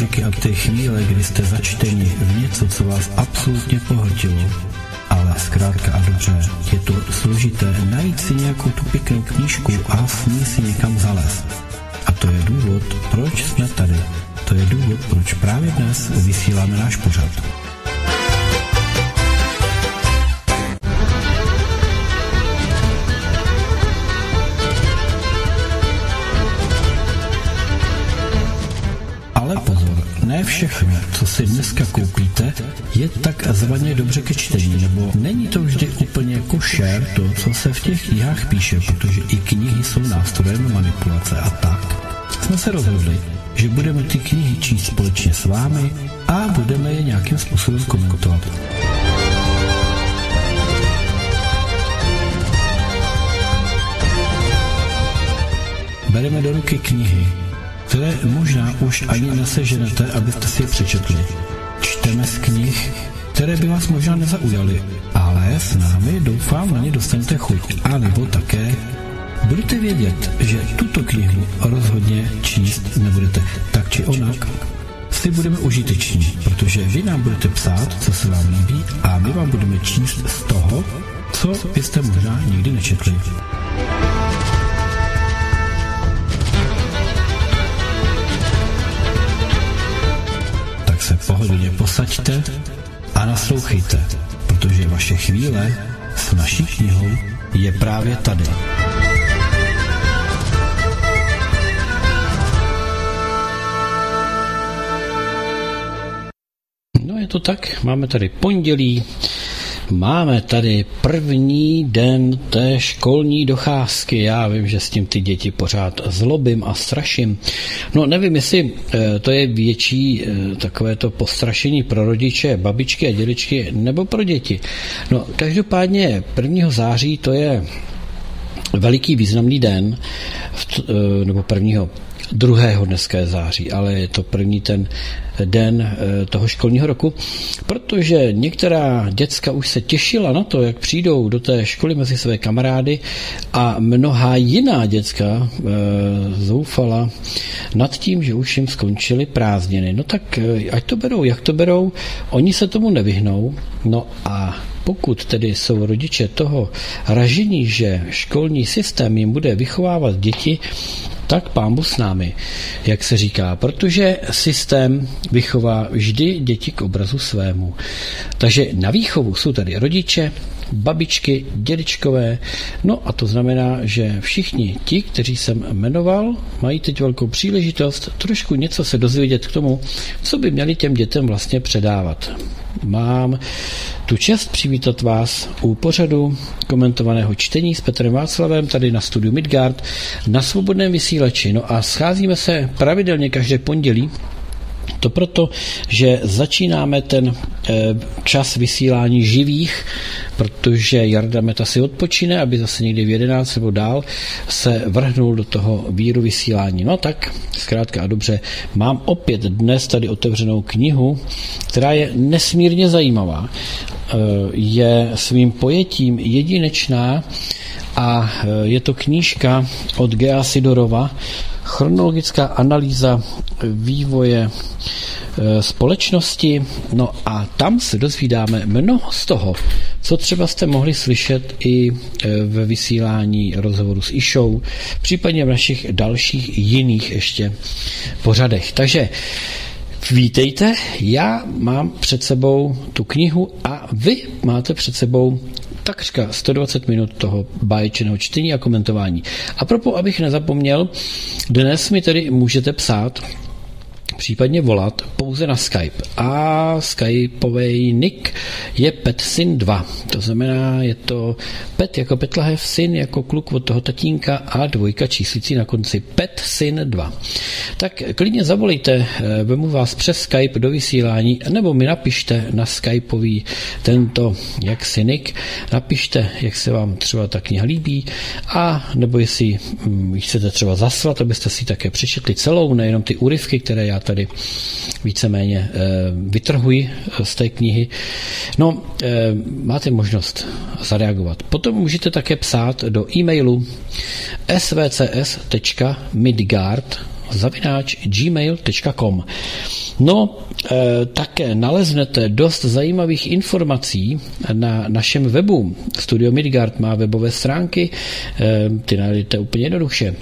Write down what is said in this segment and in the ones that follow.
okamžiky a ty chvíle, kdy jste začteni v něco, co vás absolutně pohltilo, ale zkrátka a dobře, je to složité najít si nějakou tu pěknou knížku a s ní si někam zalézt. A to je důvod, proč jsme tady. To je důvod, proč právě dnes vysíláme náš pořad. Ale pozor, ne všechno, co si dneska koupíte, je takzvaně dobře ke čtení, nebo není to vždy úplně košer to, co se v těch knihách píše, protože i knihy jsou nástrojem manipulace a tak. Jsme se rozhodli, že budeme ty knihy číst společně s vámi a budeme je nějakým způsobem komentovat. Bereme do ruky knihy, které možná už ani neseženete, abyste si je přečetli. Čteme z knih, které by vás možná nezaujaly, ale s námi doufám na ně dostanete chuť. A nebo také budete vědět, že tuto knihu rozhodně číst nebudete. Tak či onak si budeme užiteční, protože vy nám budete psát, co se vám líbí, a my vám budeme číst z toho, co byste možná nikdy nečetli. Se pohodlně posaďte a naslouchejte, protože vaše chvíle s naší knihou je právě tady. No je to tak, máme tady pondělí, máme tady první den té školní docházky. Já vím, že s tím ty děti pořád zlobím a straším. No nevím, jestli to je větší takové to postrašení pro rodiče, babičky a dědečky nebo pro děti. No každopádně 1. září to je veliký významný den, nebo 2. dneska je září, ale je to první ten den toho školního roku, protože některá děcka už se těšila na to, jak přijdou do té školy mezi své kamarády, a mnohá jiná děcka zoufala nad tím, že už jim skončily prázdniny. No tak ať to berou, jak to berou, oni se tomu nevyhnou. No a pokud tedy jsou rodiče toho ražení, že školní systém jim bude vychovávat děti, tak pánbůh s námi, jak se říká, protože systém vychová vždy děti k obrazu svému. Takže na výchovu jsou tady rodiče, babičky, dědečkové, no a to znamená, že všichni ti, kteří jsem jmenoval, mají teď velkou příležitost trošku něco se dozvědět k tomu, co by měli těm dětem vlastně předávat. Mám tu čest přivítat vás u pořadu komentovaného čtení s Petrem Václavem tady na studiu Midgard na Svobodném vysílači. No a scházíme se pravidelně každé pondělí. To proto, že začínáme ten čas vysílání živých, protože Jarda Meta si odpočine, aby zase někdy v 11 nebo dál se vrhnul do toho víru vysílání. No tak, zkrátka a dobře, mám opět dnes tady otevřenou knihu, která je nesmírně zajímavá. Je svým pojetím jedinečná a je to knížka od Gea Sidorova, Chronologická analýza vývoje společnosti. No a tam se dozvídáme mnoho z toho, co třeba jste mohli slyšet i ve vysílání rozhovoru s Išou, případně v našich dalších jiných ještě pořadech. Takže vítejte, já mám před sebou tu knihu a vy máte před sebou takřka 120 minut toho báječného čtení a komentování. A proto, abych nezapomněl, dnes mi tedy můžete psát, případně volat pouze na Skype. A Skypeový nick je PetSyn2. To znamená, je to Pet jako Petlahev, Syn jako kluk od toho tatínka a 2 číslicí na konci, PetSyn2. Tak klidně zavolejte, vemu vás přes Skype do vysílání, nebo mi napište na Skypeový tento jaksi nick, napište, jak se vám třeba ta kniha líbí, a nebo jestli chcete třeba zaslat, abyste si také přečetli celou, nejenom ty úryvky, které já tady víceméně vytrhuji z té knihy. No, máte možnost zareagovat. Potom můžete také psát do e-mailu svcs.midgard@gmail.com. No, také naleznete dost zajímavých informací na našem webu. Studio Midgard má webové stránky, ty najdete úplně jednoduše.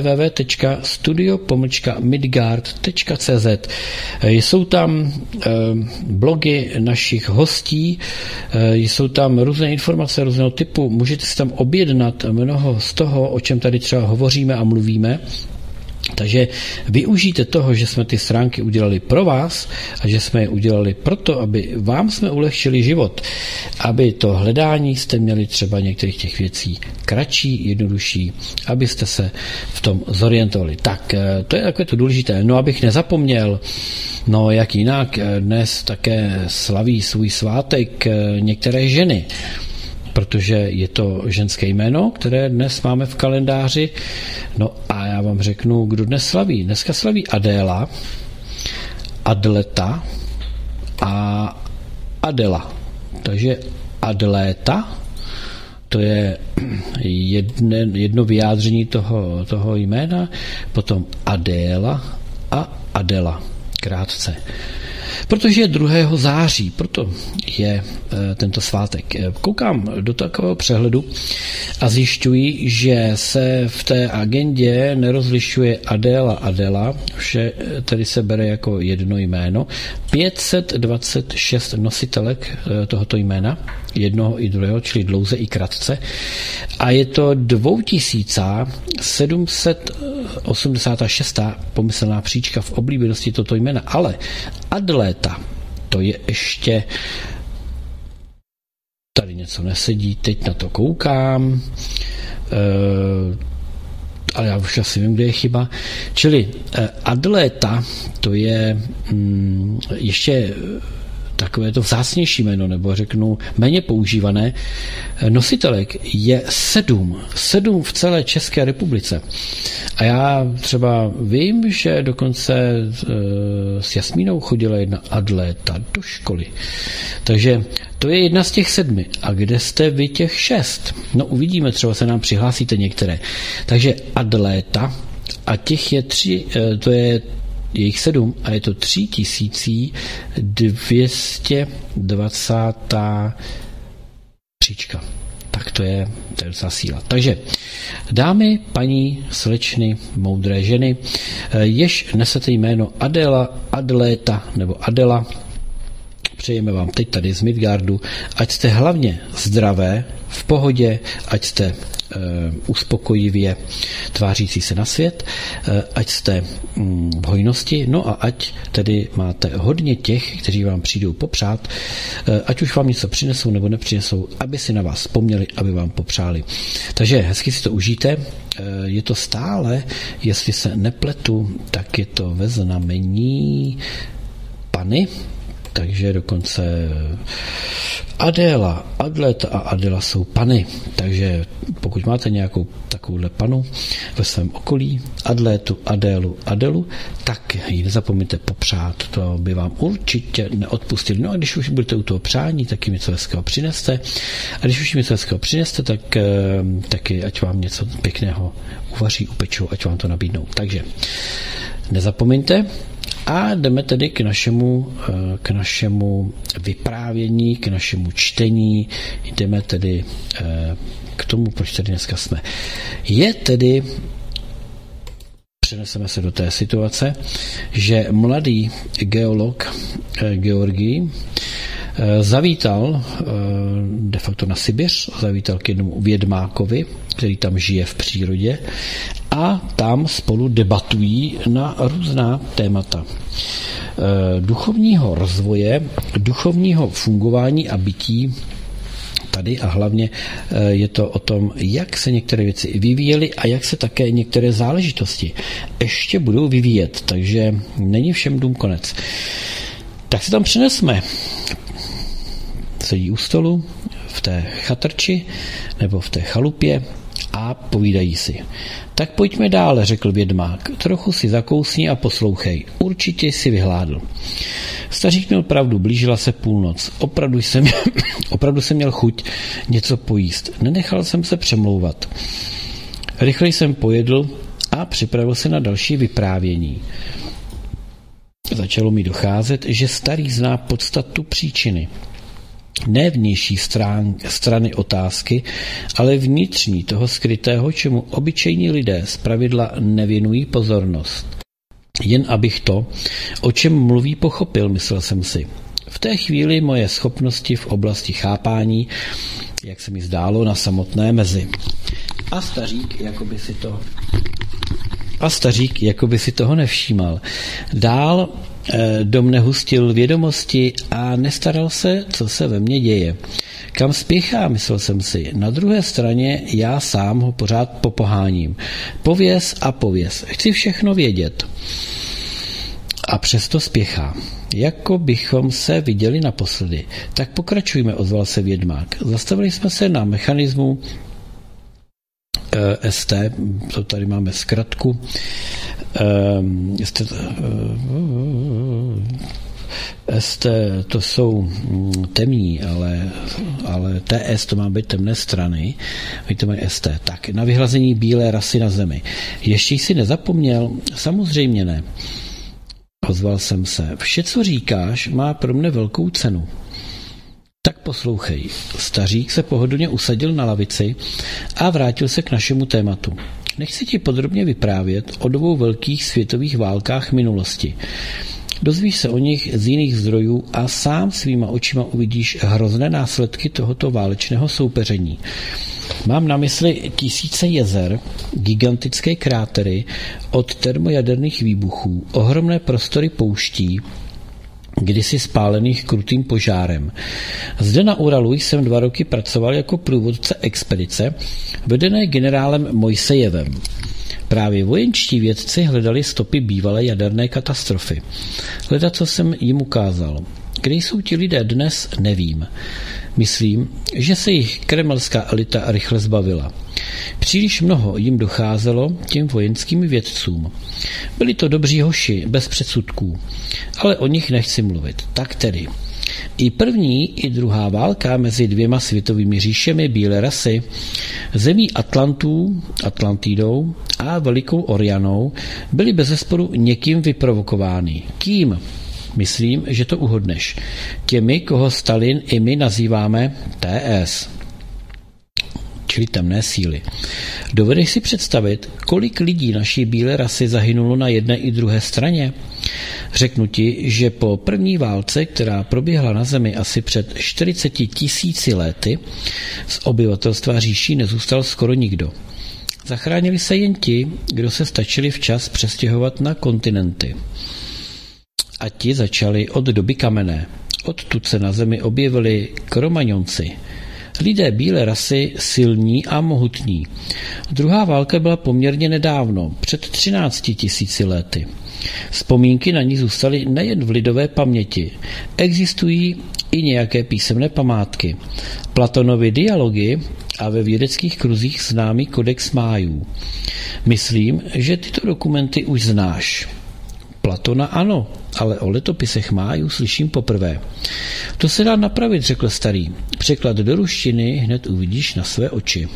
www.studio-midgard.cz. Jsou tam blogy našich hostí, jsou tam různé informace různého typu, můžete si tam objednat mnoho z toho, o čem tady třeba hovoříme a mluvíme. Takže využijte toho, že jsme ty stránky udělali pro vás a že jsme je udělali proto, aby vám jsme ulehčili život, aby to hledání jste měli třeba některých těch věcí kratší, jednodušší, abyste se v tom zorientovali. Tak, to je takové to důležité. No, abych nezapomněl, no jak jinak, dnes také slaví svůj svátek některé ženy, protože je to ženské jméno, které dnes máme v kalendáři. No a já vám řeknu, kdo dnes slaví. Dneska slaví Adéla, Adleta a Adela. Takže Adléta, to je jedno vyjádření toho jména, potom Adéla a Adela, krátce. Protože je 2. září, proto je tento svátek. Koukám do takového přehledu a zjišťuji, že se v té agendě nerozlišuje Adela, vše tedy se bere jako jedno jméno. 526 nositelek tohoto jména, jednoho i druhého, čili dlouze i krátce. A je to 2786. pomyslná příčka v oblíbenosti toto jména. Ale Adléta, to je ještě... Tady něco nesedí, teď na to koukám, ale já už asi vím, kde je chyba. Čili Adléta, to je ještě takové to vzácnější jméno, nebo řeknu méně používané. Nositelek je 7 v celé České republice. A já třeba vím, že dokonce s Jasmínou chodila jedna Adléta do školy. Takže to je jedna z těch 7. A kde jste vy těch 6? No uvidíme, třeba se nám přihlásíte některé. Takže Adléta a těch je 3, to je jejich 7 a je to 3220 příčka. Tak to je docela síla. Takže dámy, paní, slečny, moudré ženy, jež nesete jméno Adela, Adléta nebo Adela, přejeme vám teď tady z Midgardu, ať jste hlavně zdravé, v pohodě, ať jste uspokojivě tvářící se na svět, ať jste v hojnosti, no a ať tedy máte hodně těch, kteří vám přijdou popřát, ať už vám něco přinesou nebo nepřinesou, aby si na vás vzpomněli, aby vám popřáli. Takže hezky si to užijte. Je to stále, jestli se nepletu, tak je to ve znamení Pany, takže dokonce Adéla, Adleta a Adela jsou pany. Takže pokud máte nějakou takovouhle panu ve svém okolí, Adlétu, Adélu, Adelu, tak ji nezapomeňte popřát, to by vám určitě neodpustili. No a když už budete u toho přání, tak jim něco hezkého přineste. A když už jim něco hezkého přineste, tak taky ať vám něco pěkného uvaří, upečou, ať vám to nabídnou. Takže nezapomeňte. A jdeme tedy k našemu vyprávění, k našemu čtení, jdeme tedy k tomu, proč tady dneska jsme. Přeneseme se do té situace, že mladý geolog Georgij zavítal de facto na Sibiř, zavítal k jednomu vědmákovi, který tam žije v přírodě a tam spolu debatují na různá témata duchovního rozvoje, duchovního fungování a bytí tady a hlavně je to o tom, jak se některé věci vyvíjely a jak se také některé záležitosti ještě budou vyvíjet, takže není všem dům konec. Tak se tam přenesme. Sedí u stolu v té chatrči nebo v té chalupě a povídají si. Tak pojďme dále, řekl vědmák. Trochu si zakousni a poslouchej. Určitě jsi vyhládl. Stařík měl pravdu, blížila se půlnoc. Opravdu jsem měl chuť něco pojíst. Nenechal jsem se přemlouvat. Rychle jsem pojedl a připravil se na další vyprávění. Začalo mi docházet, že starý zná podstatu příčiny. Ne vnější strany otázky, ale vnitřní toho skrytého, čemu obyčejní lidé zpravidla nevěnují pozornost. Jen abych to, o čem mluví, pochopil, myslel jsem si. V té chvíli moje schopnosti v oblasti chápání, jak se mi zdálo, na samotné mezi. A stařík, jako by si toho nevšímal. Dál do mne hustil vědomosti a nestaral se, co se ve mně děje. Kam spěchá, myslel jsem si. Na druhé straně já sám ho pořád popoháním. Pověz a pověz. Chci všechno vědět. A přesto spěchá. Jako bychom se viděli naposledy. Tak pokračujme, ozval se vědmák. Zastavili jsme se na mechanismu ST, to tady máme zkratku. ST to jsou temní, ale TS to má být temné strany. Oni to mají ST. Tak, na vyhlazení bílé rasy na zemi. Ještě jsi nezapomněl? Samozřejmě ne. Ozval jsem se. Vše, co říkáš, má pro mne velkou cenu. Tak poslouchej. Stařík se pohodlně usadil na lavici a vrátil se k našemu tématu. Nechci ti podrobně vyprávět o 2 velkých světových válkách minulosti. Dozvíš se o nich z jiných zdrojů a sám svýma očima uvidíš hrozné následky tohoto válečného soupeření. Mám na mysli tisíce jezer, gigantické krátery od termojaderných výbuchů, ohromné prostory pouští, kdysi spálených krutým požárem. Zde na Uralu jsem 2 roky pracoval jako průvodce expedice, vedené generálem Mojsejevem. Právě vojenští vědci hledali stopy bývalé jaderné katastrofy. Hledat, co jsem jim ukázal. Kde jsou ti lidé dnes, nevím. Myslím, že se jich kremelská elita rychle zbavila. Příliš mnoho jim docházelo těm vojenským vědcům. Byli to dobří hoši, bez předsudků, ale o nich nechci mluvit. Tak tedy. I první, i druhá válka mezi 2 světovými říšemi bílé rasy, zemí Atlantů, Atlantidou a Velikou Orianou, byly bezesporu někým vyprovokovány. Kým? Myslím, že to uhodneš. Těmi, koho Stalin i my nazýváme TS, čili temné síly. Dovedeš si představit, kolik lidí naší bílé rasy zahynulo na jedné i druhé straně? Řeknu ti, že po první válce, která proběhla na Zemi asi před 40 000 lety, z obyvatelstva říší nezůstal skoro nikdo. Zachránili se jen ti, kdo se stačili včas přestěhovat na kontinenty. A ti začali od doby kamenné. Odtud se na Zemi objevili Kromaňonci. Lidé bílé rasy silní a mohutní. Druhá válka byla poměrně nedávno, před 13 000 lety. Vzpomínky na ní zůstaly nejen v lidové paměti. Existují i nějaké písemné památky. Platonovy dialogy a ve vědeckých kruzích známý kodex májů. Myslím, že tyto dokumenty už znáš. Platona ano, ale o letopisech májů slyším poprvé. To se dá napravit, řekl starý. Překlad do ruštiny hned uvidíš na své oči.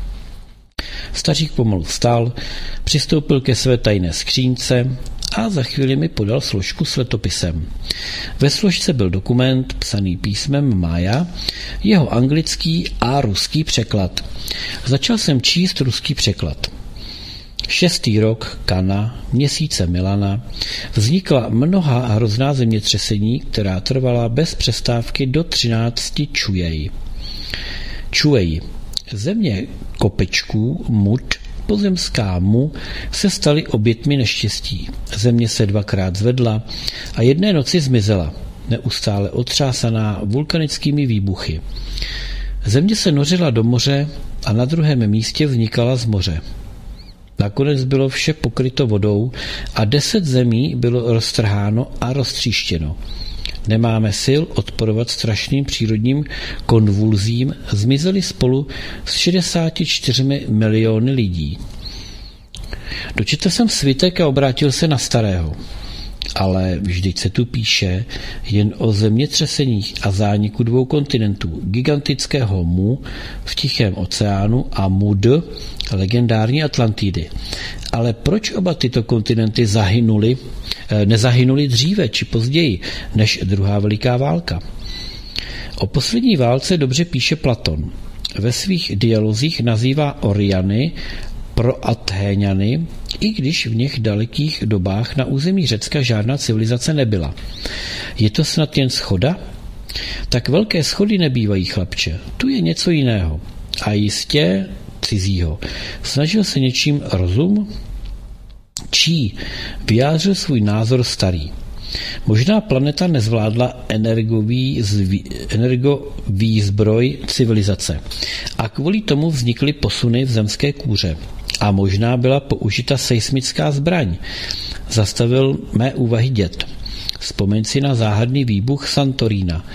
Stařík pomalu vstal, přistoupil ke své tajné skřínce a za chvíli mi podal složku s letopisem. Ve složce byl dokument psaný písmem mája, jeho anglický a ruský překlad. Začal jsem číst ruský překlad. 6. rok Kana, měsíce Milana, vznikla mnoha hrozná zemětřesení, která trvala bez přestávky do 13 čujej. Čujej. Země kopečků, mud, pozemská mu, se staly obětmi neštěstí. Země se 2krát zvedla a jedné noci zmizela, neustále otřásaná vulkanickými výbuchy. Země se nořila do moře a na druhém místě vznikala z moře. Nakonec bylo vše pokryto vodou a 10 zemí bylo roztrháno a roztříštěno. Nemáme sil odporovat strašným přírodním konvulzím, zmizeli spolu s 64 miliony lidí. Dočetl jsem svitek a obrátil se na starého. Ale vždyť se tu píše jen o zemětřeseních a zániku 2 kontinentů, gigantického Mu v Tichém oceánu a Mud, legendární Atlantidy. Ale proč oba tyto kontinenty nezahynuly dříve či později než druhá veliká válka? O poslední válce dobře píše Platon. Ve svých dialozích nazývá Oriany Proathéňany, i když v něch dalekých dobách na území Řecka žádná civilizace nebyla. Je to snad jen shoda? Tak velké schody nebývají, chlapče. Tu je něco jiného. A jistě cizího. Snažil se něčím rozum? Čí? Vyjádřil svůj názor starý. Možná planeta nezvládla energovýzbroj civilizace a kvůli tomu vznikly posuny v zemské kůře. A možná byla použita seismická zbraň. Zastavil mé úvahy děd. Vzpomeň si na záhadný výbuch Santorína,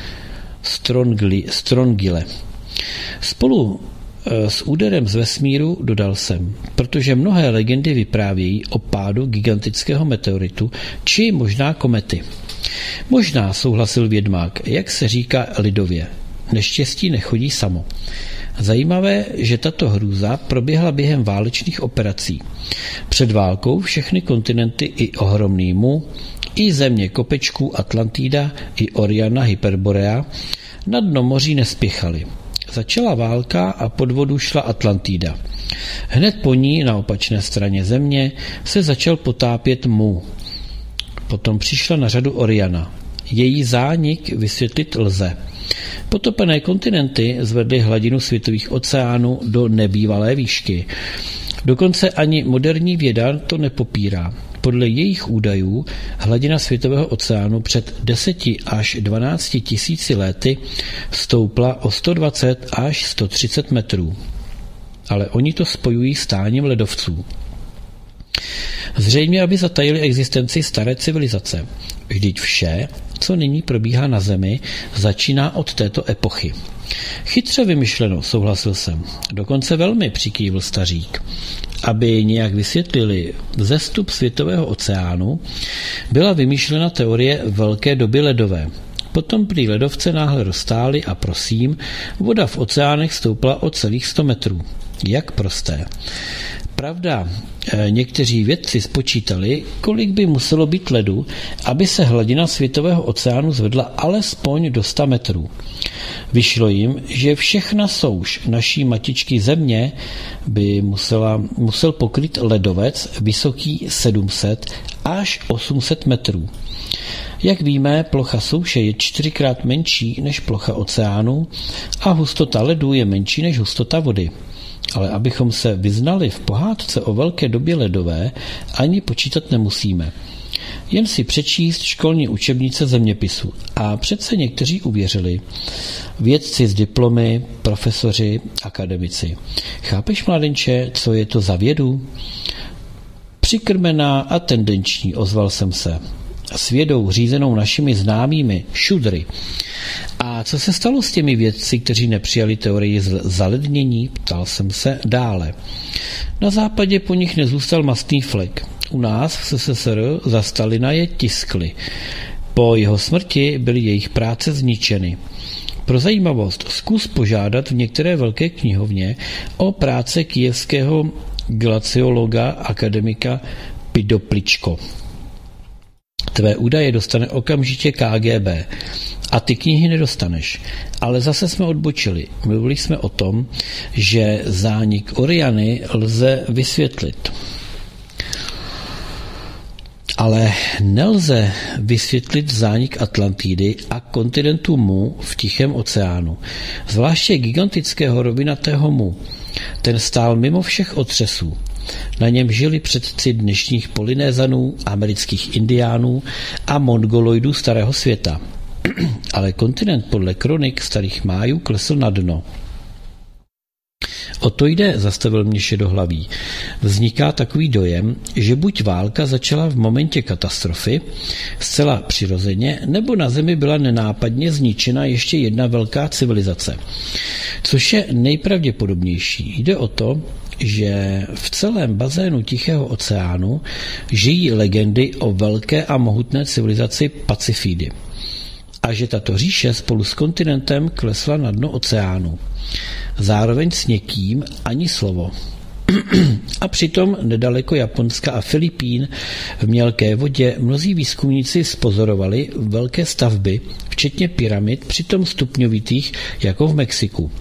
Strongyle. Spolu s úderem z vesmíru dodal jsem, protože mnohé legendy vyprávějí o pádu gigantického meteoritu, či možná komety. Možná, souhlasil vědmák, jak se říká lidově. Neštěstí nechodí samo. Zajímavé, že tato hrůza proběhla během válečných operací. Před válkou všechny kontinenty i ohromný Mu, i země kopečků Atlantida, i Oriana Hyperborea na dno moří nespěchaly. Začala válka a pod vodu šla Atlantida. Hned po ní na opačné straně země se začal potápět Mu. Potom přišla na řadu Oriana. Její zánik vysvětlit lze. Potopené kontinenty zvedly hladinu světových oceánů do nebývalé výšky. Dokonce ani moderní věda to nepopírá. Podle jejich údajů hladina světového oceánu před 10 až 12 tisíci lety stoupla o 120 až 130 metrů. Ale oni to spojují s táním ledovců. Zřejmě, aby zatajili existenci staré civilizace. Vždyť vše, co nyní probíhá na Zemi, začíná od této epochy. Chytře vymyšleno, souhlasil jsem. Dokonce velmi, přikývl stařík. Aby nějak vysvětlili vzestup světového oceánu, byla vymýšlena teorie velké doby ledové. Potom prý ledovce náhle roztály a prosím, voda v oceánech stoupla o celých 100 metrů. Jak prosté. Pravda, někteří vědci spočítali, kolik by muselo být ledu, aby se hladina světového oceánu zvedla alespoň do 100 metrů. Vyšlo jim, že všechna souš naší matičky Země by musel pokryt ledovec vysoký 700 až 800 metrů. Jak víme, plocha souše je 4krát menší než plocha oceánu a hustota ledu je menší než hustota vody. Ale abychom se vyznali v pohádce o velké době ledové, ani počítat nemusíme. Jen si přečíst školní učebnice zeměpisu. A přece někteří uvěřili. Vědci s diplomy, profesoři, akademici. Chápeš, mladenče, co je to za vědu? Přikrmená a tendenční, ozval jsem se. S vědou řízenou našimi známými šudry. A co se stalo s těmi vědci, kteří nepřijali teorii zalednění? Ptal jsem se dále. Na západě po nich nezůstal mastný flek. U nás v SSSR za Stalina je tiskli. Po jeho smrti byly jejich práce zničeny. Pro zajímavost zkus požádat v některé velké knihovně o práce kyjevského glaciologa akademika Pidopličko. Tvé údaje dostane okamžitě KGB. A ty knihy nedostaneš. Ale zase jsme odbočili. Mluvili jsme o tom, že zánik Oriany lze vysvětlit. Ale nelze vysvětlit zánik Atlantidy a kontinentu Mu v Tichém oceánu. Zvláště gigantického rovinatého Mu. Ten stál mimo všech otřesů. Na něm žili předci dnešních Polynézanů, amerických indiánů a mongoloidů starého světa. Ale kontinent podle kronik starých Májů klesl na dno. O to jde, zastavil mě šedohlavý. Vzniká takový dojem, že buď válka začala v momentě katastrofy, zcela přirozeně, nebo na Zemi byla nenápadně zničena ještě jedna velká civilizace. Což je nejpravděpodobnější. Jde o to, že v celém bazénu Tichého oceánu žijí legendy o velké a mohutné civilizaci Pacifidy. A že tato říše spolu s kontinentem klesla na dno oceánu. Zároveň s někým ani slovo. A přitom nedaleko Japonska a Filipín v mělké vodě mnozí výzkumníci spozorovali velké stavby, včetně pyramid, přitom stupňovitých jako v Mexiku.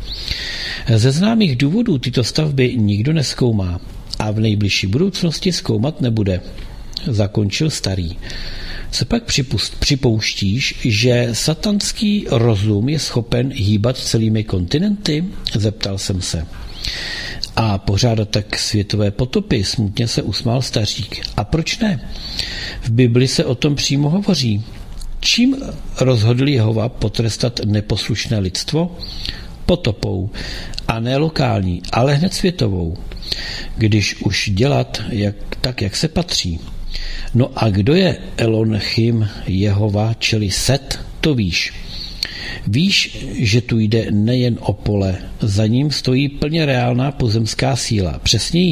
Ze známých důvodů tyto stavby nikdo nezkoumá a v nejbližší budoucnosti zkoumat nebude. Zakončil starý. Co pak připouštíš, že satanský rozum je schopen hýbat celými kontinenty? Zeptal jsem se. A pořádat tak světové potopy, smutně se usmál stařík. A proč ne? V Bibli se o tom přímo hovoří. Čím rozhodl Jehova potrestat neposlušné lidstvo? Potopou. A ne lokální, ale hned světovou. Když už dělat tak, jak se patří. No a kdo je Elohim, Jehova, čili Set, to víš. Víš, že tu jde nejen o pole, za ním stojí plně reálná pozemská síla, přesněji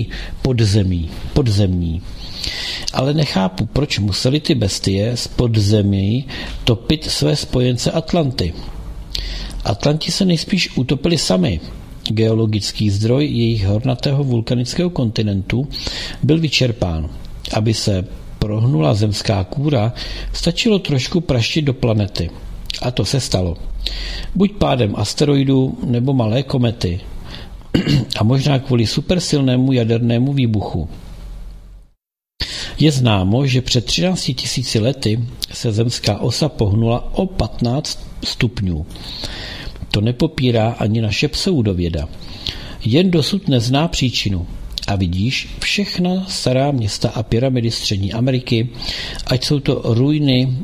podzemní. Ale nechápu, proč museli ty bestie z podzemí topit své spojence Atlanty. Atlanti se nejspíš utopili sami. Geologický zdroj jejich hornatého vulkanického kontinentu byl vyčerpán. Aby se prohnula zemská kůra, stačilo trošku praštit do planety. A to se stalo. Buď pádem asteroidů nebo malé komety. A možná kvůli supersilnému jadernému výbuchu. Je známo, že před 13 000 lety se zemská osa pohnula o 15 stupňů. To nepopírá ani naše pseudověda. Jen dosud nezná příčinu. A vidíš, všechna stará města a pyramidy Střední Ameriky, ať jsou to ruiny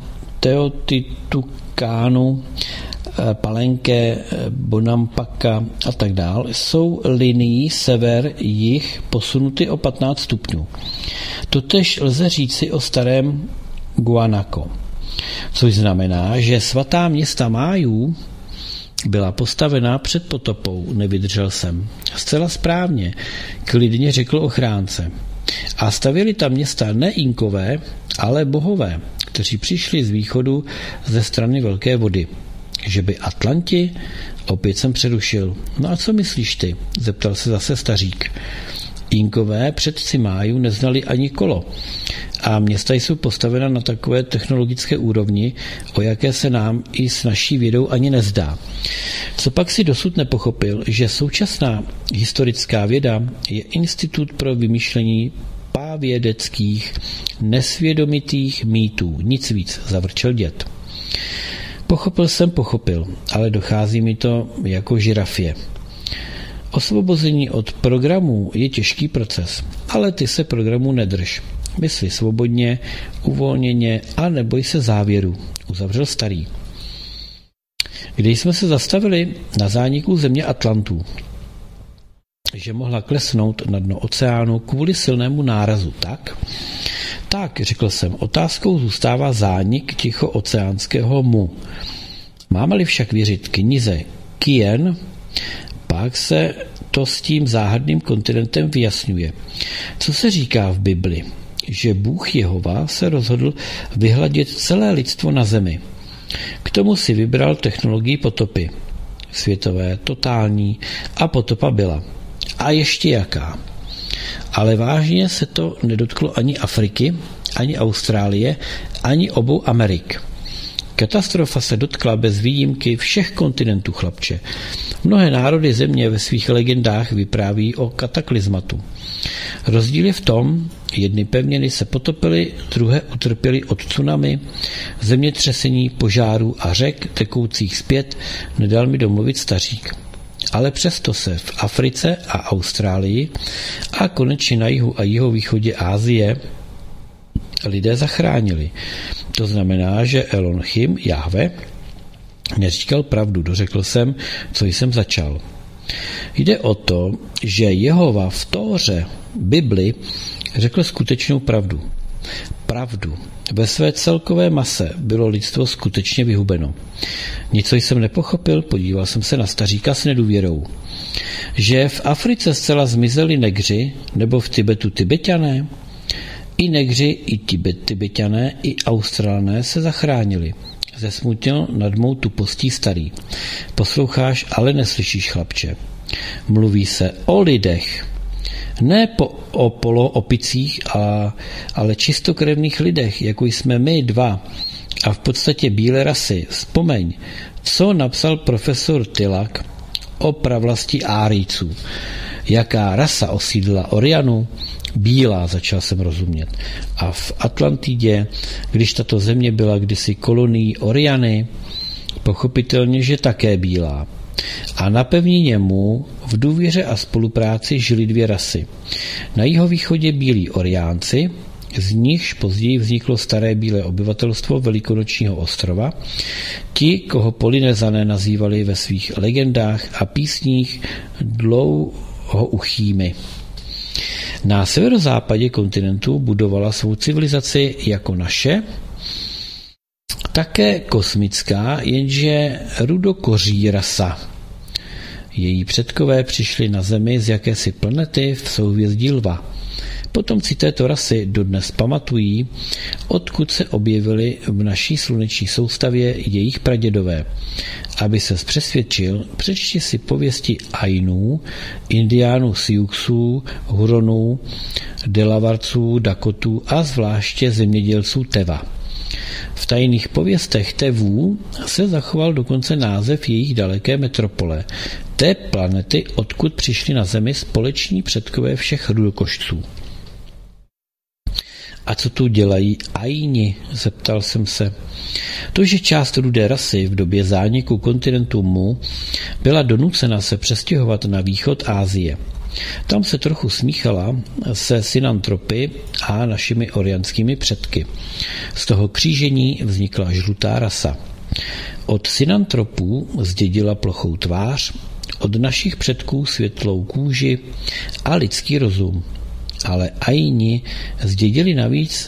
Teotihuacánu, Palenque, Bonampaka a tak dál, jsou linií sever-jih posunuty o 15 stupňů. Totež lze říci o starém Guanaco. Což znamená, že svatá města Májů byla postavená před potopou, nevydržel jsem. Zcela správně, klidně řekl ochránce. A stavěli tam města ne Inkové, ale bohové, kteří přišli z východu ze strany velké vody. Že by Atlanti? Opět jsem přerušil. No a co myslíš ty? Zeptal se zase stařík. Inkové předci Májů neznali ani kolo. A města jsou postavena na takové technologické úrovni, o jaké se nám i s naší vědou ani nezdá. Co pak si dosud nepochopil, že současná historická věda je institut pro vymýšlení pávědeckých, nesvědomitých mýtů. Nic víc, zavrčel děd. Pochopil, ale dochází mi to jako žirafě. Osvobození od programů je těžký proces, ale ty se programů nedrž. Mysli svobodně, uvolněně a neboj se závěru, uzavřel starý. Když jsme se zastavili na zániku země Atlantů, že mohla klesnout na dno oceánu kvůli silnému nárazu, tak? Tak, řekl jsem, otázkou zůstává zánik Tichooceánského mu. Máme-li však věřit knize Kien, pak se to s tím záhadným kontinentem vyjasňuje. Co se říká v Bibli? Že Bůh Jehova se rozhodl vyhladit celé lidstvo na zemi. K tomu si vybral technologii potopy. Světové, totální a potopa byla. A ještě jaká. Ale vážně se to nedotklo ani Afriky, ani Austrálie, ani obou Amerik. Katastrofa se dotkla bez výjimky všech kontinentů, chlapče. Mnohé národy země ve svých legendách vypráví o kataklizmatu. Rozdíl je v tom, jedny pevniny se potopily, druhé utrpěly od tsunami, zemětřesení, požárů a řek tekoucích zpět, nedal mi domluvit stařík. Ale přesto se v Africe a Austrálii a konečně na jihu a jihovýchodě Asie lidé zachránili. To znamená, že Elohim, Jahve, neříkal pravdu, dořekl jsem, co jsem začal. Jde o to, že Jehova v Tóře, Bibli, řekl skutečnou pravdu. Pravdu. Ve své celkové mase bylo lidstvo skutečně vyhubeno. Něco jsem nepochopil, podíval jsem se na staříka s nedůvěrou. Že v Africe zcela zmizeli negři, nebo v Tibetu Tibetané? I negři, i Tibetané, i Australané se zachránili. Zesmutnil nad mou tupostí starý. Posloucháš, ale neslyšíš, chlapče. Mluví se o lidech. Ne o poloopicích, ale čistokrevných lidech, jako jsme my dva. A v podstatě bílé rasy. Vzpomeň, co napsal profesor Tilak o pravlasti Árijců. Jaká rasa osídlila Orianu? Bílá, začal jsem rozumět. A v Atlantidě, když tato země byla kdysi kolonií Oriany, pochopitelně, že také bílá. A na pevnině mu v důvěře a spolupráci žili dvě rasy. Na jihovýchodě bílí Oriánci, z nichž později vzniklo staré bílé obyvatelstvo Velikonočního ostrova, ti, koho Polynezané nazývali ve svých legendách a písních dlouhouchými. Na severozápadě kontinentu budovala svou civilizaci jako naše, také kosmická, jenže rudokoří rasa. Její předkové přišli na Zemi z jakési planety v souhvězdí Lva. Potomci této rasy dodnes pamatují, odkud se objevili v naší sluneční soustavě jejich pradědové. Aby se přesvědčil, přečti si pověsti Ainů, Indiánů, Siouxů, Huronů, Delavarců, Dakotů a zvláště zemědělců Teva. V tajných pověstech Tevů se zachoval dokonce název jejich daleké metropole, té planety, odkud přišli na Zemi společní předkové všech rudokošců. A co tu dělají Aini? Zeptal jsem se. To, že část rudé rasy v době zániku kontinentu Mu byla donucena se přestěhovat na východ Asie. Tam se trochu smíchala se synantropy a našimi orianskými předky. Z toho křížení vznikla žlutá rasa. Od synantropů zdědila plochou tvář, od našich předků světlou kůži a lidský rozum. Ale Aini zdědili navíc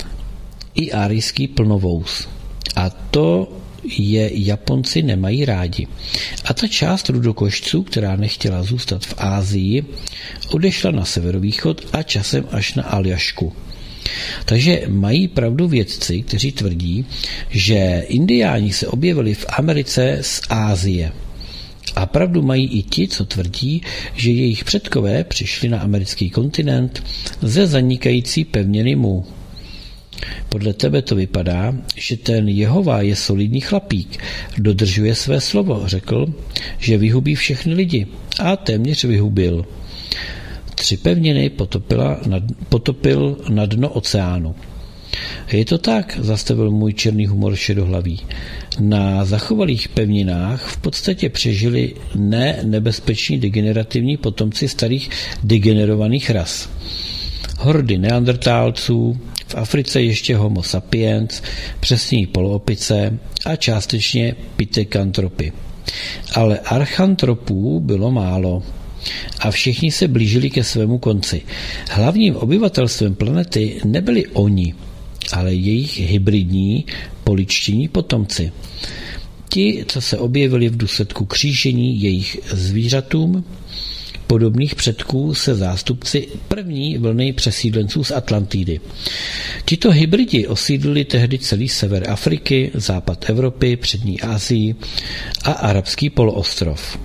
i árijský plnovous. A to je Japonci nemají rádi. A ta část rudokošců, která nechtěla zůstat v Asii, odešla na severovýchod a časem až na Aljašku. Takže mají pravdu vědci, kteří tvrdí, že Indiáni se objevili v Americe z Asie. A pravdu mají i ti, co tvrdí, že jejich předkové přišli na americký kontinent ze zanikající pevniny Mu. Podle tebe to vypadá, že ten Jehova je solidní chlapík, dodržuje své slovo, řekl, že vyhubí všechny lidi a téměř vyhubil. 3 pevniny potopil na dno oceánu. Je to tak, zastavil můj černý humor šedohlavý. Na zachovalých pevninách v podstatě přežili nebezpeční degenerativní potomci starých degenerovaných ras. Hordy neandertálců, v Africe ještě homo sapiens, přesněji poloopice a částečně pitekantropy. Ale archantropů bylo málo a všichni se blížili ke svému konci. Hlavním obyvatelstvem planety nebyli oni, ale jejich hybridní poličtí potomci. Ti, co se objevili v důsledku křížení jejich zvířatům, podobných předků se zástupci první vlny přesídlenců z Atlantidy. Tito hybridi osídlili tehdy celý sever Afriky, západ Evropy, přední Asii a arabský poloostrov.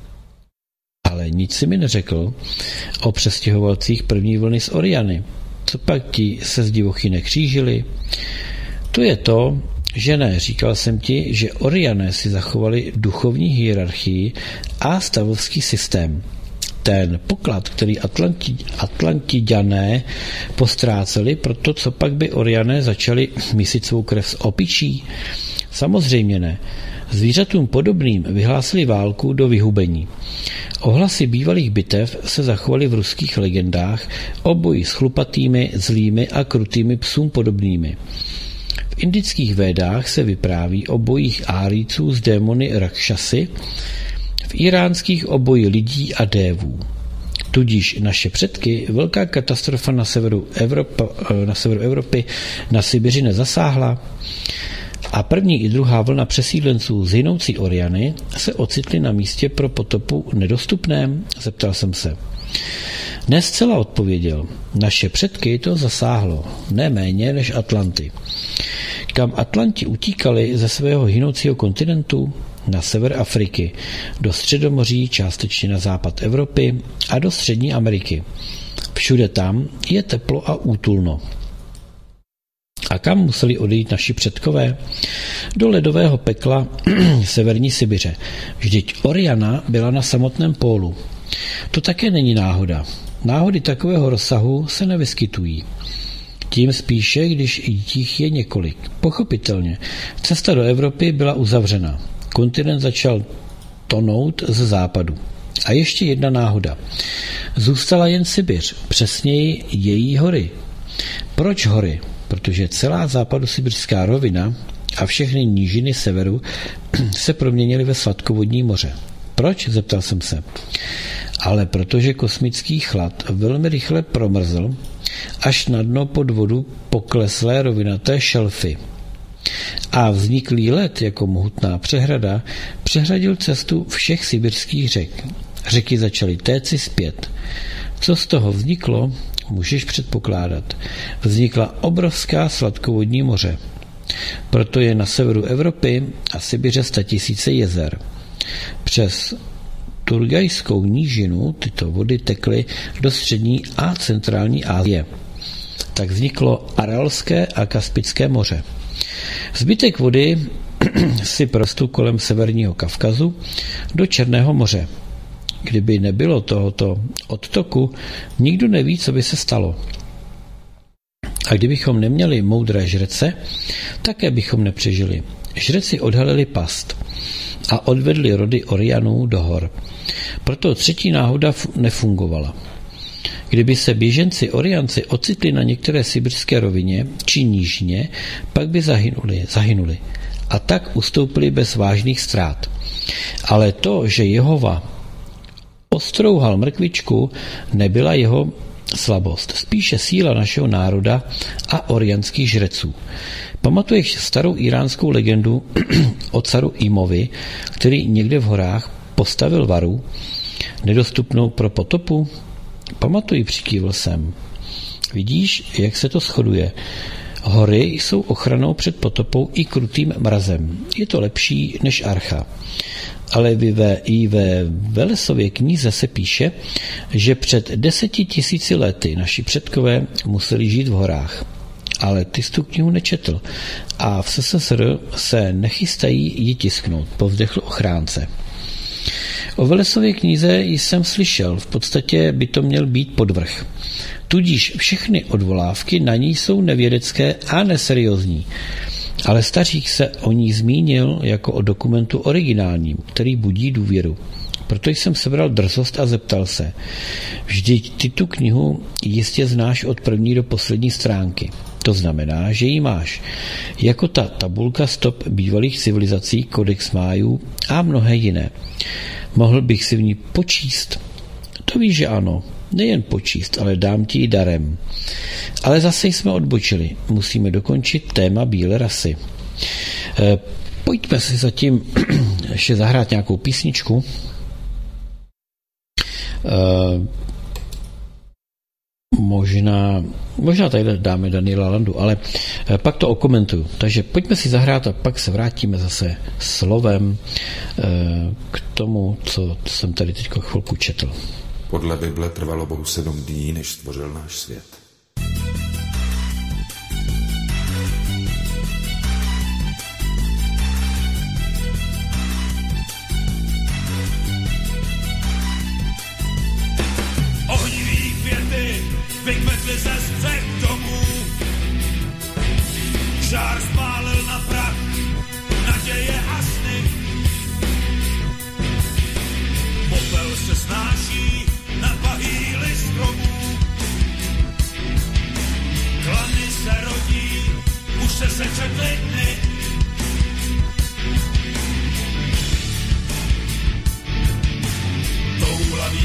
Ale nic si mi neřekl o přestěhovalcích první vlny z Oriany. Co pak ti se z divochy nekřížili? To je to, že ne, říkal jsem ti, že Oriané si zachovali duchovní hierarchii a stavovský systém. Ten poklad, který Atlantiďané postráceli, proto co pak by Oriané začali mísit svou krev z opičí? Samozřejmě ne. Zvířatům podobným vyhlásili válku do vyhubení. Ohlasy bývalých bitev se zachovaly v ruských legendách o boji s chlupatými, zlými a krutými psům podobnými. V indických védách se vypráví o bojích Árijců s démony Rakšasy, v iránských oboji lidí a dévů. Tudíž naše předky velká katastrofa na severu Evropy na Sibiři nezasáhla a první i druhá vlna přesídlenců z hynoucí Oriany se ocitly na místě pro potopu nedostupném? Zeptal jsem se. Ne zcela, odpověděl. Naše předky to zasáhlo, ne méně než Atlanty. Kam Atlanti utíkali ze svého hynoucího kontinentu? Na sever Afriky, do Středomoří, částečně na západ Evropy a do Střední Ameriky. Všude tam je teplo a útulno. A kam museli odejít naši předkové? Do ledového pekla severní Sibiře. Vždyť Oriana byla na samotném pólu. To také není náhoda. Náhody takového rozsahu se nevyskytují. Tím spíše, když jich je několik. Pochopitelně, cesta do Evropy byla uzavřena. Kontinent začal tonout ze západu. A ještě jedna náhoda. Zůstala jen Sibiř, přesněji její hory. Proč hory? Protože celá západosibiřská rovina a všechny nížiny severu se proměnily ve sladkovodní moře. Proč? Zeptal jsem se. Ale protože kosmický chlad velmi rychle promrzl až na dno pod vodu pokleslé rovinaté šelfy. A vzniklý led jako mohutná přehrada přehradil cestu všech sibirských řek. Řeky začaly téci zpět. Co z toho vzniklo, můžeš předpokládat. Vznikla obrovská sladkovodní moře. Proto je na severu Evropy a Sibiře 100 000 jezer. Přes Turgajskou nížinu tyto vody tekly do střední a centrální Asie. Tak vzniklo Aralské a Kaspické moře. Zbytek vody si prostl kolem severního Kavkazu do Černého moře. Kdyby nebylo tohoto odtoku, nikdo neví, co by se stalo. A kdybychom neměli moudré žrece, také bychom nepřežili. Žreci odhalili past a odvedli rody Orianů do hor. Proto třetí náhoda nefungovala. Kdyby se běženci Orianci ocitli na některé sibirské rovině či nížině, pak by zahynuli. A tak ustoupili bez vážných ztrát. Ale to, že Jehova ostrouhal mrkvičku, nebyla jeho slabost, spíše síla našeho národa a orianských žreců. Pamatuješ starou iránskou legendu o caru Imovi, který někde v horách postavil varu, nedostupnou pro potopu? Pamatuji, přikývl jsem. Vidíš, jak se to shoduje. Hory jsou ochranou před potopou i krutým mrazem. Je to lepší než archa. Ale i ve Velesově knize se píše, že před 10 000 lety naši předkové museli žít v horách. Ale ty jsi tu knihu nečetl a v SSSR se nechystají ji tisknout, povzdechl ochránce. O Velesově knize jsem slyšel, v podstatě by to měl být podvrh. Tudíž všechny odvolávky na ní jsou nevědecké a neseriózní. Ale Stařík se o ní zmínil jako o dokumentu originálním, který budí důvěru. Proto jsem sebral drzost a zeptal se. Vždyť ty tu knihu jistě znáš od první do poslední stránky. To znamená, že ji máš. Jako ta tabulka stop bývalých civilizací, kodex májů a mnohé jiné. Mohl bych si v ní počíst? To víš, že ano. Nejen počíst, ale dám ti ji darem. Ale zase jsme odbočili. Musíme dokončit téma bílé rasy. Pojďme si zatím ještě zahrát nějakou písničku. Možná tady dáme Daniela Landu, ale pak to okomentuju. Takže pojďme si zahrát a pak se vrátíme zase slovem k tomu, co jsem tady teď chvilku četl. Podle Bible trvalo Bohu 7 dní, než stvořil náš svět. Ohnivý květy vykvetly ze střech domů. Žár spálil na prach naděje a sny. Popel se snáší na pahýly stromů.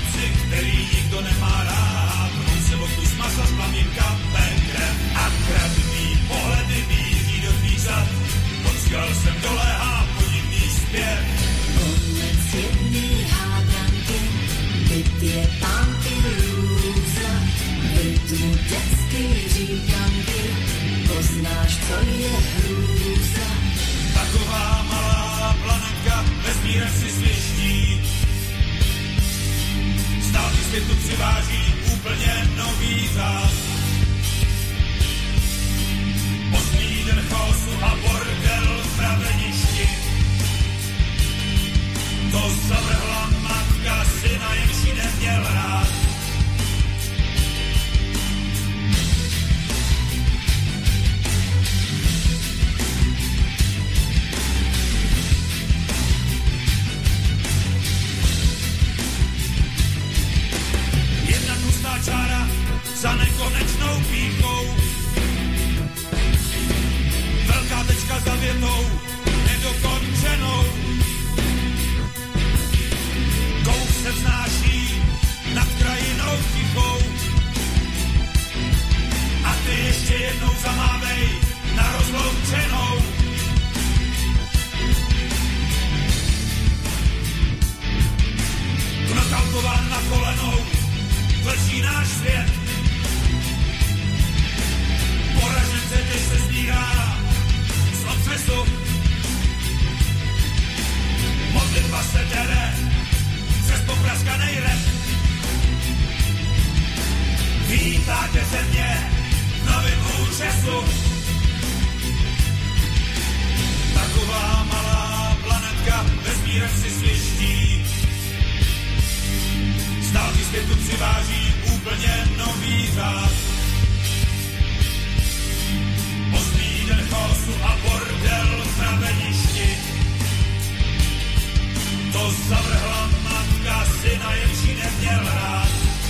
ulici, který nikdo nemá rád, se o kus masa s plavým kapekrem a kradný pohledy míří do tvých zad. Posílal jsem dole a podivný zpěv. Konec jedný hádanky, byt je pán ilúza, bytu dětský říkanky, poznáš, co je hrůza. Taková malá planetka vesmírem si sviští. Státy světu přiváží úplně nový řád. Osmý den chaosu a bordel v praveništi. To zavrhla matka syna, jenž ji neměl rád. Jedna tlustá čára za nekonečnou pýchou. Velká tečka za větou, nedokončenou. Kouř se vznáší nad krajinou tichou. A ty ještě jednou zamávej na rozloučenou. Knokautován na kolenou, vlčí náš svět. Poražence teď se smírá z otřesu. Modlitba se dere přes popraskanej rep. Vítá tě země v novým účesu. Taková malá planetka vesmírem si sviští. Státy světu přiváží úplně nový řád. Osmý den chaosu a bordel v praveništi. To zavrhla matka syna, jenž ji neměl rád.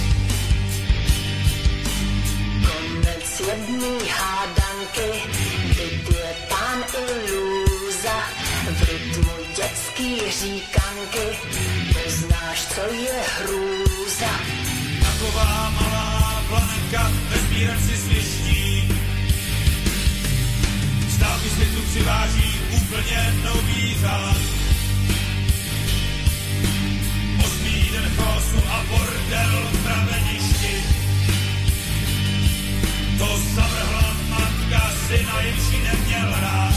Konec jedný hádanky, byt je pán ilúza, v rytmu dětský říkanky, poznáš, co je hrůza. Taková malá planetka vesmírem si sviští. Státy světu přiváží úplně nový řád. Osmý den chaosu a bordel v praveništi. To zavrhla matka syna, jenž ji neměl rád.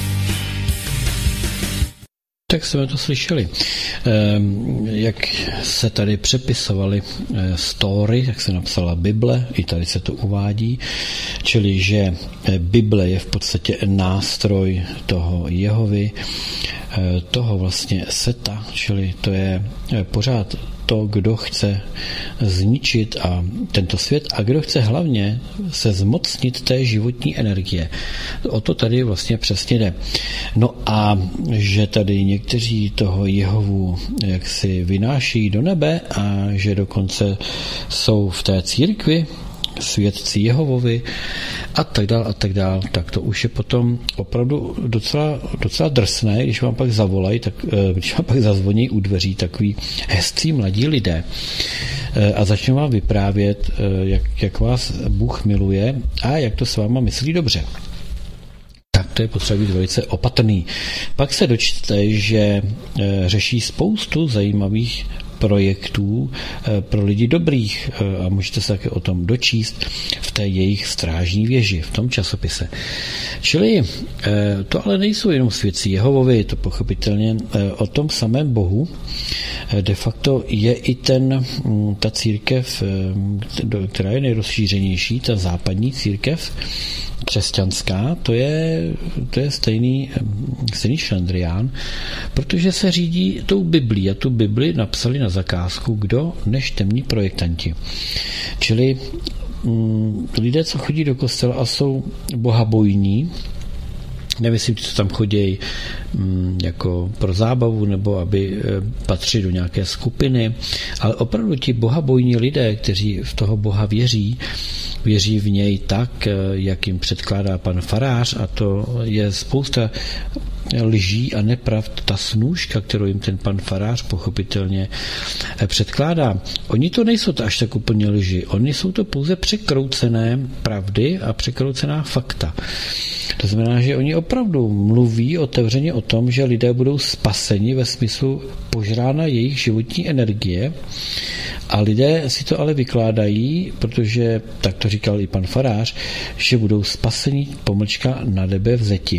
Tak jsme to slyšeli, jak se tady přepisovaly story, jak se napsala Bible, i tady se to uvádí, čili že Bible je v podstatě nástroj toho Jehovy, toho vlastně Seta, čili to je pořád to, kdo chce zničit a tento svět a kdo chce hlavně se zmocnit té životní energie. O to tady vlastně přesně jde. No a že tady někteří toho Jehovu jaksi vynáší do nebe a že dokonce jsou v té církvi svědci Jehovovi a tak dál, tak to už je potom opravdu docela drsné, když vám pak zavolají, když vám pak zazvoní u dveří takový hezcí mladí lidé a začnou vám vyprávět, jak vás Bůh miluje a jak to s váma myslí dobře. Tak to je potřeba být velice opatrný. Pak se dočte, že řeší spoustu zajímavých projektů pro lidi dobrých a můžete se také o tom dočíst v té jejich strážní věži, v tom časopise. Čili to ale nejsou jenom svědci Jehovovi, to pochopitelně o tom samém Bohu. De facto je i ta církev, která je nejrozšířenější, ta západní církev, křesťanská, to je stejný šlendrián, protože se řídí tou Biblí a tu Bibli napsali na zakázku kdo než temní projektanti. Čili lidé, co chodí do kostela a jsou bohabojní, nemyslím, že tam chodí jako pro zábavu nebo aby patřili do nějaké skupiny, ale opravdu ti bohabojní lidé, kteří v toho Boha věří, věří v něj tak, jak jim předkládá pan farář, a to je spousta lží a nepravd, ta snůška, kterou jim ten pan farář pochopitelně předkládá. Oni to nejsou to až tak úplně lži, oni jsou to pouze překroucené pravdy a překroucená fakta. To znamená, že oni opravdu mluví otevřeně o tom, že lidé budou spaseni ve smyslu požrána jejich životní energie, a lidé si to ale vykládají, protože, tak to říkal i pan farář, že budou spaseni pomlčka na nebe vzeti.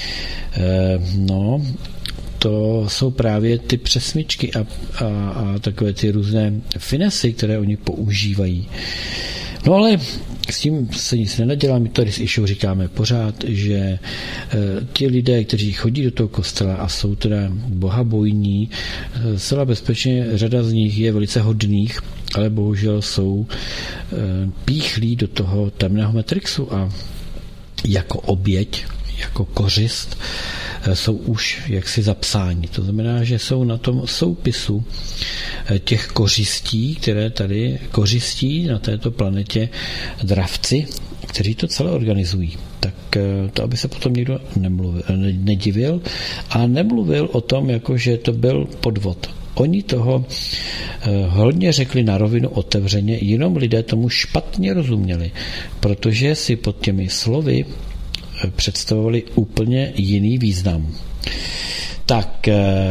No, to jsou právě ty přesmyčky a takové ty různé finesy, které oni používají. No ale s tím se nic nenadělá, my tady s Išou říkáme pořád, že ti lidé, kteří chodí do toho kostela a jsou teda bohabojní, zcela bezpečně řada z nich je velice hodných, ale bohužel jsou píchlí do toho temného matrixu a jako oběť, jako kořist jsou už jaksi zapsáni. To znamená, že jsou na tom soupisu těch kořistí, které tady kořistí na této planetě dravci, kteří to celé organizují. Tak to, aby se potom někdo nedivil a nemluvil o tom, jako že to byl podvod. Oni toho hodně řekli na rovinu otevřeně, jenom lidé tomu špatně rozuměli, protože si pod těmi slovy představovali úplně jiný význam. Tak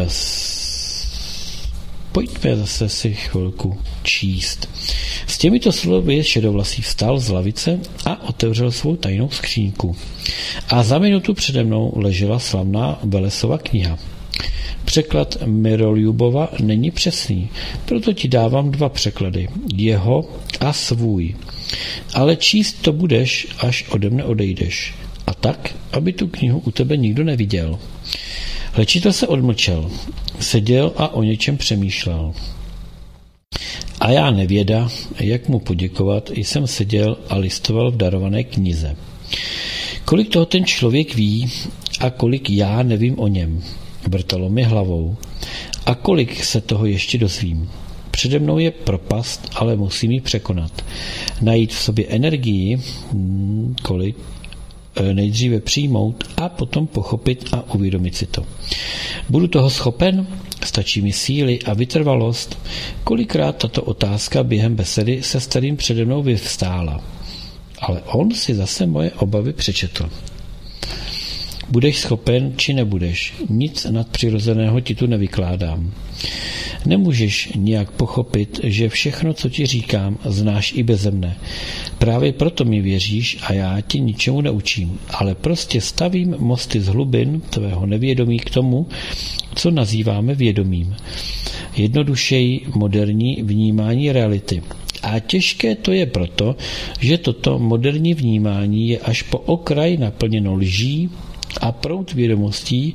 pojďme zase si chvilku číst. S těmito slovy šedovlasý vstal z lavice a otevřel svou tajnou skřínku. A za minutu přede mnou ležela slavná Velesova kniha. Překlad Miroljubova není přesný, proto ti dávám 2 překlady, jeho a svůj. Ale číst to budeš, až ode mne odejdeš. A tak, aby tu knihu u tebe nikdo neviděl. Léčitel se odmlčel, seděl a o něčem přemýšlel. A já nevěda, jak mu poděkovat, jsem seděl a listoval v darované knize. Kolik toho ten člověk ví a kolik já nevím o něm. Vrtalo mi hlavou. A kolik se toho ještě dozvím. Přede mnou je propast, ale musím ji překonat. Najít v sobě energii, kolik nejdříve přijmout a potom pochopit a uvědomit si to. Budu toho schopen? Stačí mi síly a vytrvalost? Kolikrát tato otázka během besedy se starým přede mnou vyvstála. Ale on si zase moje obavy přečetl. Budeš schopen, či nebudeš? Nic nadpřirozeného ti tu nevykládám. Nemůžeš nijak pochopit, že všechno, co ti říkám, znáš i beze mne. Právě proto mi věříš a já ti ničemu neučím, ale prostě stavím mosty z hlubin tvého nevědomí k tomu, co nazýváme vědomím. Jednodušeji moderní vnímání reality. A těžké to je proto, že toto moderní vnímání je až po okraj naplněno lží a proud vědomostí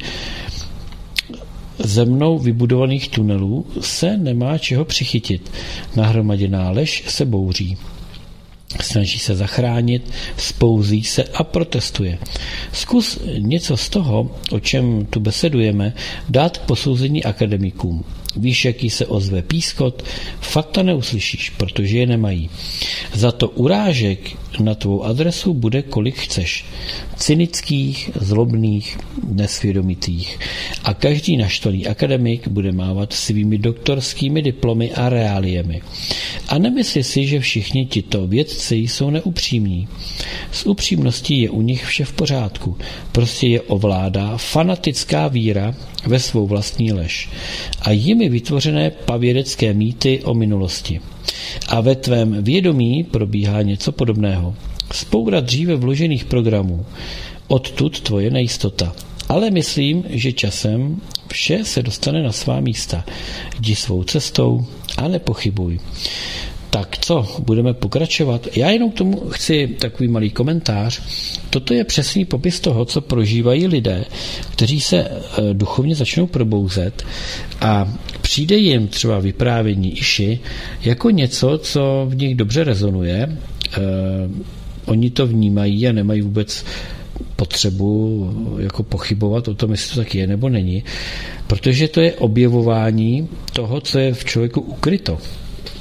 ze mnou vybudovaných tunelů se nemá čeho přichytit. Nahromaděná lež se bouří. Snaží se zachránit, spouzí se a protestuje. Zkus něco z toho, o čem tu besedujeme, dát k posouzení akademikům. Víš, jaký se ozve pískot? Fakta neuslyšíš, protože je nemají. Za to urážek na tvou adresu bude kolik chceš. Cynických, zlobných, nesvědomitých. A každý naštvaný akademik bude mávat svými doktorskými diplomy a reáliemi. A nemysli si, že všichni tito vědci jsou neupřímní. S upřímností je u nich vše v pořádku. Prostě je ovládá fanatická víra ve svou vlastní lež. A jimi vytvořené pavědecké mýty o minulosti. A ve tvém vědomí probíhá něco podobného. Spoura dříve vložených programů. Odtud tvoje nejistota. Ale myslím, že časem vše se dostane na svá místa. Jdi svou cestou a nepochybuj. Tak co, budeme pokračovat? Já jenom k tomu chci takový malý komentář. Toto je přesný popis toho, co prožívají lidé, kteří se duchovně začnou probouzet a přijde jim třeba vyprávění Iši jako něco, co v nich dobře rezonuje. Oni to vnímají a nemají vůbec potřebu jako pochybovat o tom, jestli to tak je nebo není, protože to je objevování toho, co je v člověku ukryto.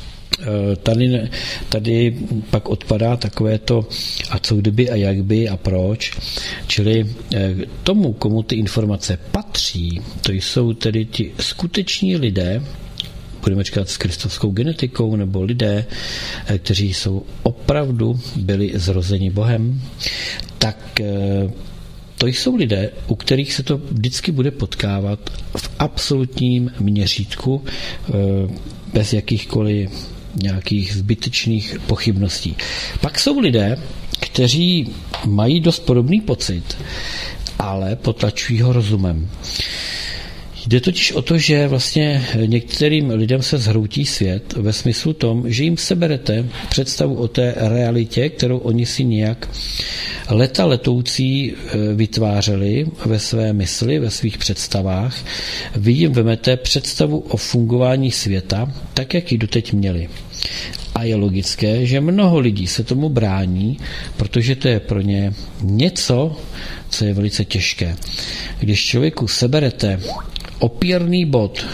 tady pak odpadá takové to a co kdyby a jak by a proč. Čili tomu, komu ty informace patří, to jsou tedy ti skuteční lidé, budeme říkat s kristovskou genetikou, nebo lidé, kteří jsou opravdu byli zrozeni Bohem, tak to jsou lidé, u kterých se to vždycky bude potkávat v absolutním měřítku, bez jakýchkoliv nějakých zbytečných pochybností. Pak jsou lidé, kteří mají dost podobný pocit, ale potlačují ho rozumem. Jde totiž o to, že vlastně některým lidem se zhroutí svět ve smyslu tom, že jim seberete představu o té realitě, kterou oni si nějak leta letoucí vytvářeli ve své mysli, ve svých představách. Vy jim vemete představu o fungování světa, tak, jak ji doteď měli. A je logické, že mnoho lidí se tomu brání, protože to je pro ně něco, co je velice těžké. Když člověku seberete opěrný bod,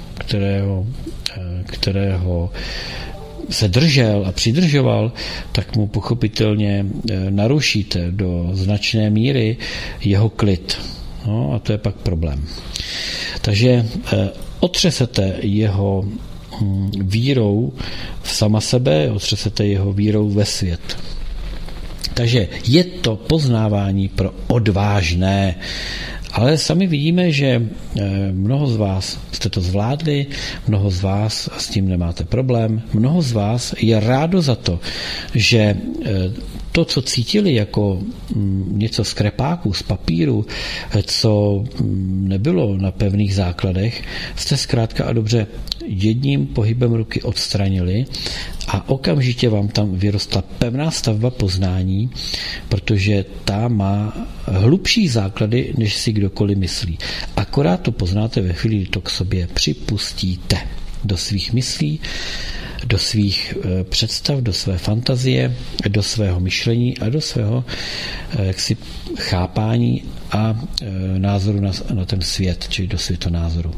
kterého se držel a přidržoval, tak mu pochopitelně narušíte do značné míry jeho klid. No a to je pak problém. Takže otřesete jeho vírou v sama sebe, otřesete jeho vírou ve svět. Takže je to poznávání pro odvážné. Ale sami vidíme, že mnoho z vás jste to zvládli, mnoho z vás s tím nemáte problém, mnoho z vás je rádo za to, že to, co cítili jako něco z krepáku, z papíru, co nebylo na pevných základech, jste zkrátka a dobře jedním pohybem ruky odstranili a okamžitě vám tam vyrostla pevná stavba poznání, protože ta má hlubší základy, než si kdokoliv myslí. Akorát to poznáte ve chvíli, kdy to k sobě připustíte do svých myslí, do svých představ, do své fantazie, do svého myšlení a do svého jaksi chápání a názoru na ten svět, čili do světonázoru.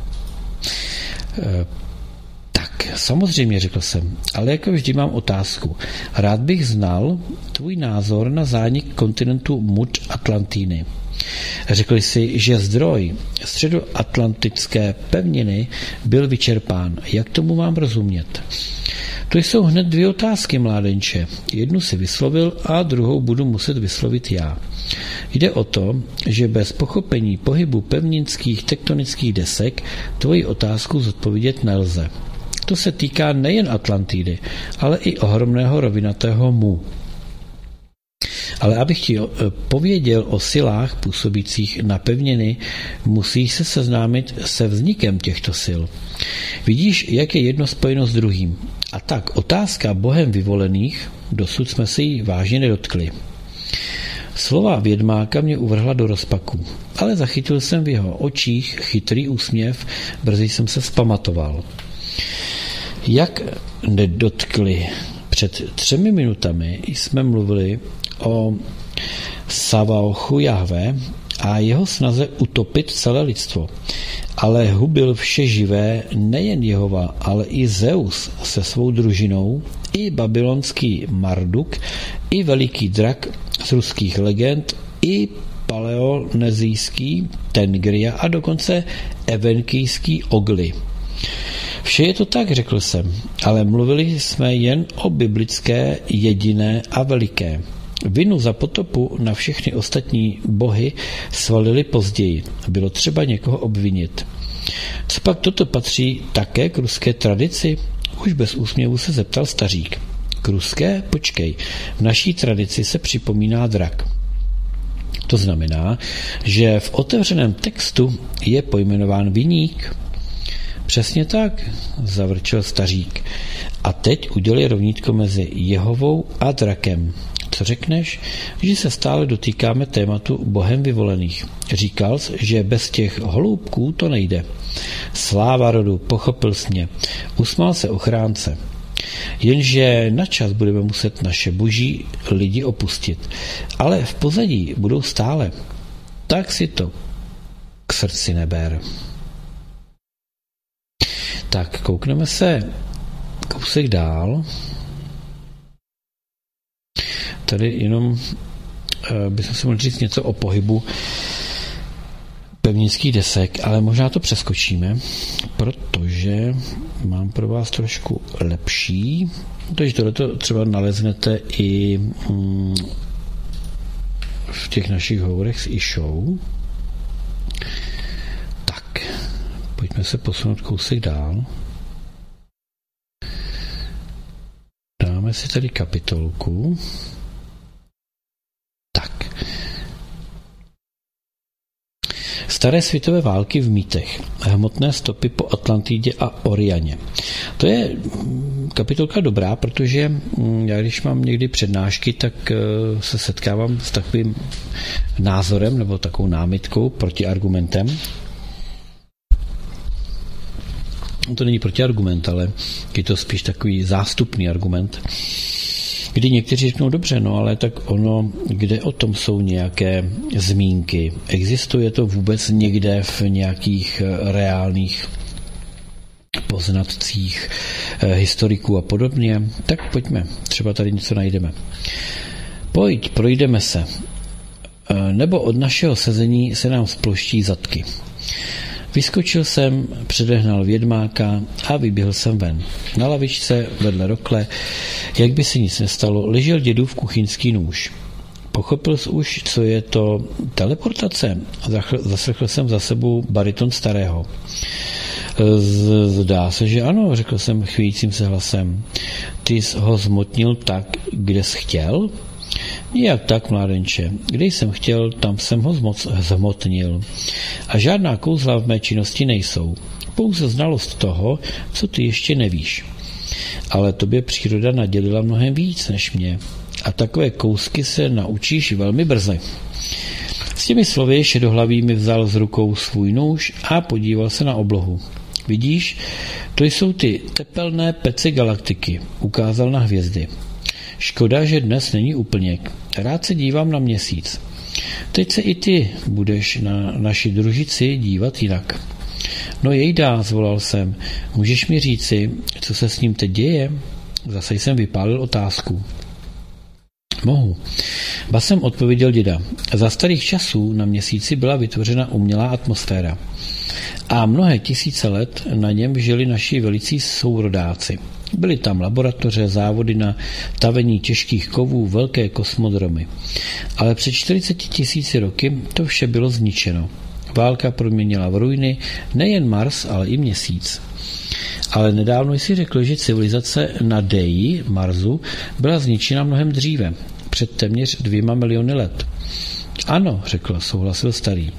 Tak, samozřejmě, řekl jsem, ale jako vždy mám otázku. Rád bych znal tvůj názor na zánik kontinentu Mud Atlantíny. Řekl jsi, že zdroj středoatlantické pevniny byl vyčerpán. Jak tomu mám rozumět? To jsou hned dvě otázky, mládenče. Jednu si vyslovil a druhou budu muset vyslovit já. Jde o to, že bez pochopení pohybu pevninských tektonických desek tvoji otázku zodpovědět nelze. To se týká nejen Atlantidy, ale i ohromného rovinatého Mu. Ale abych ti pověděl o silách působících na pevniny, musíš se seznámit se vznikem těchto sil. Vidíš, jak je jedno spojeno s druhým. A tak otázka Bohem vyvolených, dosud jsme si ji vážně nedotkli. Slova vědmáka mě uvrhla do rozpaku, ale zachytil jsem v jeho očích chytrý úsměv, brzy jsem se vzpamatoval. Jak nedotkli? Před 3 minutami jsme mluvili o Savaochu Jahve a jeho snaze utopit celé lidstvo. Ale hubil vše živé nejen Jehova, ale i Zeus se svou družinou, i babylonský Marduk, i veliký drak z ruských legend, i paleonezijský Tengria a dokonce evenkijský Ogli. Vše je to tak, řekl jsem, ale mluvili jsme jen o biblické, jediné a veliké. Vinu za potopu na všechny ostatní bohy svalili později. Bylo třeba někoho obvinit. Co pak toto patří také k ruské tradici? Už bez úsměvu se zeptal stařík. K ruské? Počkej. V naší tradici se připomíná drak. To znamená, že v otevřeném textu je pojmenován viník. Přesně tak, zavrčel stařík. A teď udělej rovnítko mezi Jehovou a drakem. Co řekneš? Že se stále dotýkáme tématu Bohem vyvolených. Říkal jsi, že bez těch holoubků to nejde. Sláva rodu, pochopil jsi mě. Usmál se ochránce. Jenže na čas budeme muset naše boží lidi opustit. Ale v pozadí budou stále. Tak si to k srdci neber. Tak, koukneme se kousek dál. Tady jenom bychom si mohli říct něco o pohybu pevninských desek, ale možná to přeskočíme, protože mám pro vás trošku lepší. Takže tohleto třeba naleznete i v těch našich hovorech s Išou. Tak, pojďme se posunout kousek dál. Dáme si tady kapitolku. Tak. Staré světové války v mýtech. Hmotné stopy po Atlantidě a Orianě. To je kapitolka dobrá, protože já když mám někdy přednášky, tak se setkávám s takovým názorem nebo takovou námitkou, protiargumentem. To není protiargument, ale je to spíš takový zástupný argument, kdy někteří řeknou, dobře, no ale tak ono, kde o tom jsou nějaké zmínky? Existuje to vůbec někde v nějakých reálných poznatcích historiků a podobně? Tak pojďme, třeba tady něco najdeme. Pojď, projdeme se. Nebo od našeho sezení se nám sploští zadky. Vyskočil jsem, předehnal vědmáka a vyběhl jsem ven. Na lavičce vedle rokle, jak by se nic nestalo, ležel dědův kuchyňský nůž. Pochopil jsi už, co je to teleportace? Zaslechl jsem za sebou bariton starého. Zdá se, že ano, řekl jsem chvějícím se hlasem. Ty jsi ho zmotnil tak, kde jsi chtěl? Nijak tak, mládenče. Kde jsem chtěl, tam jsem ho zhmotnil. A žádná kouzla v mé činnosti nejsou. Pouze znalost toho, co ty ještě nevíš. Ale tobě příroda nadělila mnohem víc než mě. A takové kousky se naučíš velmi brzy. S těmi slovy šedohlavý mi vzal z rukou svůj nůž a podíval se na oblohu. Vidíš, to jsou ty tepelné pece galaktiky. Ukázal na hvězdy. Škoda, že dnes není úplněk. Rád se dívám na měsíc. Teď se i ty budeš na naši družici dívat jinak. No jejda, zvolal jsem. Můžeš mi říci, co se s ním teď děje? Zase jsem vypálil otázku. Mohu. Basem odpověděl děda. Za starých časů na měsíci byla vytvořena umělá atmosféra. A mnohé tisíce let na něm žili naši velicí sourodáci. Byly tam laboratoře, závody na tavení těžkých kovů, velké kosmodromy. Ale před 40 000 roky to vše bylo zničeno. Válka proměnila v ruiny nejen Mars, ale i Měsíc. Ale nedávno jsi řekl, že civilizace na Dei, Marsu, byla zničena mnohem dříve, před téměř 2 miliony let. Ano, řekl, souhlasil starý.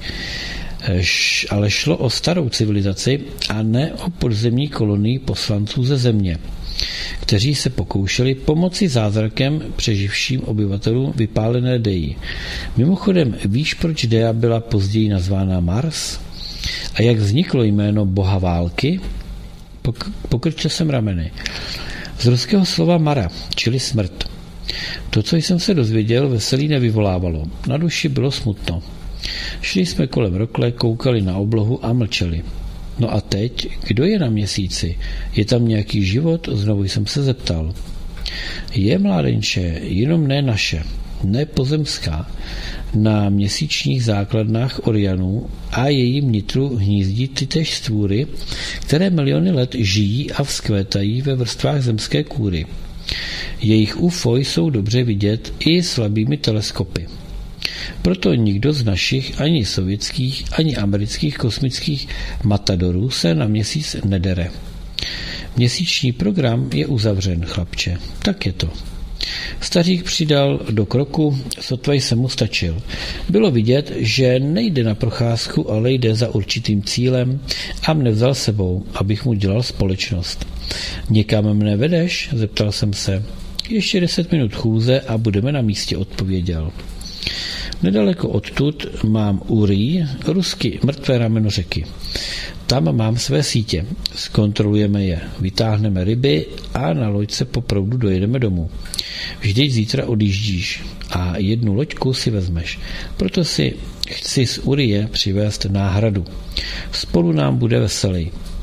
Ale šlo o starou civilizaci a ne o podzemní kolonii poslanců ze země, kteří se pokoušeli pomoci zázrakem přeživším obyvatelům vypálené Dei. Mimochodem, víš, proč Dea byla později nazvána Mars? A jak vzniklo jméno boha války? Pokrčil jsem rameny. Z ruského slova Mara, čili smrt. To, co jsem se dozvěděl, veselí nevyvolávalo. Na duši bylo smutno. Šli jsme kolem rokle, koukali na oblohu a mlčeli. No a teď, kdo je na Měsíci? Je tam nějaký život? Znovu jsem se zeptal. Je, mládenče, jenom ne naše, ne pozemská. Na měsíčních základnách Orianů a jejím nitru hnízdí tytéž stvůry, které miliony let žijí a vzkvétají ve vrstvách zemské kůry. Jejich UFO jsou dobře vidět i slabými teleskopy. Proto nikdo z našich ani sovětských, ani amerických kosmických matadorů se na Měsíc nedere. Měsíční program je uzavřen, chlapče. Tak je to. Stařík přidal do kroku, sotva jsem mu stačil. Bylo vidět, že nejde na procházku, ale jde za určitým cílem a mne vzal sebou, abych mu dělal společnost. Někam mne vedeš? Zeptal jsem se. Ještě 10 minut chůze a budeme na místě, odpověděl. Nedaleko odtud mám Uri, rusky mrtvé rameno řeky. Tam mám své sítě. Zkontrolujeme je, vytáhneme ryby a na loďce po proudu dojedeme domů. Vždyť zítra odjíždíš a jednu loďku si vezmeš. Proto si chci z Urie přivést náhradu. Spolu nám bude veselý.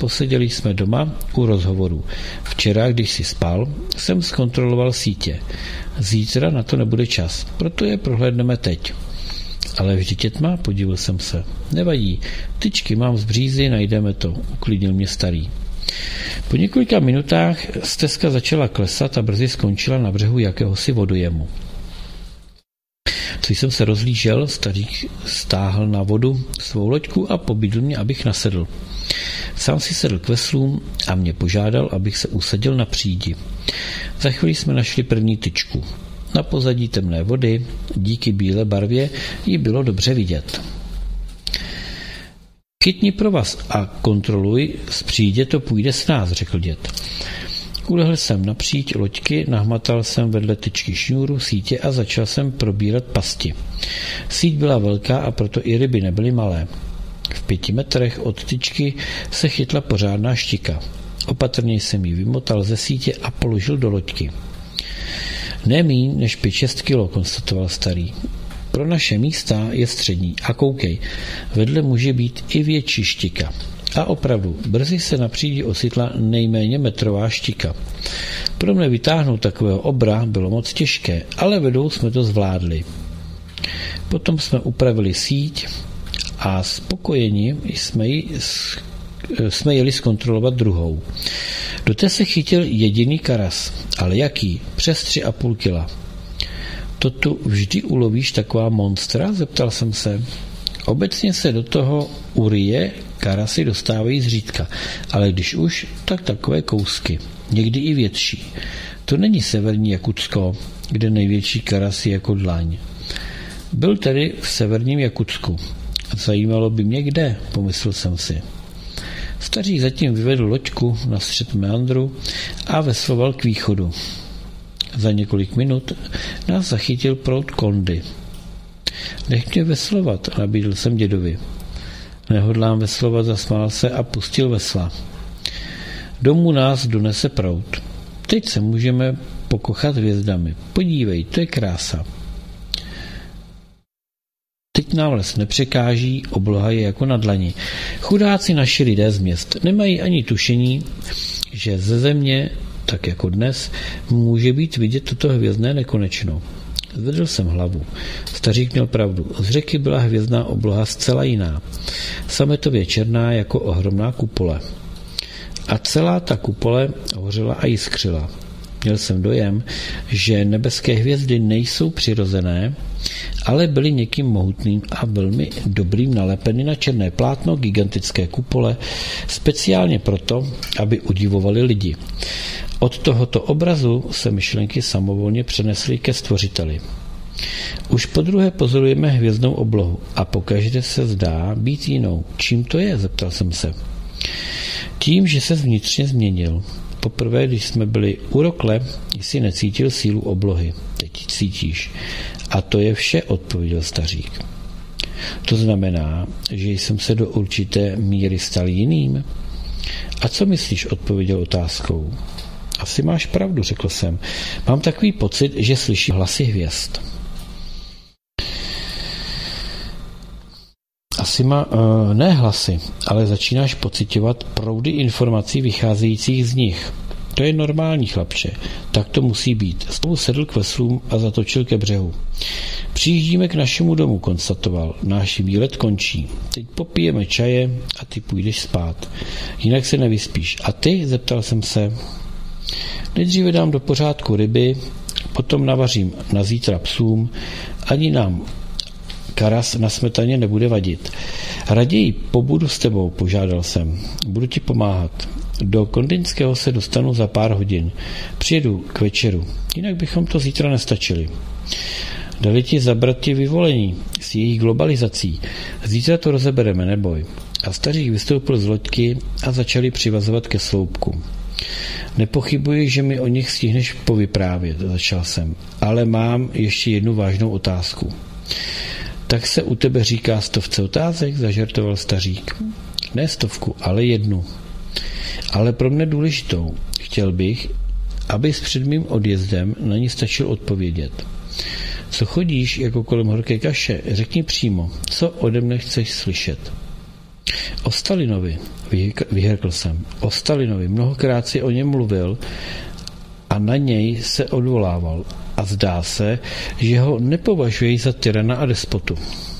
Poseděli jsme doma u rozhovoru. Včera, když si spal, jsem zkontroloval sítě. Zítra na to nebude čas, proto je prohlédneme teď. Ale vždyť je tma, podívil jsem se. Nevadí, tyčky mám z břízy, najdeme to, uklidnil mě starý. Po několika minutách stezka začala klesat a brzy skončila na břehu jakéhosi vodojemu. Co jsem se rozlížel, stařík stáhl na vodu svou loďku a pobídl mě, abych nasedl. Sám si sedl k veslům a mě požádal, abych se usadil na přídi. Za chvíli jsme našli první tyčku. Na pozadí temné vody, díky bílé barvě, ji bylo dobře vidět. Chytni provaz a kontroluj, z přídě to půjde s nás, řekl děd. Ulehl jsem na příď loďky, nahmatal jsem vedle tyčky šňůru, sítě a začal jsem probírat pasti. Síť byla velká a proto i ryby nebyly malé. V 5 metrech od tyčky se chytla pořádná štika. Opatrně jsem ji vymotal ze sítě a položil do loďky. Ne míň než 5-6 kilo, konstatoval starý. Pro naše místa je střední. A koukej, vedle může být i větší štika. A opravdu, brzy se na přídi ositla nejméně metrová štika. Pro mne vytáhnout takového obra bylo moc těžké, ale vedou jsme to zvládli. Potom jsme upravili síť a spokojeni jsme jeli zkontrolovat druhou. Do té se chytil jediný karas, ale jaký? Přes 3,5 kila. To tu vždy ulovíš taková monstra? Zeptal jsem se. Obecně se do toho urie karasy dostávají zřídka, ale když už, tak takové kousky, někdy i větší. To není severní Jakutsko, kde největší karas je jako dlaň. Byl tedy v severním Jakutsku. Zajímalo by mě kde, pomyslel jsem si. Stařík zatím vyvedl loďku na střed meandru a vesloval k východu. Za několik minut nás zachytil proud Kondy. Nech mě veslovat, nabídl jsem dědovi. Nehodlám veslovat, zasmál se a pustil vesla. Domů nás donese proud. Teď se můžeme pokochat hvězdami. Podívej, to je krása. Teď nám les nepřekáží, obloha je jako na dlani. Chudáci naši lidé z měst nemají ani tušení, že ze země, tak jako dnes, může být vidět toto hvězdné nekonečno. Zvedl jsem hlavu. Stařík měl pravdu. Z řeky byla hvězdná obloha zcela jiná. Sametově černá jako ohromná kupole. A celá ta kupole hořela a jiskřila. Měl jsem dojem, že nebeské hvězdy nejsou přirozené, ale byly někým mohutným a velmi dobrým nalepeny na černé plátno gigantické kupole, speciálně proto, aby udivovali lidi. Od tohoto obrazu se myšlenky samovolně přenesly ke stvořiteli. Už podruhé pozorujeme hvězdnou oblohu a pokaždé se zdá být jinou. Čím to je? Zeptal jsem se. Tím, že se vnitřně změnil. Poprvé, když jsme byli u rokle, jsi necítil sílu oblohy. Teď cítíš. A to je vše, odpověděl stařík. To znamená, že jsem se do určité míry stal jiným? A co myslíš, odpověděl otázkou. Asi máš pravdu, řekl jsem. Mám takový pocit, že slyším hlasy hvězd. Asi ne hlasy, ale začínáš pociťovat proudy informací vycházejících z nich. To je normální, chlapče. Tak to musí být. Znovu sedl k veslům a zatočil ke břehu. Přijíždíme k našemu domu, konstatoval. Náš výlet končí. Teď popijeme čaje a ty půjdeš spát. Jinak se nevyspíš. A ty? Zeptal jsem se. Nejdříve dám do pořádku ryby, potom navařím na zítra psům, ani nám karas na smetaně nebude vadit. Raději pobudu s tebou, požádal jsem. Budu ti pomáhat. Do Kondinského se dostanu za pár hodin. Přijedu k večeru. Jinak bychom to zítra nestačili. Dali ti zabrat ti vyvolení s jejich globalizací. Zítra to rozebereme, neboj. A stařík vystoupil z loďky a začali přivazovat ke sloupku. Nepochybuji, že mi o nich stihneš povyprávět, začal jsem. Ale mám ještě jednu vážnou otázku. Tak se u tebe říká 100 otázek, zažartoval stařík. Ne 100, ale 1. Ale pro mne důležitou. Chtěl bych, abys před mým odjezdem na ní stačil odpovědět. Co chodíš jako kolem horké kaše? Řekni přímo, co ode mne chceš slyšet. O Stalinovi, vyhrkl jsem, o Stalinovi mnohokrát si o něm mluvil a na něj se odvolával a zdá se, že ho nepovažují za tyrana a despotu.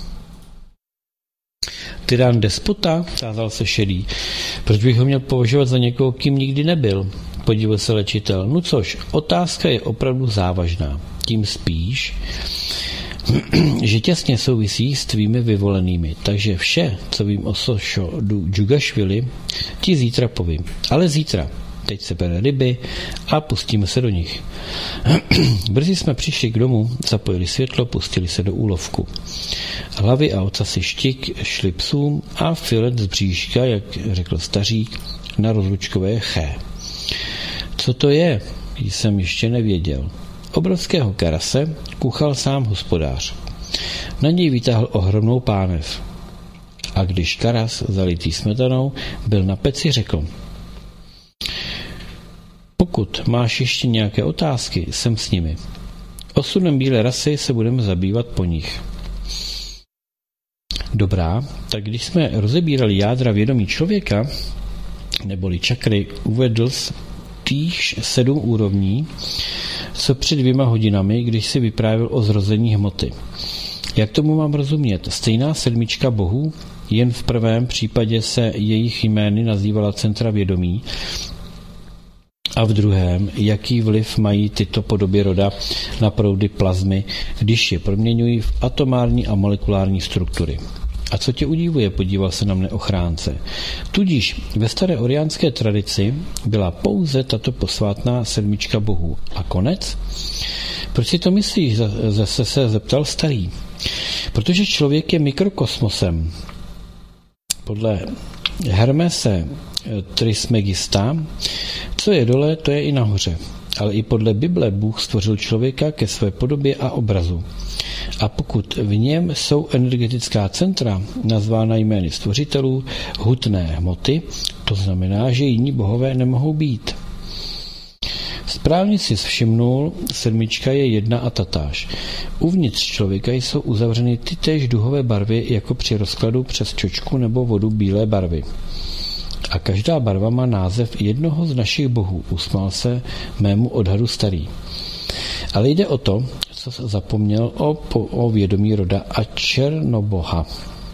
Tyran despota, tázal se Šedý. Proč bych ho měl považovat za někoho, kým nikdy nebyl? Podívil se léčitel. No což, otázka je opravdu závažná. Tím spíš, že těsně souvisí s tvými vyvolenými. Takže vše, co vím o Sošodu Džugašvili, ti zítra povím. Ale zítra. Teď se bere ryby a pustíme se do nich. Brzy jsme přišli k domu, zapojili světlo, pustili se do úlovku. Hlavy a ocasy štik šli psům a filet z bříška, jak řekl stařík, na rozlučkové ché. Co to je? Jsem ještě nevěděl. Obrovského karase kuchal sám hospodář. Na něj vytáhl ohromnou pánev. A když karas, zalitý smetanou, byl na peci, řekl: pokud máš ještě nějaké otázky, jsem s nimi. Osudem bílé rasy se budeme zabývat po nich. Dobrá, tak když jsme rozebírali jádra vědomí člověka, neboli čakry, uvedl týž 7 úrovní, co před 2 hodinami, když si vyprávěl o zrození hmoty. Jak tomu mám rozumět? Stejná 7 bohů, jen v prvém případě se jejich jmény nazývala centra vědomí, a v druhém, jaký vliv mají tyto podoby roda na proudy plazmy, když je proměňují v atomární a molekulární struktury. A co tě udivuje, podíval se na mne ochránce. Tudíž ve staré oriánské tradici byla pouze tato posvátná 7 bohů. A konec? Proč si to myslíš? Zase se zeptal starý. Protože člověk je mikrokosmosem. Podle Hermese Trismegista, co je dole, to je i nahoře. Ale i podle Bible Bůh stvořil člověka ke své podobě a obrazu. A pokud v něm jsou energetická centra, nazvána jmény stvořitelů, hutné hmoty, to znamená, že jiní bohové nemohou být. Správně si všimnul, 7 je jedna a tatáž. Uvnitř člověka jsou uzavřeny tytéž duhové barvy, jako při rozkladu přes čočku nebo vodu bílé barvy. A každá barva má název jednoho z našich bohů, usmál se mému odhadu starý. Ale jde o to, co zapomněl o vědomí roda a Černoboha.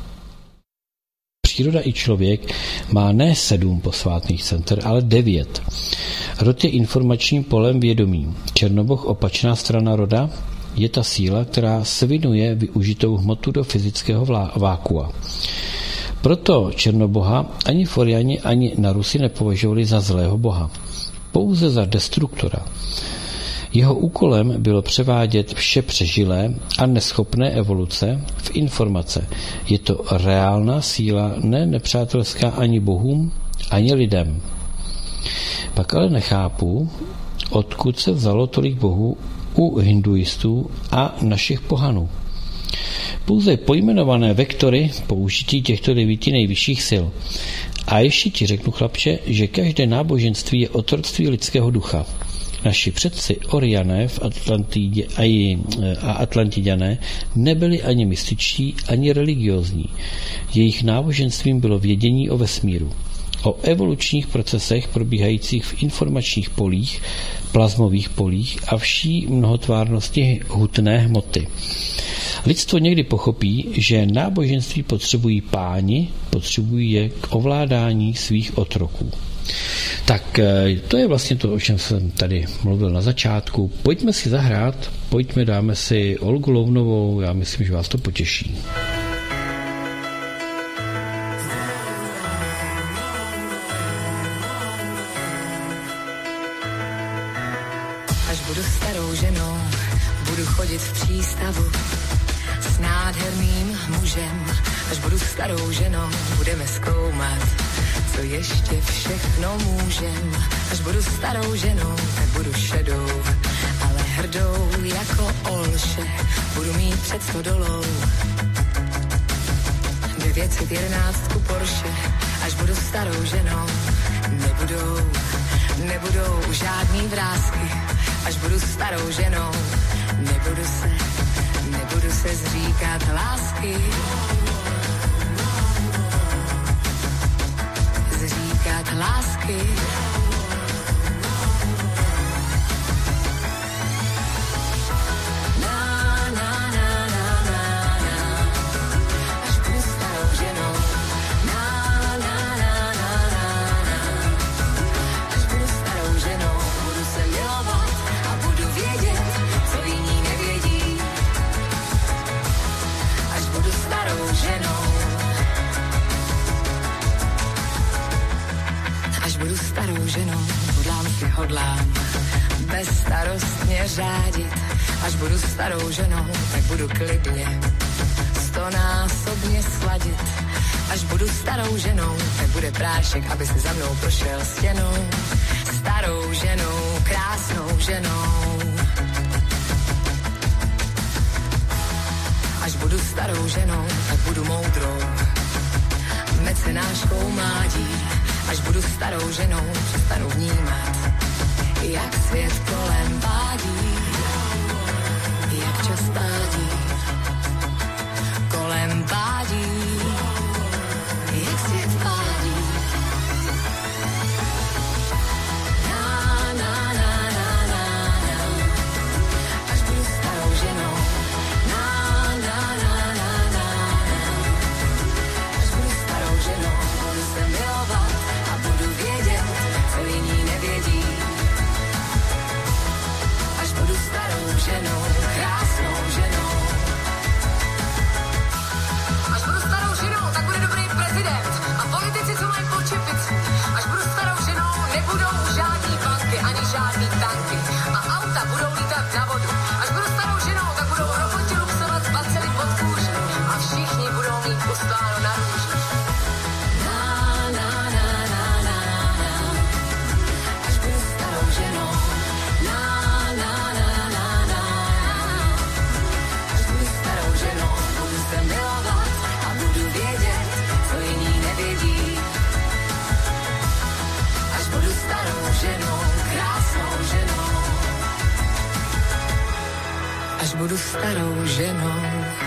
Příroda i člověk má ne 7 posvátných center, ale 9. Rod je informačním polem vědomí. Černoboh, opačná strana roda, je ta síla, která svinuje využitou hmotu do fyzického vákua. Proto Černoboha ani Foriani, ani Narusi nepovažovali za zlého boha. Pouze za destruktora. Jeho úkolem bylo převádět vše přežilé a neschopné evoluce v informace. Je to reálná síla, ne nepřátelská ani bohům, ani lidem. Pak ale nechápu, odkud se vzalo tolik bohů u hinduistů a našich pohanů. Pouze pojmenované vektory použití těchto 9 nejvyšších sil. A ještě ti řeknu, chlapče, že každé náboženství je otroctví lidského ducha. Naši předci Oriané v Atlantidě a Atlantiďané nebyli ani mystičtí, ani religiózní. Jejich náboženstvím bylo vědění o vesmíru, o evolučních procesech probíhajících v informačních polích, plazmových polích a vší mnohotvárnosti hutné hmoty. Lidstvo někdy pochopí, že náboženství potřebují páni, potřebují je k ovládání svých otroků. Tak to je vlastně to, o čem jsem tady mluvil na začátku. Pojďme si zahrát, dáme si Olgu Lounovou, já myslím, že vás to potěší. Až budu starou ženou, budu chodit v přístavu s nádherným mužem. Až budu starou ženou, budeme zkoumat, co ještě všechno můžem. Až budu starou ženou, tak budu šedou, ale hrdou jako Olše. Budu mít před stodolou 911 Porsche. Až budu starou ženou, nebudou žádný vrásky. Až budu starou ženou, nebudu se zříkat lásky. lásky. Hodlám bezstarostně řádit, až budu starou ženou, tak budu klidně 100násobně sladit. Až budu starou ženou, tak bude prášek, aby si za mnou prošel stěnou. Starou ženou, krásnou ženou. Až budu starou ženou, tak budu moudrou, mecenáškou mládí. Až budu starou ženou, přestanu vnímat, jak svět kolem vádí, jak čas pádí, kolem vádí, jak svět pádí. Na, na, na, na, na, na. Až budu starou ženou, na, na, na, na, na, na. Až budu starou ženou, budu se milovat a budu vědět, co jiní nevědí. Budu starou ženou, krásnou ženou. Až budu starou ženou, tak bude dobrý prezident a politici, co mají po čepici. Až budu starou ženou, nebudou žádný banky ani žádný tanky a auta budou lítat na vodu. Až budu starou ženou, tak budou roboti luxovat bacily pod kůži a všichni budou mít ustáno na růži. Na, na, na, na, na, na. Až budu starou ženou, na, na, na, na, na. Až budu starou ženou, budu se milovat a budu vědět, co jiní nevědí. Až budu starou ženou, krásnou ženou. Až budu starou ženou.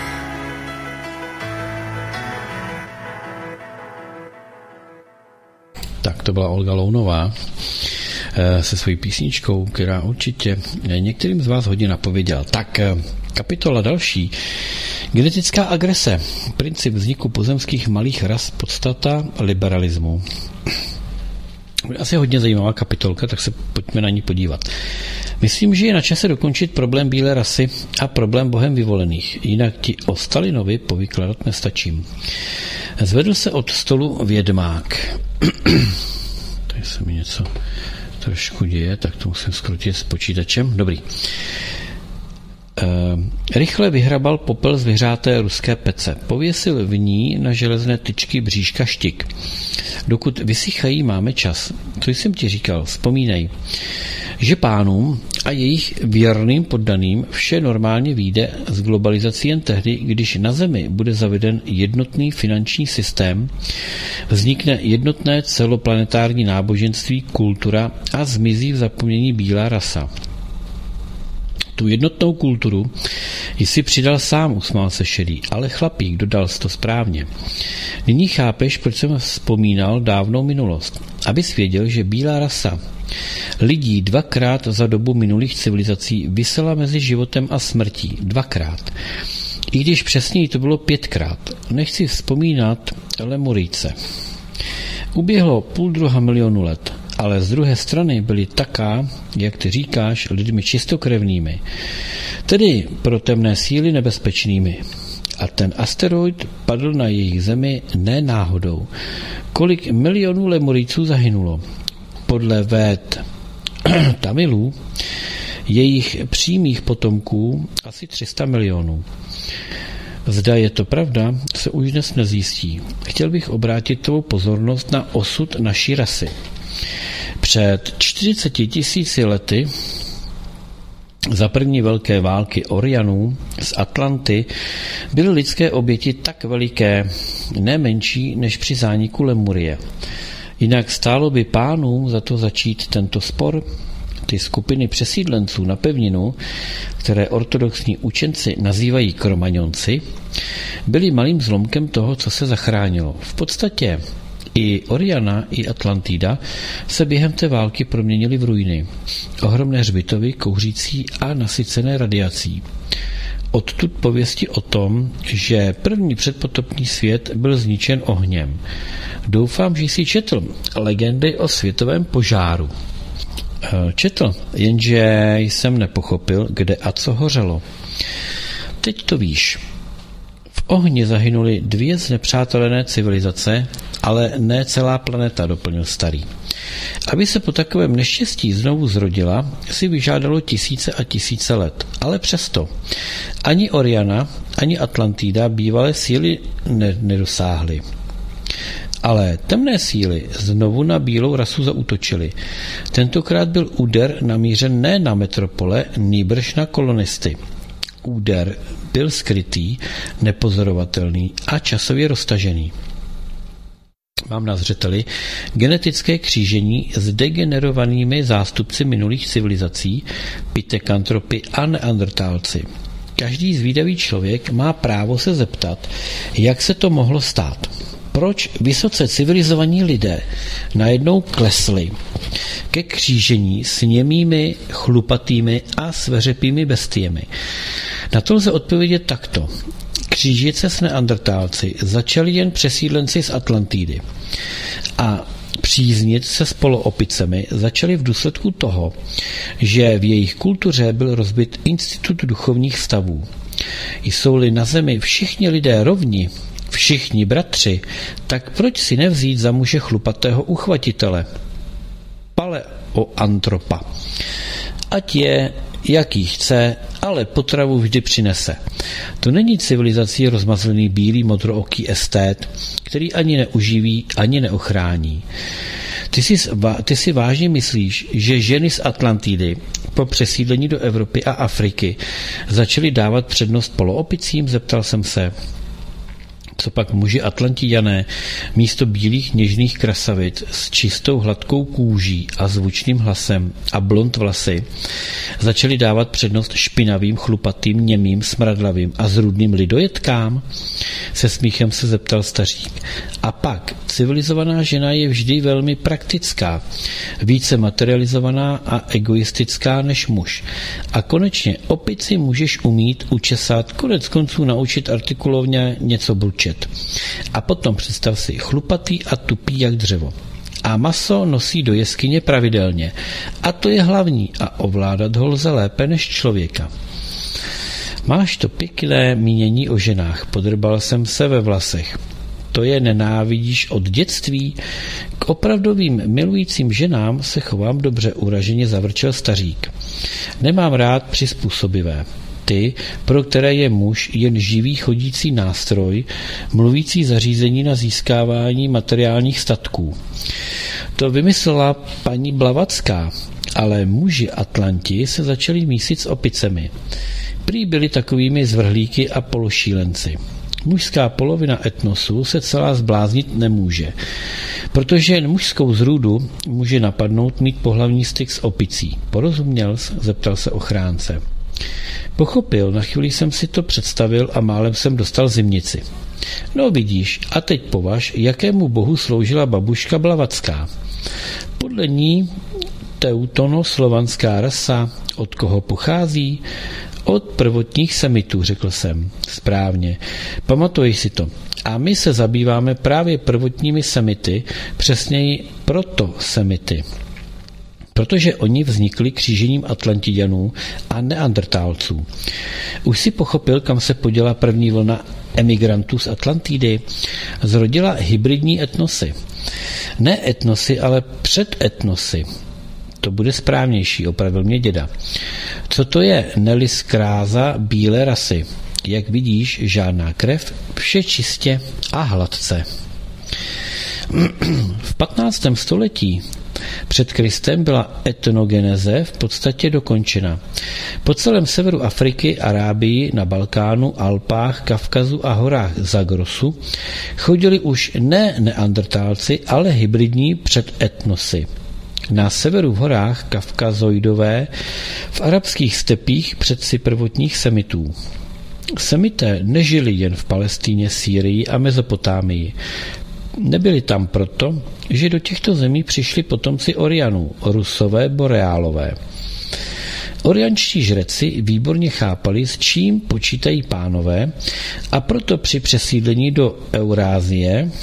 Tak to byla Olga Lounová se svojí písničkou, která určitě některým z vás hodně napověděla. Tak, kapitola další. Genetická agrese. Princip vzniku pozemských malých ras, podstata liberalismu. Asi hodně zajímavá kapitolka, tak se pojďme na ní podívat. Myslím, že je na čase dokončit problém bílé rasy a problém Bohem vyvolených, jinak ti o Stalinovi povykladat nestačím. Zvedl se od stolu vědmák. Tady se mi něco trošku děje, tak to musím skrutit s počítačem. Dobrý. Rychle vyhrabal popel z vyhřáté ruské pece. Pověsil v ní na železné tyčky bříška štik. Dokud vysychají, máme čas. Co jsem ti říkal? Vzpomínej, že pánům a jejich věrným poddaným vše normálně vyjde z globalizací jen tehdy, když na Zemi bude zaveden jednotný finanční systém, vznikne jednotné celoplanetární náboženství, kultura a zmizí v zapomnění bílá rasa. Tu jednotnou kulturu jsi přidal sám, usmál se Šedý, ale chlapík, dodal jsi to správně. Nyní chápeš, proč jsem vzpomínal dávnou minulost. Abys věděl, že bílá rasa lidí dvakrát za dobu minulých civilizací visela mezi životem a smrtí. Dvakrát. I když přesněji to bylo 5krát. Nechci vzpomínat Lemurijce. Uběhlo 500 milionů let. Ale z druhé strany byli taká, jak ty říkáš, lidmi čistokrevnými, tedy pro temné síly nebezpečnými. A ten asteroid padl na jejich zemi ne náhodou. Kolik milionů Lemurijců zahynulo? Podle véd Tamilů, jejich přímých potomků, asi 300 milionů. Zda je to pravda, se už dnes nezjistí. Chtěl bych obrátit tvou pozornost na osud naší rasy. Před 40 000 lety za první velké války Orianů z Atlanty byly lidské oběti tak veliké, ne menší než při zániku Lemurie. Jinak stálo by pánům za to začít tento spor. Ty skupiny přesídlenců na pevninu, které ortodoxní učenci nazývají kromaňonci, byly malým zlomkem toho, co se zachránilo. V podstatě I Oriana, i Atlantida se během té války proměnily v ruiny. Ohromné hřbitovy, kouřící a nasycené radiací. Odtud pověsti o tom, že první předpotopní svět byl zničen ohněm. Doufám, že jsi četl legendy o světovém požáru. Četl, jenže jsem nepochopil, kde a co hořelo. Teď to víš. V ohni zahynuly 2 znepřátelené civilizace, ale ne celá planeta, doplnil starý. Aby se po takovém neštěstí znovu zrodila, si vyžádalo tisíce a tisíce let. Ale přesto ani Oriana, ani Atlantida bývalé síly nedosáhly. Ale temné síly znovu na bílou rasu zaútočily. Tentokrát byl úder namířen ne na metropole, nýbrž na kolonisty. Úder byl skrytý, nepozorovatelný a časově roztažený. Mám na zřeteli genetické křížení s degenerovanými zástupci minulých civilizací, pitekantropy a neandertálci. Každý zvídavý člověk má právo se zeptat, jak se to mohlo stát. Proč vysoce civilizovaní lidé najednou klesli ke křížení s němými, chlupatými a sveřepými bestiemi? Na to lze odpovědět takto. Křížit se s neandertálci začali jen přesídlenci z Atlantidy a příznit se s poloopicemi začali v důsledku toho, že v jejich kultuře byl rozbit institut duchovních stavů. Jsou-li na zemi všichni lidé rovni, všichni bratři, tak proč si nevzít za muže chlupatého uchvatitele? Paleoantropa. Ať je, jaký chce, ale potravu vždy přinese. To není civilizací rozmazlený bílý modrooký estét, který ani neuživí, ani neochrání. Ty si vážně myslíš, že ženy z Atlantidy po přesídlení do Evropy a Afriky začaly dávat přednost poloopicím? Zeptal jsem se. Co pak muži Atlantiďané místo bílých něžných krasavic s čistou hladkou kůží a zvučným hlasem a blond vlasy začali dávat přednost špinavým, chlupatým, němým, smradlavým a zrůdným lidojetkám? Se smíchem se zeptal stařík. A pak, civilizovaná žena je vždy velmi praktická, více materializovaná a egoistická než muž. A konečně opici můžeš umít učesat, konec konců naučit artikulovně něco bulčet. A potom představ si chlupatý a tupý jak dřevo. A maso nosí do jeskyně pravidelně. A to je hlavní a ovládat ho lze lépe než člověka. Máš to pěkné mínění o ženách, podrbal jsem se ve vlasech. To je nenávidíš od dětství? K opravdovým milujícím ženám se chovám dobře, uraženě zavrčel stařík. Nemám rád přizpůsobivé. Ty, pro které je muž jen živý chodící nástroj, mluvící zařízení na získávání materiálních statků. To vymyslela paní Blavacká, ale muži Atlanti se začali mísit s opicemi. Prý byli takovými zvrhlíky a pološílenci. Mužská polovina etnosu se celá zbláznit nemůže, protože jen mužskou zrůdu může napadnout mít pohlavní styk s opicí. Porozuměl? Zeptal se ochránce. Pochopil, na chvíli jsem si to představil a málem jsem dostal zimnici. No vidíš, a teď považ, jakému bohu sloužila babuška Blavacká. Podle ní teutono-slovanská rasa, od koho pochází? Od prvotních semitů, řekl jsem. Správně. Pamatuješ si to. A my se zabýváme právě prvotními semity, přesněji protosemity. Protože oni vznikli křížením Atlantiďanů a neandertálců. Už si pochopil, kam se poděla první vlna emigrantů z Atlantidy? Zrodila hybridní etnosy. Ne etnosy, ale předetnosy. To bude správnější, opravil mě děda. Co to je neliskráza bílé rasy? Jak vidíš, žádná krev, vše čistě a hladce. V 15. století před Kristem byla etnogeneze v podstatě dokončena. Po celém severu Afriky, Arábii, na Balkánu, Alpách, Kavkazu a horách Zagrosu chodili už ne neandertálci, ale hybridní předetnosy. Na severu v horách kavkazoidové, v arabských stepích předci prvotních semitů. Semité nežili jen v Palestíně, Sýrii a Mezopotámii. Nebyli tam proto, že do těchto zemí přišli potomci Orianů, Rusové Boreálové. Oriančtí žreci výborně chápali, s čím počítají Pánové, a proto při přesídlení do Eurázie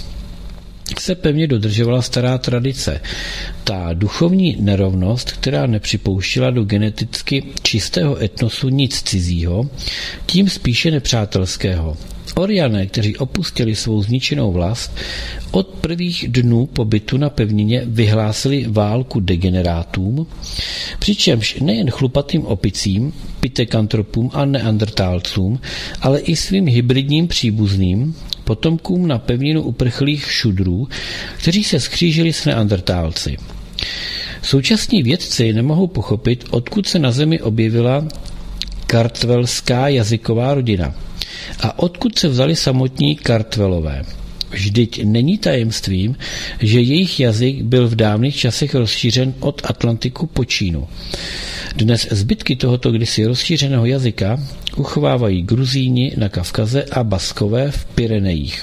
se pevně dodržovala stará tradice. Ta duchovní nerovnost, která nepřipouštěla do geneticky čistého etnosu nic cizího, tím spíše nepřátelského. Oriané, kteří opustili svou zničenou vlast, od prvních dnů pobytu na pevnině vyhlásili válku degenerátům, přičemž nejen chlupatým opicím, pitekantropům a neandertálcům, ale i svým hybridním příbuzným, potomkům na pevninu uprchlých šudrů, kteří se skřížili s neandertálci. Současní vědci nemohou pochopit, odkud se na Zemi objevila kartvelská jazyková rodina a odkud se vzali samotní Kartvelové. Vždyť není tajemstvím, že jejich jazyk byl v dávných časech rozšířen od Atlantiku po Čínu. Dnes zbytky tohoto kdysi rozšířeného jazyka uchovávají Gruzíni na Kavkaze a Baskové v Pyrenejích.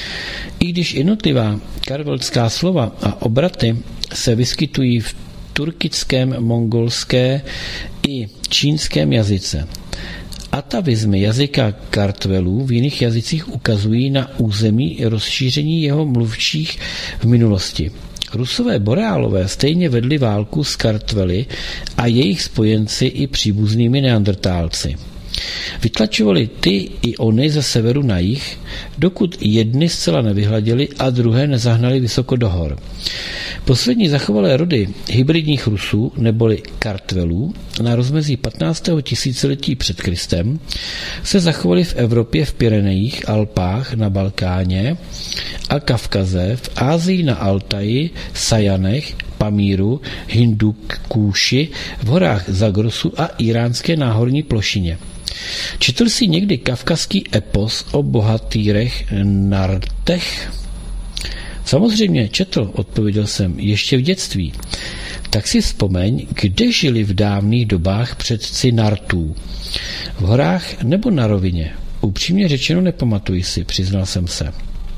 I když jednotlivá kartvelská slova a obraty se vyskytují v turkickém, mongolské i čínském jazyce, atavizmy jazyka Kartvelů v jiných jazycích ukazují na území rozšíření jeho mluvčích v minulosti. Rusové Boreálové stejně vedli válku s Kartvely a jejich spojenci i příbuznými neandertálci. Vytlačovali ty i ony ze severu na jih, dokud jedny zcela nevyhladili a druhé nezahnali vysoko do hor. Poslední zachovalé rody hybridních Rusů, neboli Kartvelů, na rozmezí 15. tisíciletí před Kristem se zachovaly v Evropě v Pyrenejích, Alpách, na Balkáně a Kavkaze, v Ázii na Altaji, Sajanech, Pamíru, Hindukúši, v horách Zagrosu a iránské náhorní plošině. Četl jsi někdy kavkazský epos o bohatýrech Nartech? Samozřejmě četl, odpověděl jsem, ještě v dětství. Tak si vzpomeň, kde žili v dávných dobách předci Nartů. V horách nebo na rovině? Upřímně řečeno nepamatuji si, přiznal jsem se.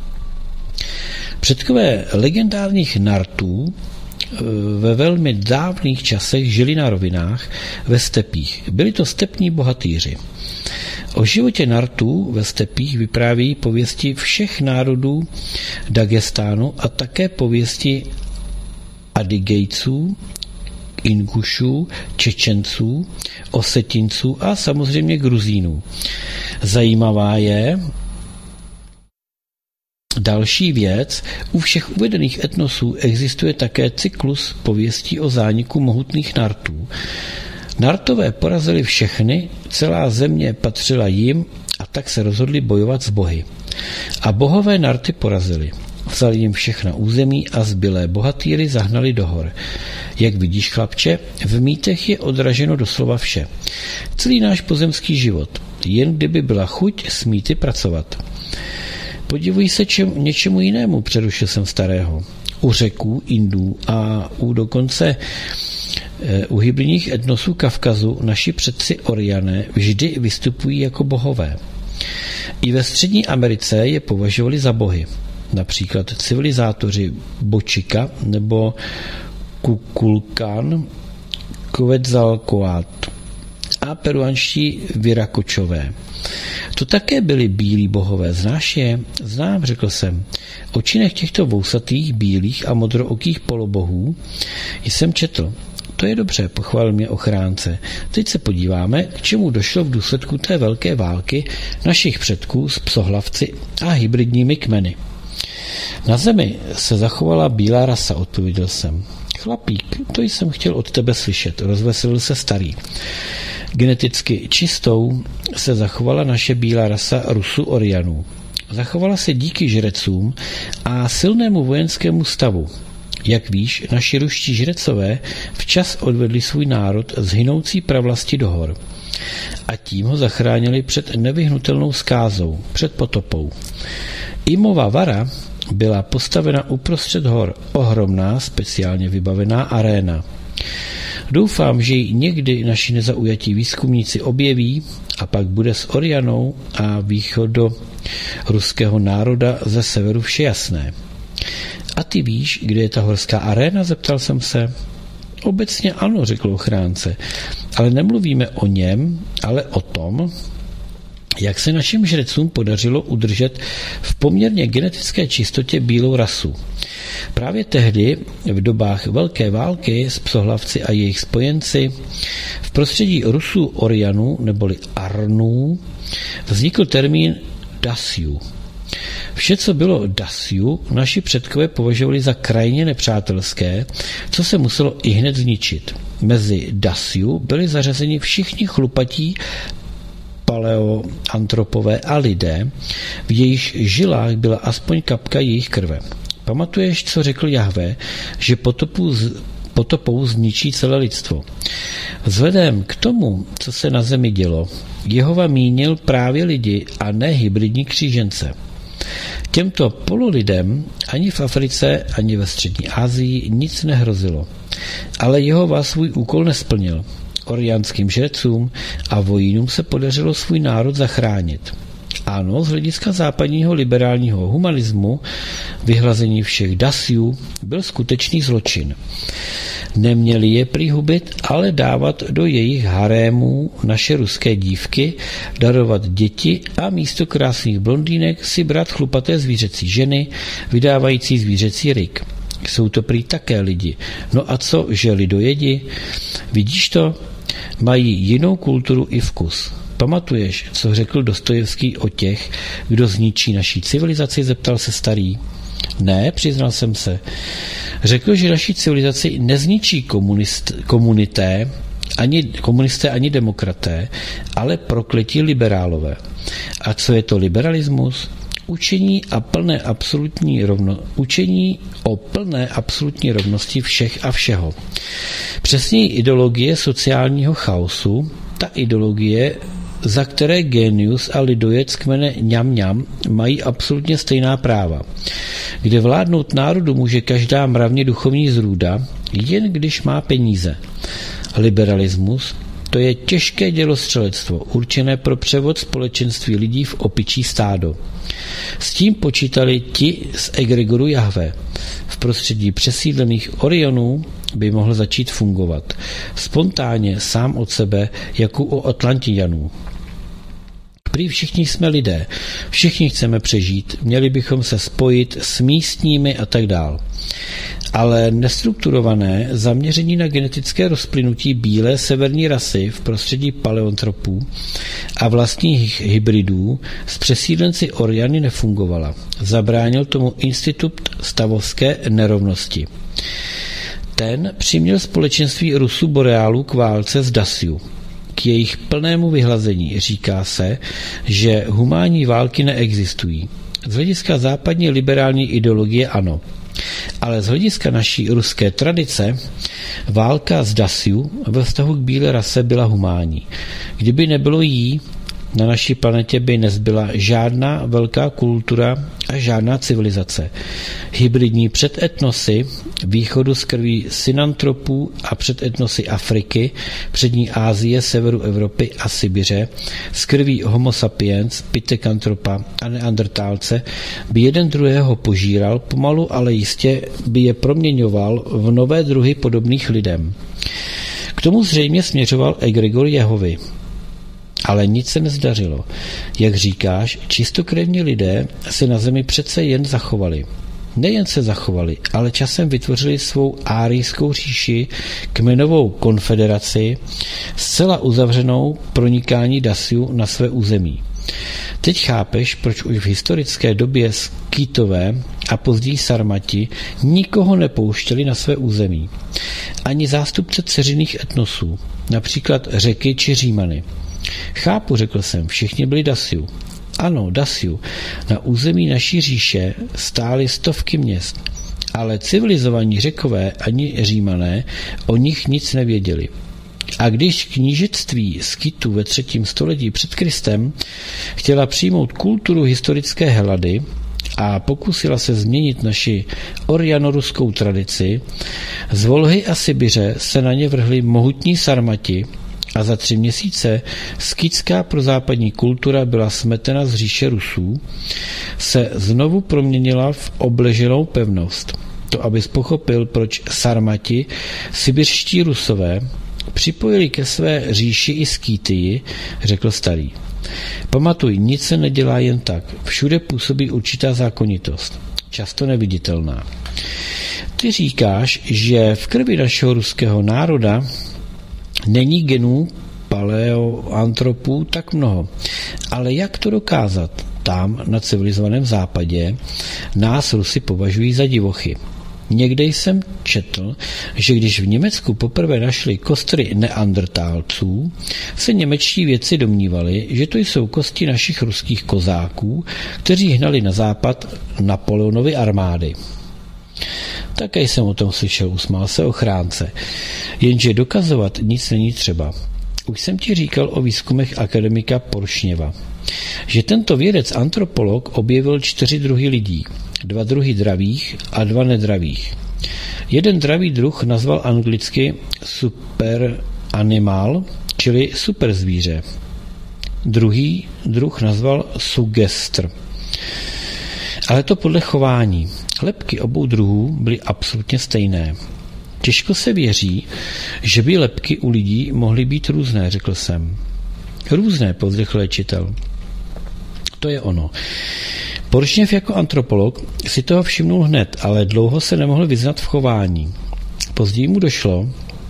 Předkové legendárních Nartů ve velmi dávných časech žili na rovinách, ve stepích. Byli to stepní bohatýři. O životě Nartů ve stepích vypráví pověsti všech národů Dagestánu a také pověsti Adigejců, Ingušů, Čečenců, Osetinců a samozřejmě Gruzínů. Zajímavá je další věc, u všech uvedených etnosů existuje také cyklus pověstí o zániku mohutných Nartů. Nartové porazili všechny, celá země patřila jim a tak se rozhodli bojovat s bohy. A bohové Narty porazili. Vzali jim všechna území a zbylé bohatýry zahnali do hor. Jak vidíš, chlapče, v mýtech je odraženo doslova vše. Celý náš pozemský život, jen kdyby byla chuť s mýty pracovat. Podivuj se něčemu jinému, přerušil jsem starého. U Řeků, Indů a dokonce u hybridních etnosů Kavkazu naši předci Oriané vždy vystupují jako bohové. I ve Střední Americe je považovali za bohy. Například civilizátoři Bočika nebo Kukulkan, Quetzalcoatl a peruanští Virakočové. To také byli bílí bohové. Znáš je? Znám, řekl jsem. O činech těchto vousatých, bílých a modrookých polobohů jsem četl. To je dobře, pochválil mě ochránce. Teď se podíváme, k čemu došlo v důsledku té velké války našich předků s psohlavci a hybridními kmeny. Na Zemi se zachovala bílá rasa, odpověděl jsem. Chlapík, to jsem chtěl od tebe slyšet, rozveselil se starý. Geneticky čistou se zachovala naše bílá rasa Rusů Orianů. Zachovala se díky žrecům a silnému vojenskému stavu. Jak víš, naši ruští žrecové včas odvedli svůj národ z hynoucí pravlasti do hor. A tím ho zachránili před nevyhnutelnou zkázou, před potopou. Imova Vara byla postavena uprostřed hor, ohromná, speciálně vybavená aréna. Doufám, že ji někdy naši nezaujatí výzkumníci objeví a pak bude s Orianou a východo ruského národa ze severu vše jasné. A ty víš, kde je ta horská aréna? Zeptal jsem se. Obecně ano, řekl ochránce, ale nemluvíme o něm, ale o tom, jak se našim žrecům podařilo udržet v poměrně genetické čistotě bílou rasu. Právě tehdy, v dobách Velké války s psohlavci a jejich spojenci, v prostředí Rusů Orianů neboli Arnů, vznikl termín Dasiu. Vše, co bylo Dasiu, naši předkové považovali za krajně nepřátelské, co se muselo ihned zničit. Mezi Dasiu byli zařazeni všichni chlupatí paleoantropové a lidé, v jejich žilách byla aspoň kapka jejich krve. Pamatuješ, co řekl Jahve, že potopou zničí celé lidstvo? Vzhledem k tomu, co se na zemi dělo, Jehova mínil právě lidi a ne hybridní křížence. Těmto pololidem ani v Africe, ani ve střední Asii nic nehrozilo. Ale Jehova svůj úkol nesplnil. Oriánským žrecům a vojínům se podařilo svůj národ zachránit. Ano, z hlediska západního liberálního humanismu vyhlazení všech Dasiů byl skutečný zločin. Neměli je prý hubit, ale dávat do jejich harémů naše ruské dívky, darovat děti a místo krásných blondýnek si brát chlupaté zvířecí ženy, vydávající zvířecí ryk. Jsou to prý také lidi. No a co, že lidojedi? Vidíš to? Mají jinou kulturu i vkus. Pamatuješ, co řekl Dostojevský o těch, kdo zničí naší civilizaci? Zeptal se starý. Ne, přiznal jsem se. Řekl, že naší civilizaci nezničí komunisté ani demokraté, ale prokletí liberálové. A co je to liberalismus? Učení o plné absolutní rovnosti všech a všeho. Přesněji ideologie sociálního chaosu, ta ideologie, za které génius a lidojec kmene ňam mají absolutně stejná práva. Kde vládnout národu může každá mravně duchovní zrůda, jen když má peníze. Liberalismus, to je těžké dělostřelectvo, určené pro převod společenství lidí v opičí stádo. S tím počítali ti z egregoru Jahve. V prostředí přesídlených Orionů by mohl začít fungovat. Spontánně, sám od sebe, jako u Atlantianů. Prý všichni jsme lidé, všichni chceme přežít, měli bychom se spojit s místními a tak dál. Ale nestrukturované zaměření na genetické rozplynutí bílé severní rasy v prostředí paleontropů a vlastních hybridů s přesídlenci Oriany nefungovala. Zabránil tomu institut stavovské nerovnosti. Ten přiměl společenství Rusů Boreálů k válce s Dasiu. K jejich plnému vyhlazení říká se, že humánní války neexistují. Z hlediska západní liberální ideologie ano. Ale z hlediska naší ruské tradice válka s Dasiu ve vztahu k bílé rase byla humánní. Kdyby nebylo jí, na naší planetě by nezbyla žádná velká kultura a žádná civilizace. Hybridní předetnosy východu z krví synantropů a předetnosy Afriky, přední Asie, severu Evropy a Sibiře, z krví homo sapiens, pitekantropa a neandertálce by jeden druhého požíral, pomalu ale jistě by je proměňoval v nové druhy podobných lidem. K tomu zřejmě směřoval egregor Jehovy. Ale nic se nezdařilo. Jak říkáš, čistokrevní lidé se na zemi přece jen zachovali. Nejen se zachovali, ale časem vytvořili svou árijskou říši, kmenovou konfederaci, zcela uzavřenou pronikání Dasiu na své území. Teď chápeš, proč už v historické době Skýtové a později Sarmati nikoho nepouštěli na své území. Ani zástupce dceřiných etnosů, například Řeky či Římany. Chápu, řekl jsem, všichni byli Dasiu. Ano, Dasiu. Na území naší říše stály stovky měst, ale civilizovaní Řekové ani Římané o nich nic nevěděli. A když knížectví Skýtů ve 3. století před Kristem chtěla přijmout kulturu historické Helady a pokusila se změnit naši orianoruskou tradici, z Volhy a Sibiře se na ně vrhli mohutní Sarmati a za 3 měsíce skitská prozápadní kultura byla smetena z říše Rusů, se znovu proměnila v obleženou pevnost. To, abys pochopil, proč Sarmati, sibirští Rusové, připojili ke své říši i Skýtii, řekl starý. Pamatuj, nic se nedělá jen tak. Všude působí určitá zákonitost, často neviditelná. Ty říkáš, že v krvi našeho ruského národa není genů paleoantropů tak mnoho. Ale jak to dokázat? Tam, na civilizovaném západě, nás Rusy považují za divochy. Někde jsem četl, že když v Německu poprvé našli kostry neandrtálců, se němečtí vědci domnívali, že to jsou kosti našich ruských kozáků, kteří hnali na západ Napoleonovy armády. Také jsem o tom slyšel, usmál se ochránce. Jenže dokazovat nic není třeba. Už jsem ti říkal o výzkumech akademika Poršněva, že tento vědec antropolog objevil 4 druhy lidí. 2 druhy dravých a 2 nedravých. Jeden dravý druh nazval anglicky super animal, čili super zvíře. Druhý druh nazval sugestr. Ale to podle chování. Lebky obou druhů byly absolutně stejné. Těžko se věří, že by lebky u lidí mohly být různé, řekl jsem. Různé, povzdechl léčitel. To je ono. Poršněv jako antropolog si toho všimnul hned, ale dlouho se nemohl vyznat v chování. Později mu došlo,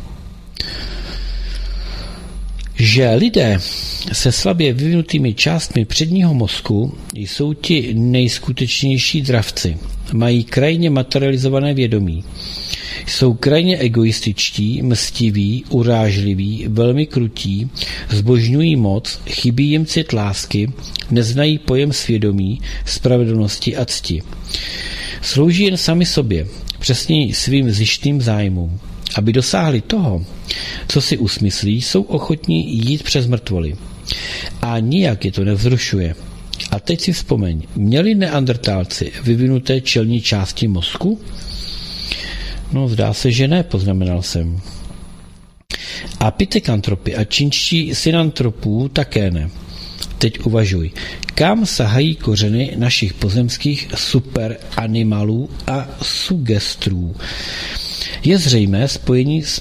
že lidé se slabě vyvinutými částmi předního mozku jsou ti nejskutečnější dravci. Mají krajně materializované vědomí. Jsou krajně egoističtí, mstiví, urážliví, velmi krutí, zbožňují moc, chybí jim cit lásky, neznají pojem svědomí, spravedlnosti a cti. Slouží jen sami sobě, přesněji svým zištným zájmům. Aby dosáhli toho, co si usmyslí, jsou ochotní jít přes mrtvoly. A nijak je to nevzrušuje. A teď si vzpomeň, měli neandrtálci vyvinuté čelní části mozku? No, zdá se, že ne, poznamenal jsem. A pitekantropy a čínští synantropů také ne. Teď uvažuj, kam sahají kořeny našich pozemských superanimalů a sugestrů. Je zřejmé spojení s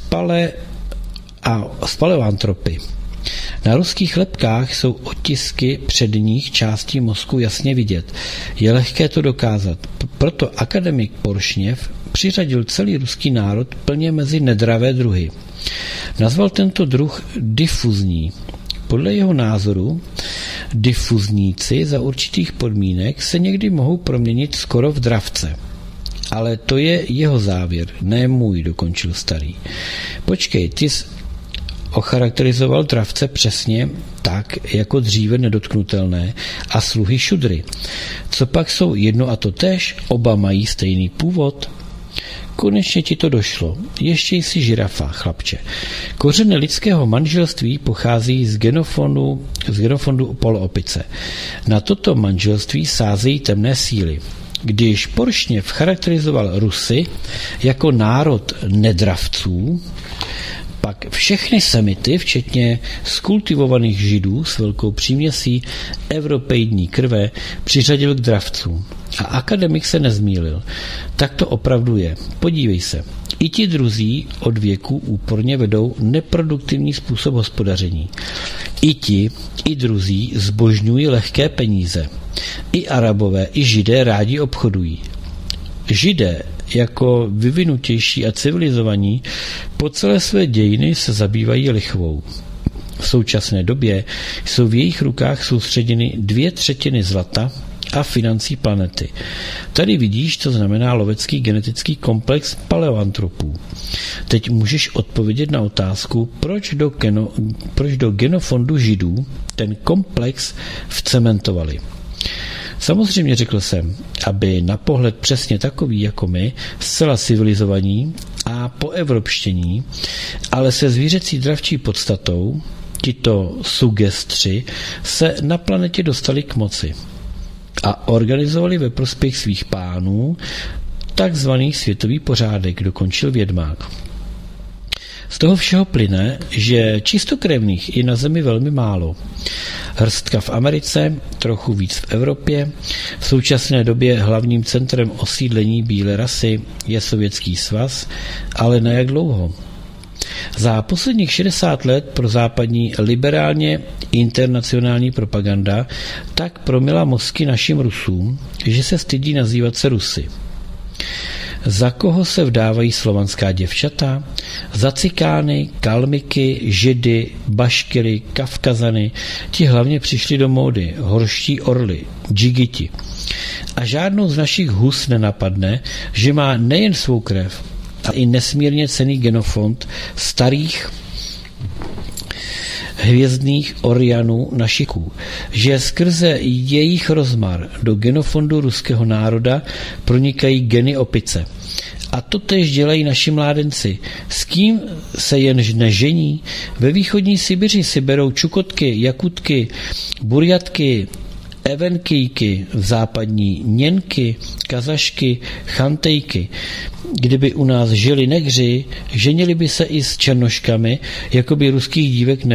paleoantropy. Na ruských lebkách jsou otisky předních částí mozku jasně vidět. Je lehké to dokázat. Proto akademik Poršněv přiřadil celý ruský národ plně mezi nedravé druhy. Nazval tento druh difuzní. Podle jeho názoru difuzníci za určitých podmínek se někdy mohou proměnit skoro v dravce. Ale to je jeho závěr, ne můj, dokončil starý. Počkej, ty jsi ocharakterizoval dravce přesně tak, jako dříve nedotknutelné a sluhy šudry. Co pak jsou jedno a to též? Oba mají stejný původ? Konečně ti to došlo. Ještě jsi žirafa, chlapče. Kořeny lidského manželství pochází z genofondu poloopice. Na toto manželství sázejí temné síly. Když Poršněv charakterizoval Rusy jako národ nedravců, pak všechny semity, včetně skultivovaných židů s velkou příměsí evropeidní krve, přiřadil k dravcům. A akademik se nezmýlil. Tak to opravdu je. Podívej se. I ti druzí od věku úporně vedou neproduktivní způsob hospodaření. I druzí zbožňují lehké peníze. I Arabové, i Židé rádi obchodují. Židé jako vyvinutější a civilizovaní po celé své dějiny se zabývají lichvou. V současné době jsou v jejich rukách soustředěny 2/3 zlata a financí planety. Tady vidíš, co znamená lovecký genetický komplex paleoantropů. Teď můžeš odpovědět na otázku, proč do genofondu Židů ten komplex vcementovali. Samozřejmě, řekl jsem, aby na pohled přesně takový jako my, zcela civilizovaní a poevropštění, ale se zvířecí dravčí podstatou, tito sugestři se na planetě dostali k moci a organizovali ve prospěch svých pánů takzvaný světový pořádek, dokončil vědmák. Z toho všeho plyne, že čistokrevných je na zemi velmi málo. Hrstka v Americe, trochu víc v Evropě. V současné době hlavním centrem osídlení bílé rasy je Sovětský svaz, ale na jak dlouho? Za posledních 60 let pro západní liberálně internacionální propaganda tak promila mozky našim Rusům, že se stydí nazývat se Rusy. Za koho se vdávají slovanská děvčata? Za Cikány, Kalmiky, Židy, Baškiry, Kavkazany. Ti hlavně přišli do módy, horští orly, džigiti. A žádnou z našich hus nenapadne, že má nejen svou krev, ale i nesmírně cenný genofond starých hvězdných Orianů našiků, že skrze jejich rozmar do genofondu ruského národa pronikají geny opice. A to též dělají naši mládenci. S kým se jen nežení? Ve východní Sibiři si berou Čukotky, Jakutky, Burjatky, Evenkýjky, v západní Něnky, Kazašky, Chantejky. Kdyby u nás žili Negři, ženili by se i s Černoškami, jako by ruských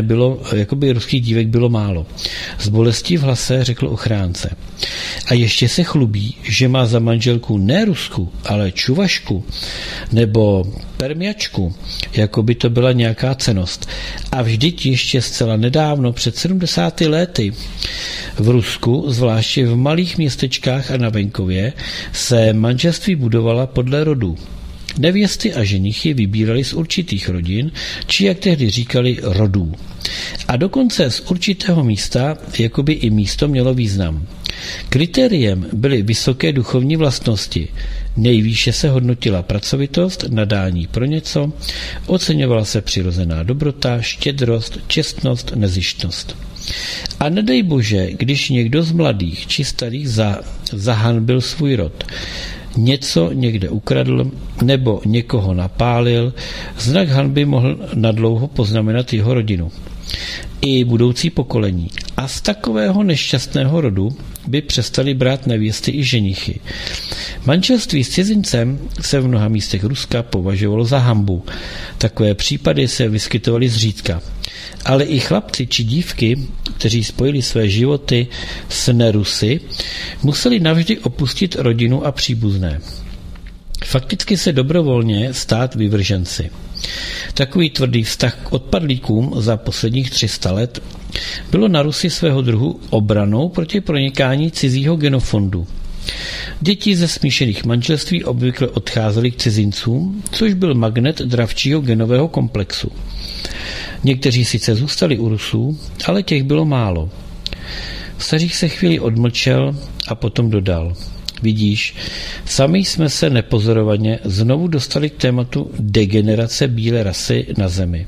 dívek bylo málo. Z bolestí v hlase řekl ochránce. A ještě se chlubí, že má za manželku ne Rusku, ale Čuvašku nebo Permiačku, jako by to byla nějaká cennost. A vždyť ještě zcela nedávno, před 70 lety, v Rusku, zvláště v malých městečkách a na venkově, se manželství budovala podle rodu. Nevěsty a ženichy vybírali z určitých rodin, či jak tehdy říkali rodů. A dokonce z určitého místa, jako by i místo mělo význam. Kritériem byly vysoké duchovní vlastnosti. Nejvýše se hodnotila pracovitost, nadání pro něco, oceňovala se přirozená dobrota, štědrost, čestnost, nezištnost. A nedej bože, když někdo z mladých či starých zahanbil svůj rod, něco někde ukradl nebo někoho napálil, znak hanby mohl nadlouho poznamenat jeho rodinu i budoucí pokolení. A z takového nešťastného rodu by přestali brát nevěsty i ženichy. Manželství s cizincem se v mnoha místech Ruska považovalo za hanbu. Takové případy se vyskytovaly zřídka. Ale i chlapci či dívky, kteří spojili své životy s nerusy, museli navždy opustit rodinu a příbuzné. Fakticky se dobrovolně stát vyvrženci. Takový tvrdý vztah k odpadlíkům za posledních 300 let bylo na Rusy svého druhu obranou proti pronikání cizího genofondu. Děti ze smíšených manželství obvykle odcházely k cizincům, což byl magnet dravčího genového komplexu. Někteří sice zůstali u Rusů, ale těch bylo málo. Stařík se chvíli odmlčel a potom dodal. Vidíš, sami jsme se nepozorovaně znovu dostali k tématu degenerace bílé rasy na zemi.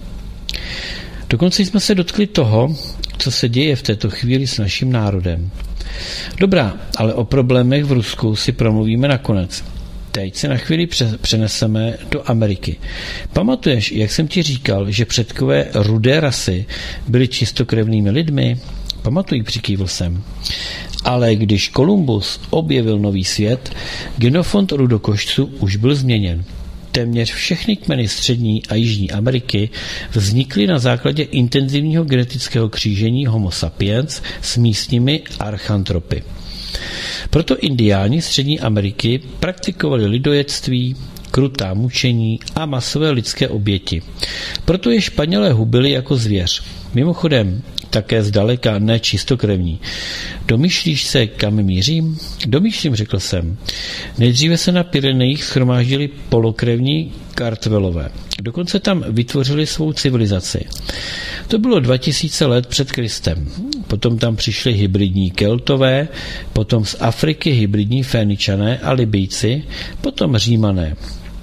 Dokonce jsme se dotkli toho, co se děje v této chvíli s naším národem. Dobrá, ale o problémech v Rusku si promluvíme nakonec. Teď se na chvíli přeneseme do Ameriky. Pamatuješ, jak jsem ti říkal, že předkové rudé rasy byli čistokrevnými lidmi? Pamatuj, přikývl jsem. Ale když Kolumbus objevil nový svět, genofond rudokošců už byl změněn. Téměř všechny kmeny střední a jižní Ameriky vznikly na základě intenzivního genetického křížení Homo sapiens s místními archantropy. Proto indiáni střední Ameriky praktikovali lidojectví, krutá mučení a masové lidské oběti. Proto je Španělé hubili jako zvěř. Mimochodem, také zdaleka ne čistokrevní. Domýšlíš se, kam mířím? Domýšlím, řekl jsem. Nejdříve se na Pyrenejích shromáždili polokrevní Kartvelové. Dokonce tam vytvořili svou civilizaci. To bylo 2000 let před Kristem. Potom tam přišli hybridní Keltové, potom z Afriky hybridní Féničané a Libijci, potom Římané.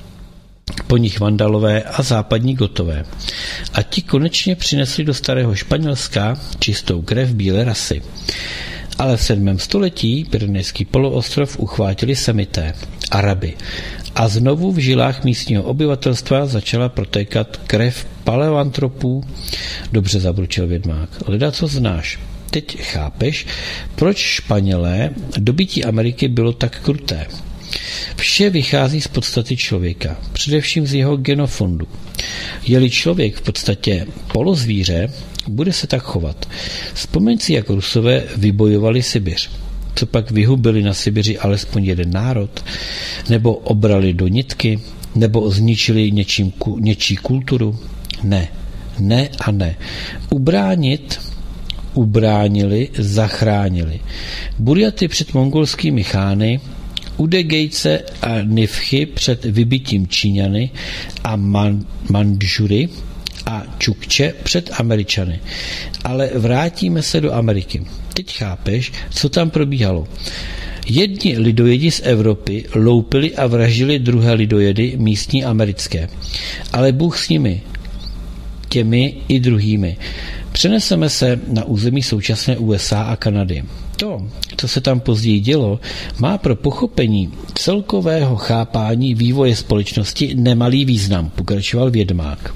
Po nich Vandalové a západní Gotové. A ti konečně přinesli do starého Španělska čistou krev bílé rasy. Ale v 7. století Pyrenejský poloostrov uchvátili Semité, Araby. A znovu v žilách místního obyvatelstva začala protékat krev paleoantropů. Dobře, zabručil vědmák. Leda, co znáš. Teď chápeš, proč Španělé dobytí Ameriky bylo tak kruté. Vše vychází z podstaty člověka, především z jeho genofondu. Je-li člověk v podstatě polozvíře, bude se tak chovat. Vzpomeň si, jak Rusové vybojovali Sibiř. Co pak vyhubili na Sibiři alespoň jeden národ? Nebo obrali do nitky? Nebo zničili něčí kulturu? Ne. Ne a ne. Ubránili, zachránili. Burjaty před mongolskými chány, Udegejce a Nivchy před vybitím Číňany a Mandžury a Čukče před Američany. Ale vrátíme se do Ameriky. Teď chápeš, co tam probíhalo. Jedni lidojedi z Evropy loupili a vraždili druhé lidojedy místní americké. Ale Bůh s nimi, těmi i druhými. Přeneseme se na území současné USA a Kanady. To, co se tam později dělo, má pro pochopení celkového chápání vývoje společnosti nemalý význam, pokračoval Vědmák.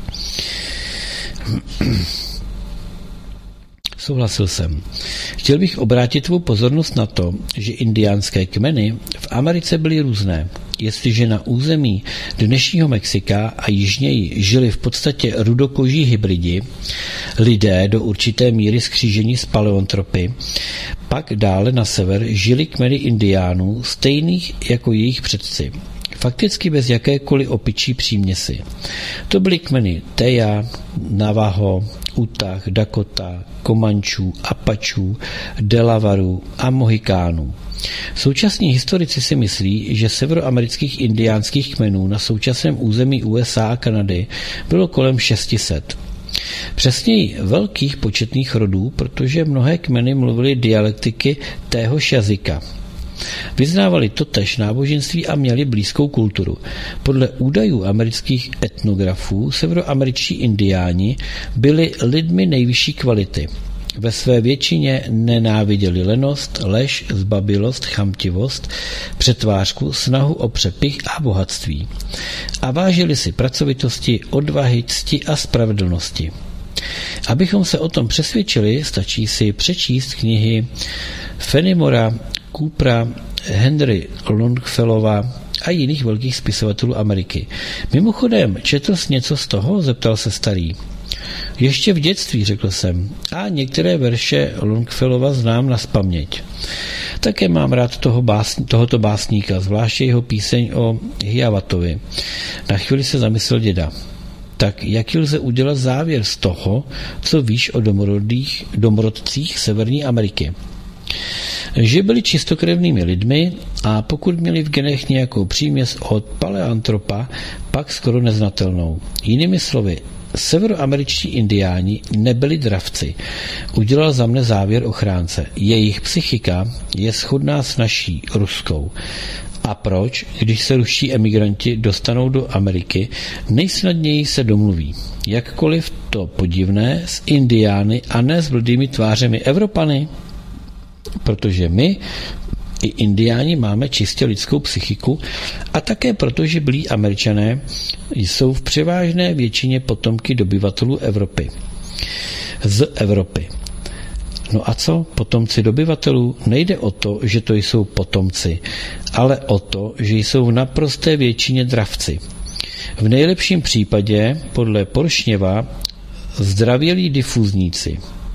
Souhlasil jsem. Chtěl bych obrátit tvou pozornost na to, že indiánské kmeny v Americe byly různé. Jestliže na území dnešního Mexika a jižněji žili v podstatě rudokoží hybridi, lidé do určité míry skřížení s paleontropy, pak dále na sever žili kmeny indiánů stejných jako jejich předci. Fakticky bez jakékoliv opičí příměsi. To byly kmeny Teja, Navajo, Utah, Dakota, Komančů, Apačů, Delavarů a Mohikánů. Současní historici si myslí, že severoamerických indiánských kmenů na současném území USA a Kanady bylo kolem 600. Přesněji velkých početných rodů, protože mnohé kmeny mluvily dialektiky téhož jazyka. Vyznávali totéž náboženství a měli blízkou kulturu. Podle údajů amerických etnografů severoameričtí indiáni byli lidmi nejvyšší kvality. Ve své většině nenáviděli lenost, lež, zbabilost, chamtivost, přetvářku, snahu o přepich a bohatství. A vážili si pracovitosti, odvahy, cti a spravedlnosti. Abychom se o tom přesvědčili, stačí si přečíst knihy Fenimora Coopera, Henry Longfellova a jiných velkých spisovatelů Ameriky. Mimochodem, četl jsi něco z toho? Zeptal se starý. Ještě v dětství, řekl jsem, a některé verše Longfellova znám nazpaměť. Také mám rád tohoto básníka, zvláště jeho píseň o Hiawathovi. Na chvíli se zamyslel děda. Tak jaký lze udělat závěr z toho, co víš o domorodcích Severní Ameriky? Že byli čistokrevnými lidmi a pokud měli v genech nějakou příměs od paleantropa, pak skoro neznatelnou. Jinými slovy, severoameričtí indiáni nebyli dravci. Udělal za mne závěr ochránce. Jejich psychika je shodná s naší ruskou. A proč, když se ruští emigranti dostanou do Ameriky, nejsnadněji se domluví. Jakkoliv to podivné s indiány a ne s bludými tvářemi Evropany? Protože my i indiáni máme čistě lidskou psychiku a také proto, že byli Američané jsou v převážné většině potomky dobyvatelů Evropy. Z Evropy. No a co? Potomci dobyvatelů? Nejde o to, že to jsou potomci, ale o to, že jsou v naprosté většině dravci. V nejlepším případě, podle Poršněva, zdravělí difuzníci.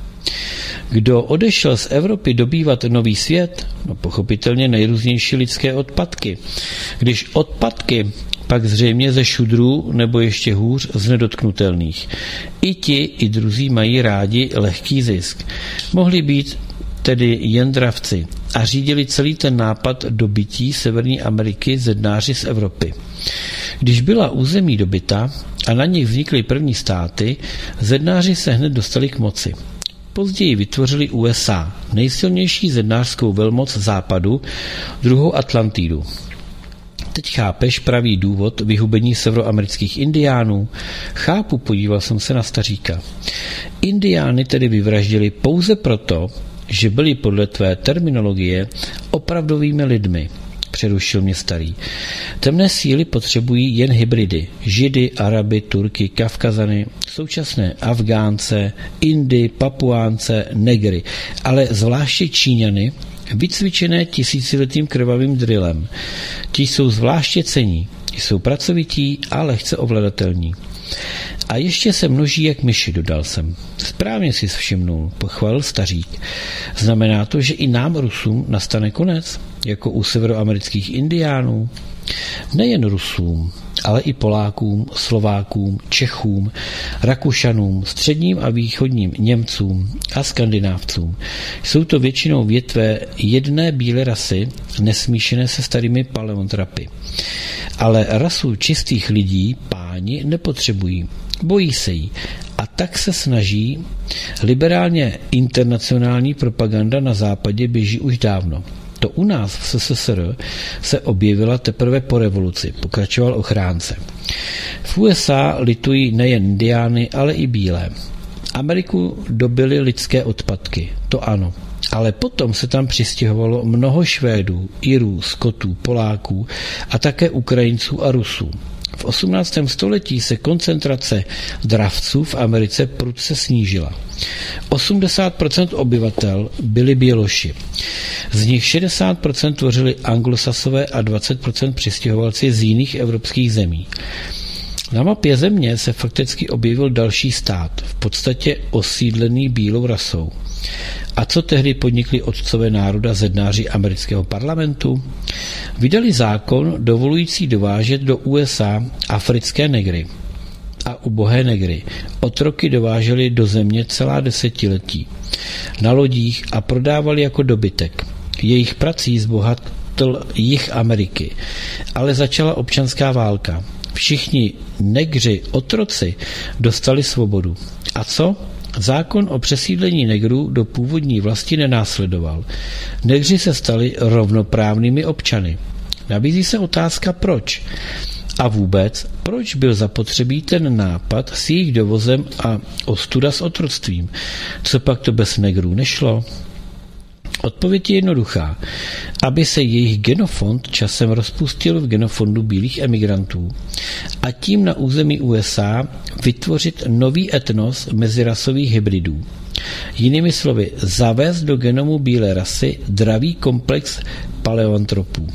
Kdo odešel z Evropy dobývat nový svět? No pochopitelně nejrůznější lidské odpadky. Když odpadky, pak zřejmě ze šudrů nebo ještě hůř z nedotknutelných. I ti, i druzí mají rádi lehký zisk. Mohli být tedy jen dravci a řídili celý ten nápad dobytí Severní Ameriky zednáři z Evropy. Když byla území dobyta a na nich vznikly první státy, zednáři se hned dostali k moci. Později vytvořili USA, nejsilnější zednářskou velmoc západu, druhou Atlantidu. Teď chápeš pravý důvod vyhubení severoamerických indiánů? Chápu, podíval jsem se na staříka. Indiány tedy vyvraždili pouze proto, že byli podle tvé terminologie opravdovými lidmi, přerušil mě starý. Temné síly potřebují jen hybridy, Židy, Araby, Turky, Kavkazany, současné Afgánce, Indy, Papuánce, Negry, ale zvláště Číňany vycvičené tisíciletým krvavým drillem. Ti jsou zvláště cenní, jsou pracovití a lehce ovladatelní. A ještě se množí jak myši, dodal jsem. Správně si všimnul, pochválil stařík. Znamená to, že i nám Rusům nastane konec, jako u severoamerických indiánů? Nejen Rusům, ale i Polákům, Slovákům, Čechům, Rakušanům, středním a východním Němcům a Skandinávcům. Jsou to většinou větve jedné bílé rasy, nesmíšené se starými paleontrapy. Ale rasu čistých lidí páni nepotřebují, bojí se jí a tak se snaží. Liberálně internacionální propaganda na západě běží už dávno. To u nás v SSSR se objevila teprve po revoluci, pokračoval ochránce. V USA litují nejen indiány, ale i bílé. Ameriku dobily lidské odpadky, to ano. Ale potom se tam přistěhovalo mnoho Švédů, Irů, Skotů, Poláků a také Ukrajinců a Rusů. V 18. století se koncentrace dravců v Americe prudce snížila. 80% obyvatel byli běloši. Z nich 60% tvořili anglosasové a 20% přistěhovalci z jiných evropských zemí. Na mapě země se fakticky objevil další stát, v podstatě osídlený bílou rasou. A co tehdy podnikli otcové národa zednáři amerického parlamentu? Vydali zákon dovolující dovážet do USA africké negry a ubohé negry. Otroky dováželi do země celá desetiletí na lodích a prodávali jako dobytek. Jejich prací zbohatl jih Ameriky, ale začala občanská válka. Všichni negři, otroci dostali svobodu. A co? Zákon o přesídlení negrů do původní vlasti nenásledoval. Negři se stali rovnoprávnými občany. Nabízí se otázka proč. A vůbec, proč byl zapotřebí ten nápad s jejich dovozem a ostuda s otroctvím? Co pak to bez negrů nešlo? Odpověď je jednoduchá. Aby se jejich genofond časem rozpustil v genofondu bílých emigrantů a tím na území USA vytvořit nový etnos mezirasových hybridů. Jinými slovy, zavést do genomu bílé rasy dravý komplex paleoantropů.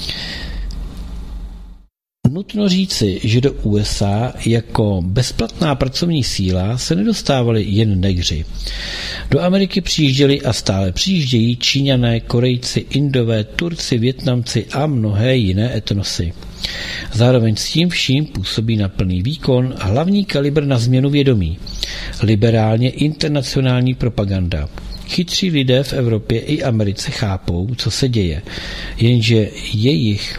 Nutno říci, že do USA jako bezplatná pracovní síla se nedostávali jen negři. Do Ameriky přijížděli a stále přijíždějí Číňané, Korejci, Indové, Turci, Vietnamci a mnohé jiné etnosy. Zároveň s tím vším působí na plný výkon hlavní kalibr na změnu vědomí. Liberálně internacionální propaganda. Chytří lidé v Evropě i Americe chápou, co se děje, jenže jich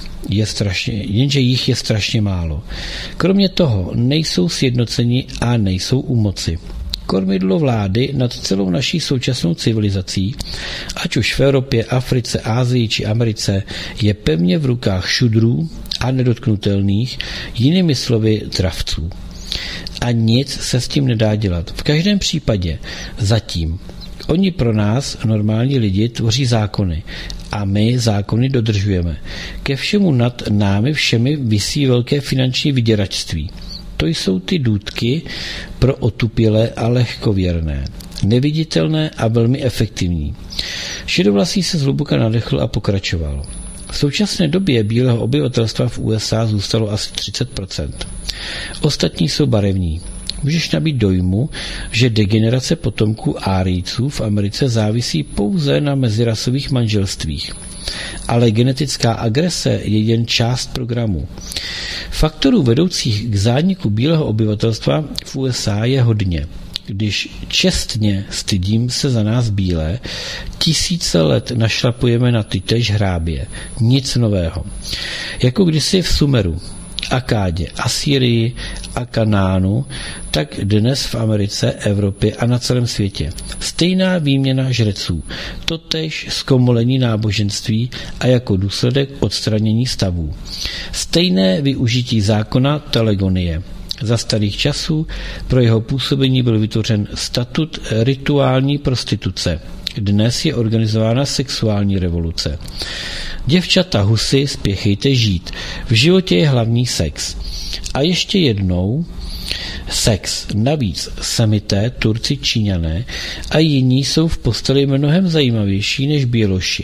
je strašně málo. Kromě toho nejsou sjednoceni a nejsou u moci. Kormidlo vlády nad celou naší současnou civilizací, ať už v Evropě, Africe, Asii či Americe, je pevně v rukách šudrů a nedotknutelných, jinými slovy dravců. A nic se s tím nedá dělat. V každém případě zatím. Oni pro nás, normální lidi, tvoří zákony a my zákony dodržujeme. Ke všemu nad námi všemi visí velké finanční vyděračství. To jsou ty důtky pro otupělé a lehkověrné, neviditelné a velmi efektivní. Šedovlasý se zhluboka nadechl a pokračoval. V současné době bílého obyvatelstva v USA zůstalo asi 30%. Ostatní jsou barevní. Můžeš nabít dojmu, že degenerace potomků Árijců v Americe závisí pouze na mezirasových manželstvích. Ale genetická agrese je jen část programu. Faktorů vedoucích k zániku bílého obyvatelstva v USA je hodně. Když čestně stydím se za nás bílé, tisíce let našlapujeme na tytéž hrábě. Nic nového. Jako kdysi v Sumeru, Akádě, Asýrii a Kanánu, tak dnes v Americe, Evropě a na celém světě. Stejná výměna žreců, totéž zkomolení náboženství a jako důsledek odstranění stavů. Stejné využití zákona telegonie. Za starých časů pro jeho působení byl vytvořen statut rituální prostituce. Dnes je organizována sexuální revoluce. Děvčata husy, spěchejte žít. V životě je hlavní sex. A ještě jednou sex. Navíc Semité, Turci, Číňané a jiní jsou v posteli mnohem zajímavější než běloši.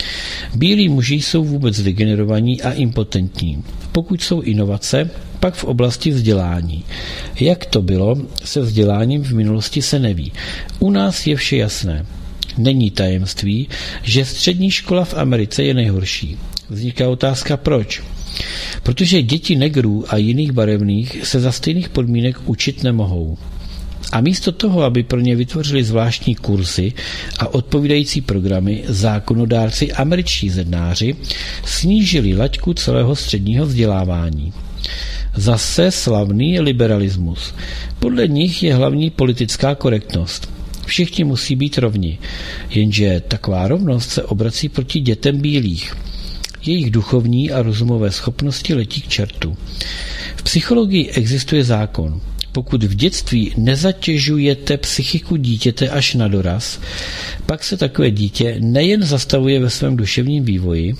Bílí muži jsou vůbec degenerovaní a impotentní. Pokud jsou inovace, pak v oblasti vzdělání. Jak to bylo se vzděláním v minulosti se neví. U nás je vše jasné. Není tajemství, že střední škola v Americe je nejhorší. Vzniká otázka proč. Protože děti negrů a jiných barevných se za stejných podmínek učit nemohou. A místo toho, aby pro ně vytvořili zvláštní kurzy a odpovídající programy, zákonodárci američtí zednáři snížili laťku celého středního vzdělávání. Zase slavný liberalismus. Podle nich je hlavní politická korektnost. Všichni musí být rovni, jenže taková rovnost se obrací proti dětem bílých. Jejich duchovní a rozumové schopnosti letí k čertu. V psychologii existuje zákon. Pokud v dětství nezatěžujete psychiku dítěte až na doraz, pak se takové dítě nejen zastavuje ve svém duševním vývoji,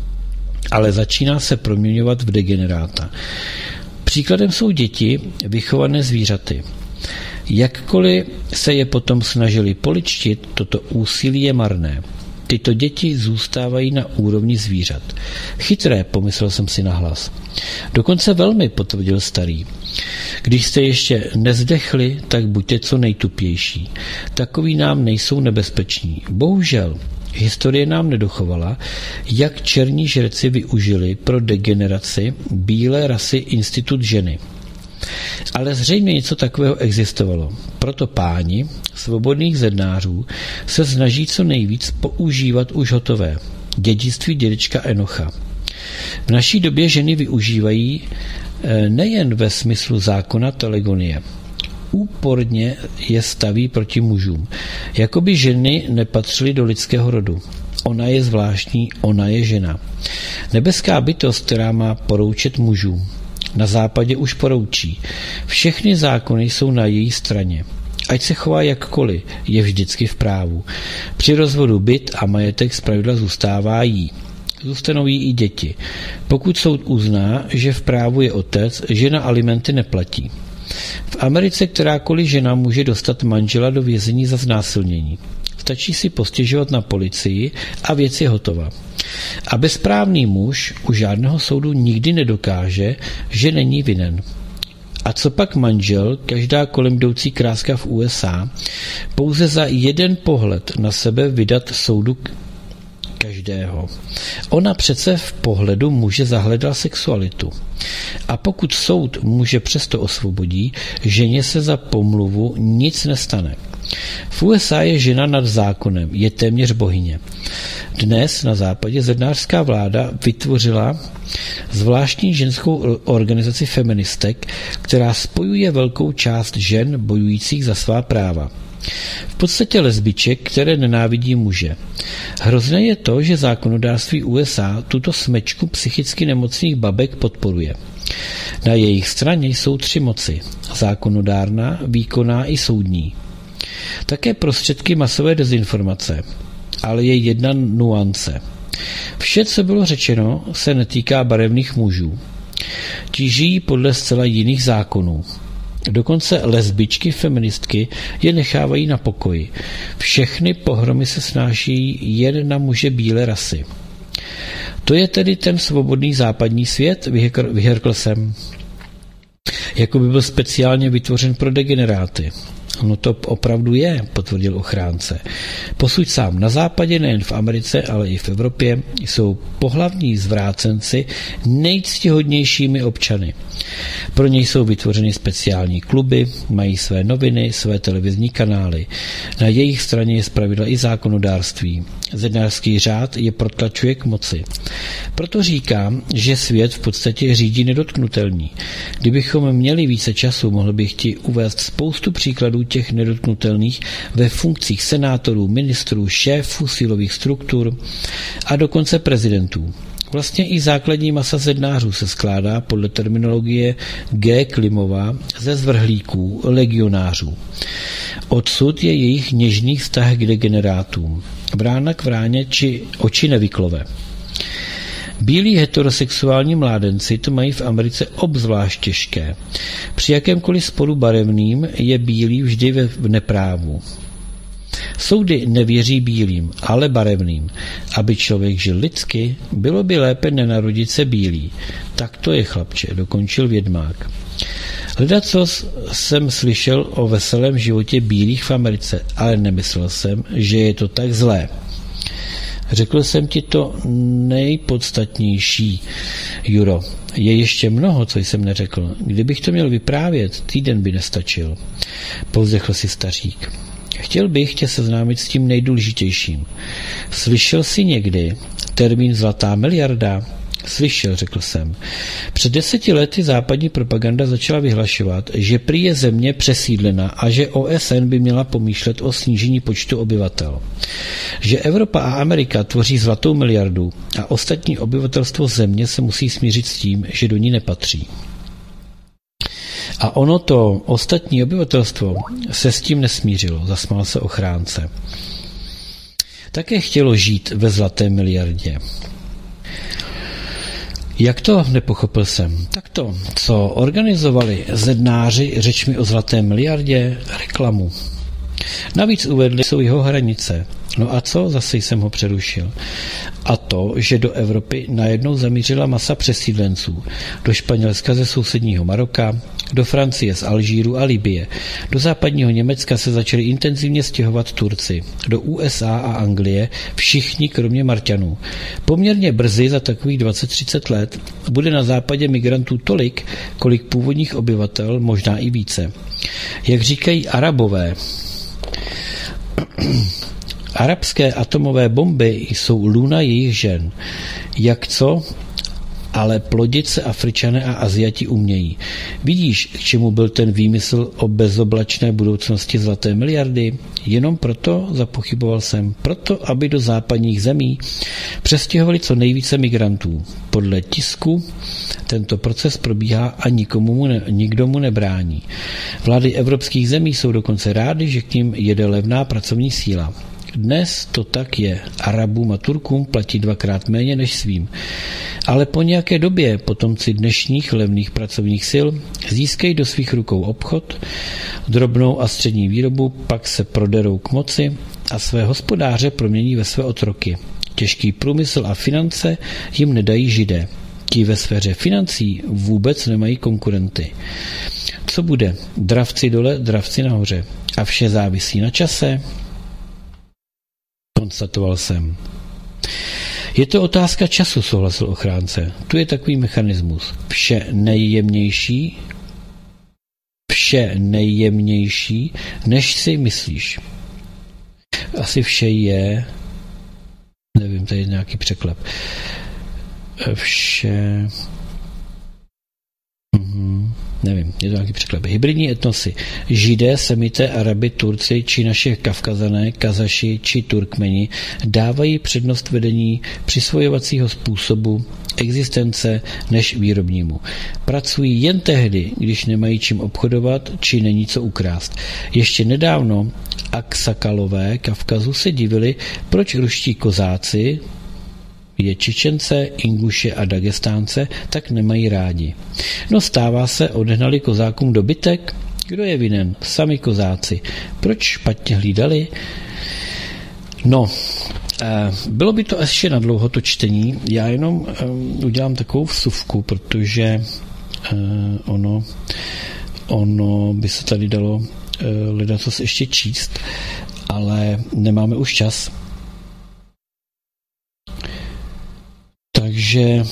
ale začíná se proměňovat v degeneráta. Příkladem jsou děti vychované zvířaty. Jakkoliv se je potom snažili poličtit, toto úsilí je marné. Tyto děti zůstávají na úrovni zvířat. Chytré, pomyslel jsem si nahlas. Dokonce velmi, potvrdil starý. Když jste ještě nezdechli, tak buďte co nejtupější. Takoví nám nejsou nebezpeční. Bohužel, historie nám nedochovala, jak černí žreci využili pro degeneraci bílé rasy institut ženy. Ale zřejmě něco takového existovalo. Proto páni svobodných zednářů se snaží co nejvíc používat už hotové. Dědictví dědečka Enocha. V naší době ženy využívají nejen ve smyslu zákona telegonie. Úporně je staví proti mužům. Jakoby ženy nepatřily do lidského rodu. Ona je zvláštní, ona je žena. Nebeská bytost, která má poroučet mužům. Na západě už poroučí. Všechny zákony jsou na její straně. Ať se chová jakkoliv, je vždycky v právu. Při rozvodu byt a majetek zpravidla zůstává jí. Zůstanou jí i děti. Pokud soud uzná, že v právu je otec, žena alimenty neplatí. V Americe kterákoliv žena může dostat manžela do vězení za znásilnění. Stačí si postěžovat na policii a věc je hotová. A bezprávný muž u žádného soudu nikdy nedokáže, že není vinen. A co pak manžel, každá kolem jdoucí kráska v USA, pouze za jeden pohled na sebe vydat soudu každého. Ona přece v pohledu muže zahledala sexualitu. A pokud soud muže přesto osvobodí, ženě se za pomluvu nic nestane. V USA je žena nad zákonem, je téměř bohyně. Dnes na západě zednářská vláda vytvořila zvláštní ženskou organizaci feministek, která spojuje velkou část žen bojujících za svá práva. V podstatě lesbiček, které nenávidí muže. Hrozné je to, že zákonodárství USA tuto smečku psychicky nemocných babek podporuje. Na jejich straně jsou 3 moci. Zákonodárná, výkonná i soudní. Také prostředky masové dezinformace. Ale je jedna nuance. Vše, co bylo řečeno, se netýká barevných mužů. Ti žijí podle zcela jiných zákonů. Dokonce lesbičky, feministky je nechávají na pokoji. Všechny pohromy se snáší jen na muže bílé rasy. To je tedy ten svobodný západní svět, vyhrkl jsem. Jako by byl speciálně vytvořen pro degeneráty. No to opravdu je, potvrdil ochránce. Posuď sám, na západě, nejen v Americe, ale i v Evropě, jsou pohlavní zvrácenci nejctihodnějšími občany. Pro něj jsou vytvořeny speciální kluby, mají své noviny, své televizní kanály. Na jejich straně je zpravidla i zákonodárství. Zednářský řád je protlačuje k moci. Proto říkám, že svět v podstatě řídí nedotknutelní. Kdybychom měli více času, mohl bych ti uvést spoustu příkladů těch nedotknutelných ve funkcích senátorů, ministrů, šéfů silových struktur a dokonce prezidentů. Vlastně i základní masa zednářů se skládá podle terminologie G. Klimova ze zvrhlíků, legionářů. Odsud je jejich něžný vztah k degenerátům. Vrána k vráně či oči nevyklové. Bílí heterosexuální mládenci to mají v Americe obzvlášť těžké. Při jakémkoliv sporu barevným je bílý vždy v neprávu. Soudy nevěří bílým, ale barevným. Aby člověk žil lidsky, bylo by lépe nenarodit se bílý. Tak to je, chlapče, dokončil vědmák. Ledacos jsem slyšel o veselém životě bílých v Americe, ale nemyslel jsem, že je to tak zlé. Řekl jsem ti to nejpodstatnější, Juro. Je ještě mnoho, co jsem neřekl. Kdybych to měl vyprávět, týden by nestačil. Povzdechl si stařík. Chtěl bych tě seznámit s tím nejdůležitějším. Slyšel jsi někdy termín zlatá miliarda? Slyšel, řekl jsem. Před 10 lety západní propaganda začala vyhlašovat, že prý je země přesídlena a že OSN by měla pomýšlet o snížení počtu obyvatel. Že Evropa a Amerika tvoří zlatou miliardu a ostatní obyvatelstvo země se musí smířit s tím, že do ní nepatří. A ono to ostatní obyvatelstvo se s tím nesmířilo, zasmál se ochránce. Také chtělo žít ve zlaté miliardě. Jak to, nepochopil jsem? Tak to, co organizovali zednáři řečmi o zlaté miliardě, reklamu. Navíc uvedli, jsou jeho hranice. No a co? Zase jsem ho přerušil. A to, že do Evropy najednou zamířila masa přesídlenců. Do Španělska ze sousedního Maroka, do Francie z Alžíru a Libye. Do západního Německa se začali intenzivně stěhovat Turci. Do USA a Anglie všichni kromě Marťanů. Poměrně brzy za takových 20-30 let bude na západě migrantů tolik, kolik původních obyvatel, možná i více. Jak říkají Arabové, arabské atomové bomby jsou lůna jejich žen. Jak co? Ale plodit se Afričané a Aziati umějí. Vidíš, k čemu byl ten výmysl o bezoblačné budoucnosti zlaté miliardy? Jenom proto, zapochyboval jsem, proto, aby do západních zemí přestěhovali co nejvíce migrantů. Podle tisku tento proces probíhá a nikdo mu nebrání. Vlády evropských zemí jsou dokonce rády, že k nim jede levná pracovní síla. Dnes to tak je. Arabům a Turkům platí 2krát méně než svým. Ale po nějaké době potomci dnešních levných pracovních sil získají do svých rukou obchod, drobnou a střední výrobu, pak se proderou k moci a své hospodáře promění ve své otroky. Těžký průmysl a finance jim nedají Židé. Ti ve sféře financí vůbec nemají konkurenty. Co bude? Dravci dole, dravci nahoře. A vše závisí na čase? Konstatoval jsem. Je to otázka času, souhlasil ochránce. Tu je takový mechanismus. Vše nejjemnější, než si myslíš. Asi vše je, nevím, tady je nějaký překlep. Vše... Nevím, je to nějaký překlep. Hybridní etnosy. Židé, Semité, Arabi, Turci, či naše Kavkazané, Kazaši, či Turkmeni dávají přednost vedení přisvojovacího způsobu existence než výrobnímu. Pracují jen tehdy, když nemají čím obchodovat, či není co ukrást. Ještě nedávno Aksakalové Kavkazu se divili, proč ruští kozáci, je Čečence, Inguše a Dagestánce, tak nemají rádi. No stává se, odehnali kozákům dobytek? Kdo je vinen? Sami kozáci. Proč špatně hlídali? No, bylo by to ještě na dlouho to čtení. Já jenom udělám takovou vsuvku, protože ono by se tady dalo ledacos ještě číst, ale nemáme už čas. Takže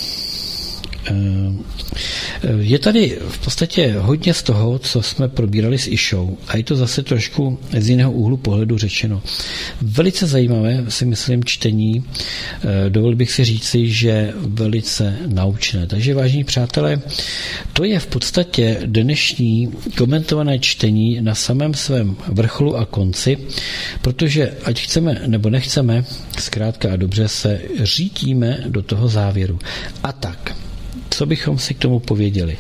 je tady v podstatě hodně z toho, co jsme probírali s Išou, a je to zase trošku z jiného úhlu pohledu řečeno. Velice zajímavé, si myslím, čtení, dovolil bych si říci, že velice naučné. Takže, vážení přátelé, to je v podstatě dnešní komentované čtení na samém svém vrcholu a konci, protože ať chceme nebo nechceme, zkrátka a dobře se řítíme do toho závěru. A tak, co bychom si k tomu pověděli?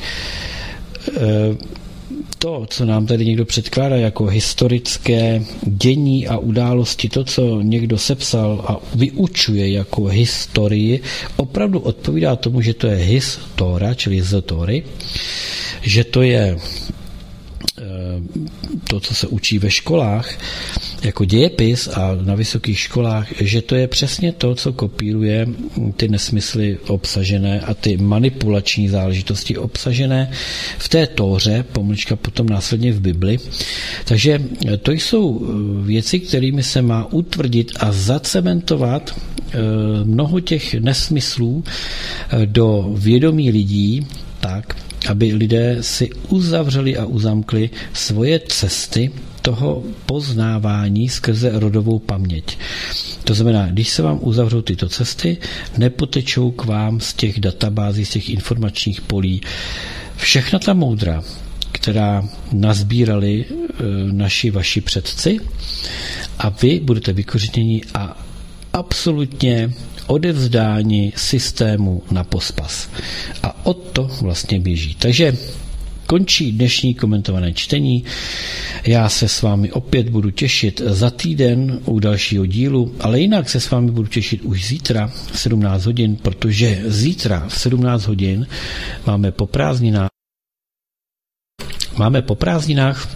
To, co nám tady někdo předkládá jako historické dění a události, to, co někdo sepsal a vyučuje jako historii, opravdu odpovídá tomu, že to je histora, čili z Tóry, že to je to, co se učí ve školách, jako dějepis a na vysokých školách, že to je přesně to, co kopíruje ty nesmysly obsažené a ty manipulační záležitosti obsažené v té Tóře, pomlčka potom následně v Bibli. Takže to jsou věci, kterými se má utvrdit a zacementovat mnoho těch nesmyslů do vědomí lidí tak, aby lidé si uzavřeli a uzamkli svoje cesty toho poznávání skrze rodovou paměť. To znamená, když se vám uzavřou tyto cesty, nepotečou k vám z těch databází, z těch informačních polí všechna ta moudra, která nazbírali naši vaši předci, a vy budete vykořeněni a absolutně odevzdáni systému na pospas. A o to vlastně běží. Takže končí dnešní komentované čtení. Já se s vámi opět budu těšit za týden u dalšího dílu, ale jinak se s vámi budu těšit už zítra v 17 hodin, protože zítra v 17 hodin máme po prázdninách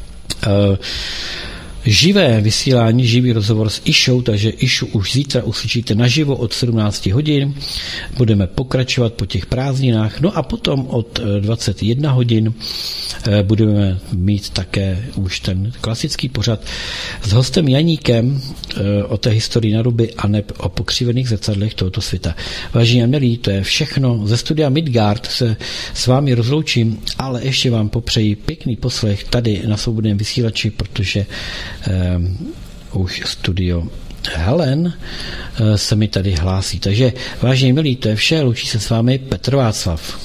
živé vysílání, živý rozhovor s Išou, takže Išu už zítra uslyšíte naživo od 17 hodin. Budeme pokračovat po těch prázdninách. No a potom od 21 hodin budeme mít také už ten klasický pořad s hostem Janíkem o té historii Naruby a neb o pokřivených zrcadlech tohoto světa. Vážení a milí, to je všechno. Ze studia Midgard se s vámi rozloučím, ale ještě vám popřeji pěkný poslech tady na Svobodném vysílači, protože už studio Helen se mi tady hlásí. Takže vážení milí, to je vše, loučí se s vámi Petr Václav.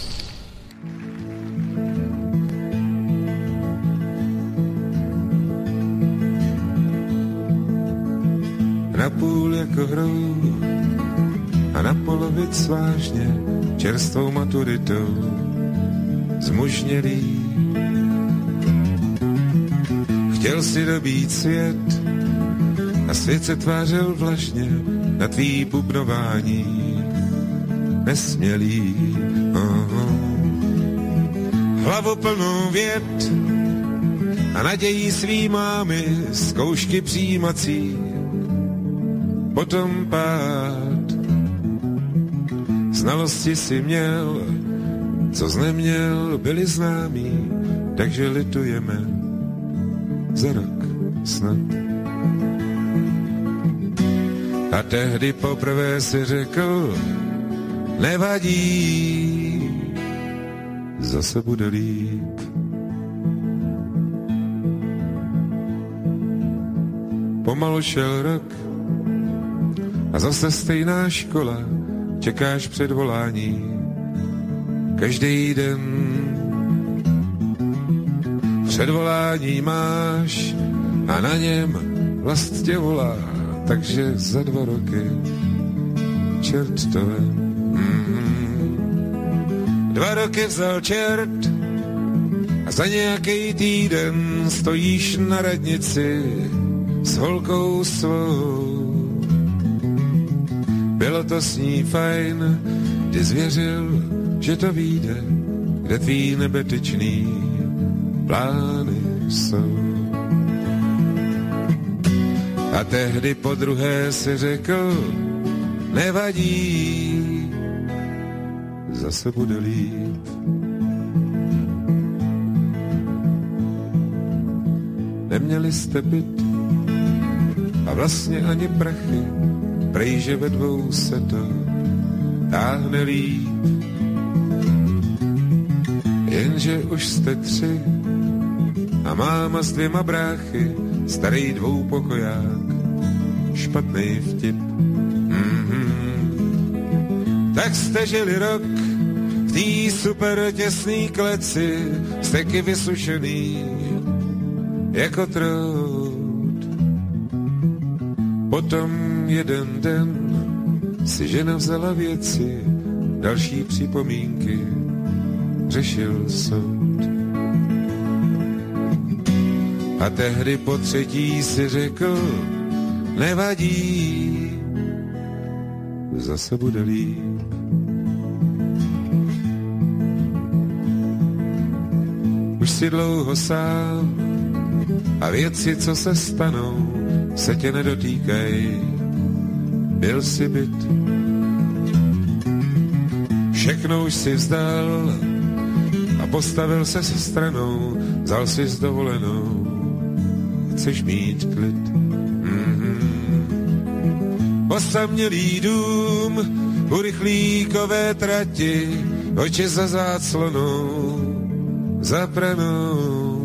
Napůl jako hrou a na polovic vážně čerstvou maturitou zmužnělý. Chtěl si dobít svět a svět se tvářil vlažně na tvý bubnování nesmělý. Hlavu plnou věd a nadějí svý mámy zkoušky přijímací, potom pád. Znalosti si měl, co jsi neměl, byli známí, takže litujeme za rok snad. A tehdy poprvé si řekl, nevadí, zase bude líp. Pomalu šel rok a zase stejná škola, čekáš předvolání každý den. Předvolání máš a na něm vlast tě volá, takže za 2 roky čert to je. 2 roky vzal čert a za nějaký týden stojíš na radnici s holkou svou. Bylo to s ní fajn, ty zvěřil, že to vyjde, kde tvý nebetyčný plány jsou. A tehdy podruhé si řekl, nevadí, zase bude líp. Neměli jste byt a vlastně ani prachy, prej, že ve 2 se to táhne líp. Jenže už jste 3 a máma s 2 bráchy, starý 2pokoják, špatnej vtip. Tak jste žili rok v tý super těsný kleci, steky vysušený jako trout. Potom jeden den si žena vzala věci, další připomínky řešil soud. A tehdy po 3. si řekl, nevadí, zase bude líp. Už si dlouho sám a věci, co se stanou, se tě nedotýkaj, byl si byt. Všechno už si vzdal a postavil se si stranou, vzal si s dovolenou, chceš mít klid. Osamělý dům, urychlíkové trati, oči za záclonou, za pranou.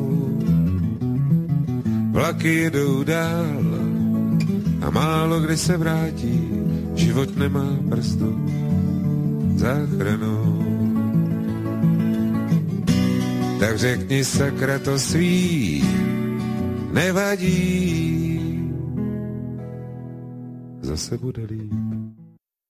Vlaky jedou dál a málo kdy se vrátí, život nemá brzdu záchranou. Tak řekni sakra to svý, nevadí, zase bude líp.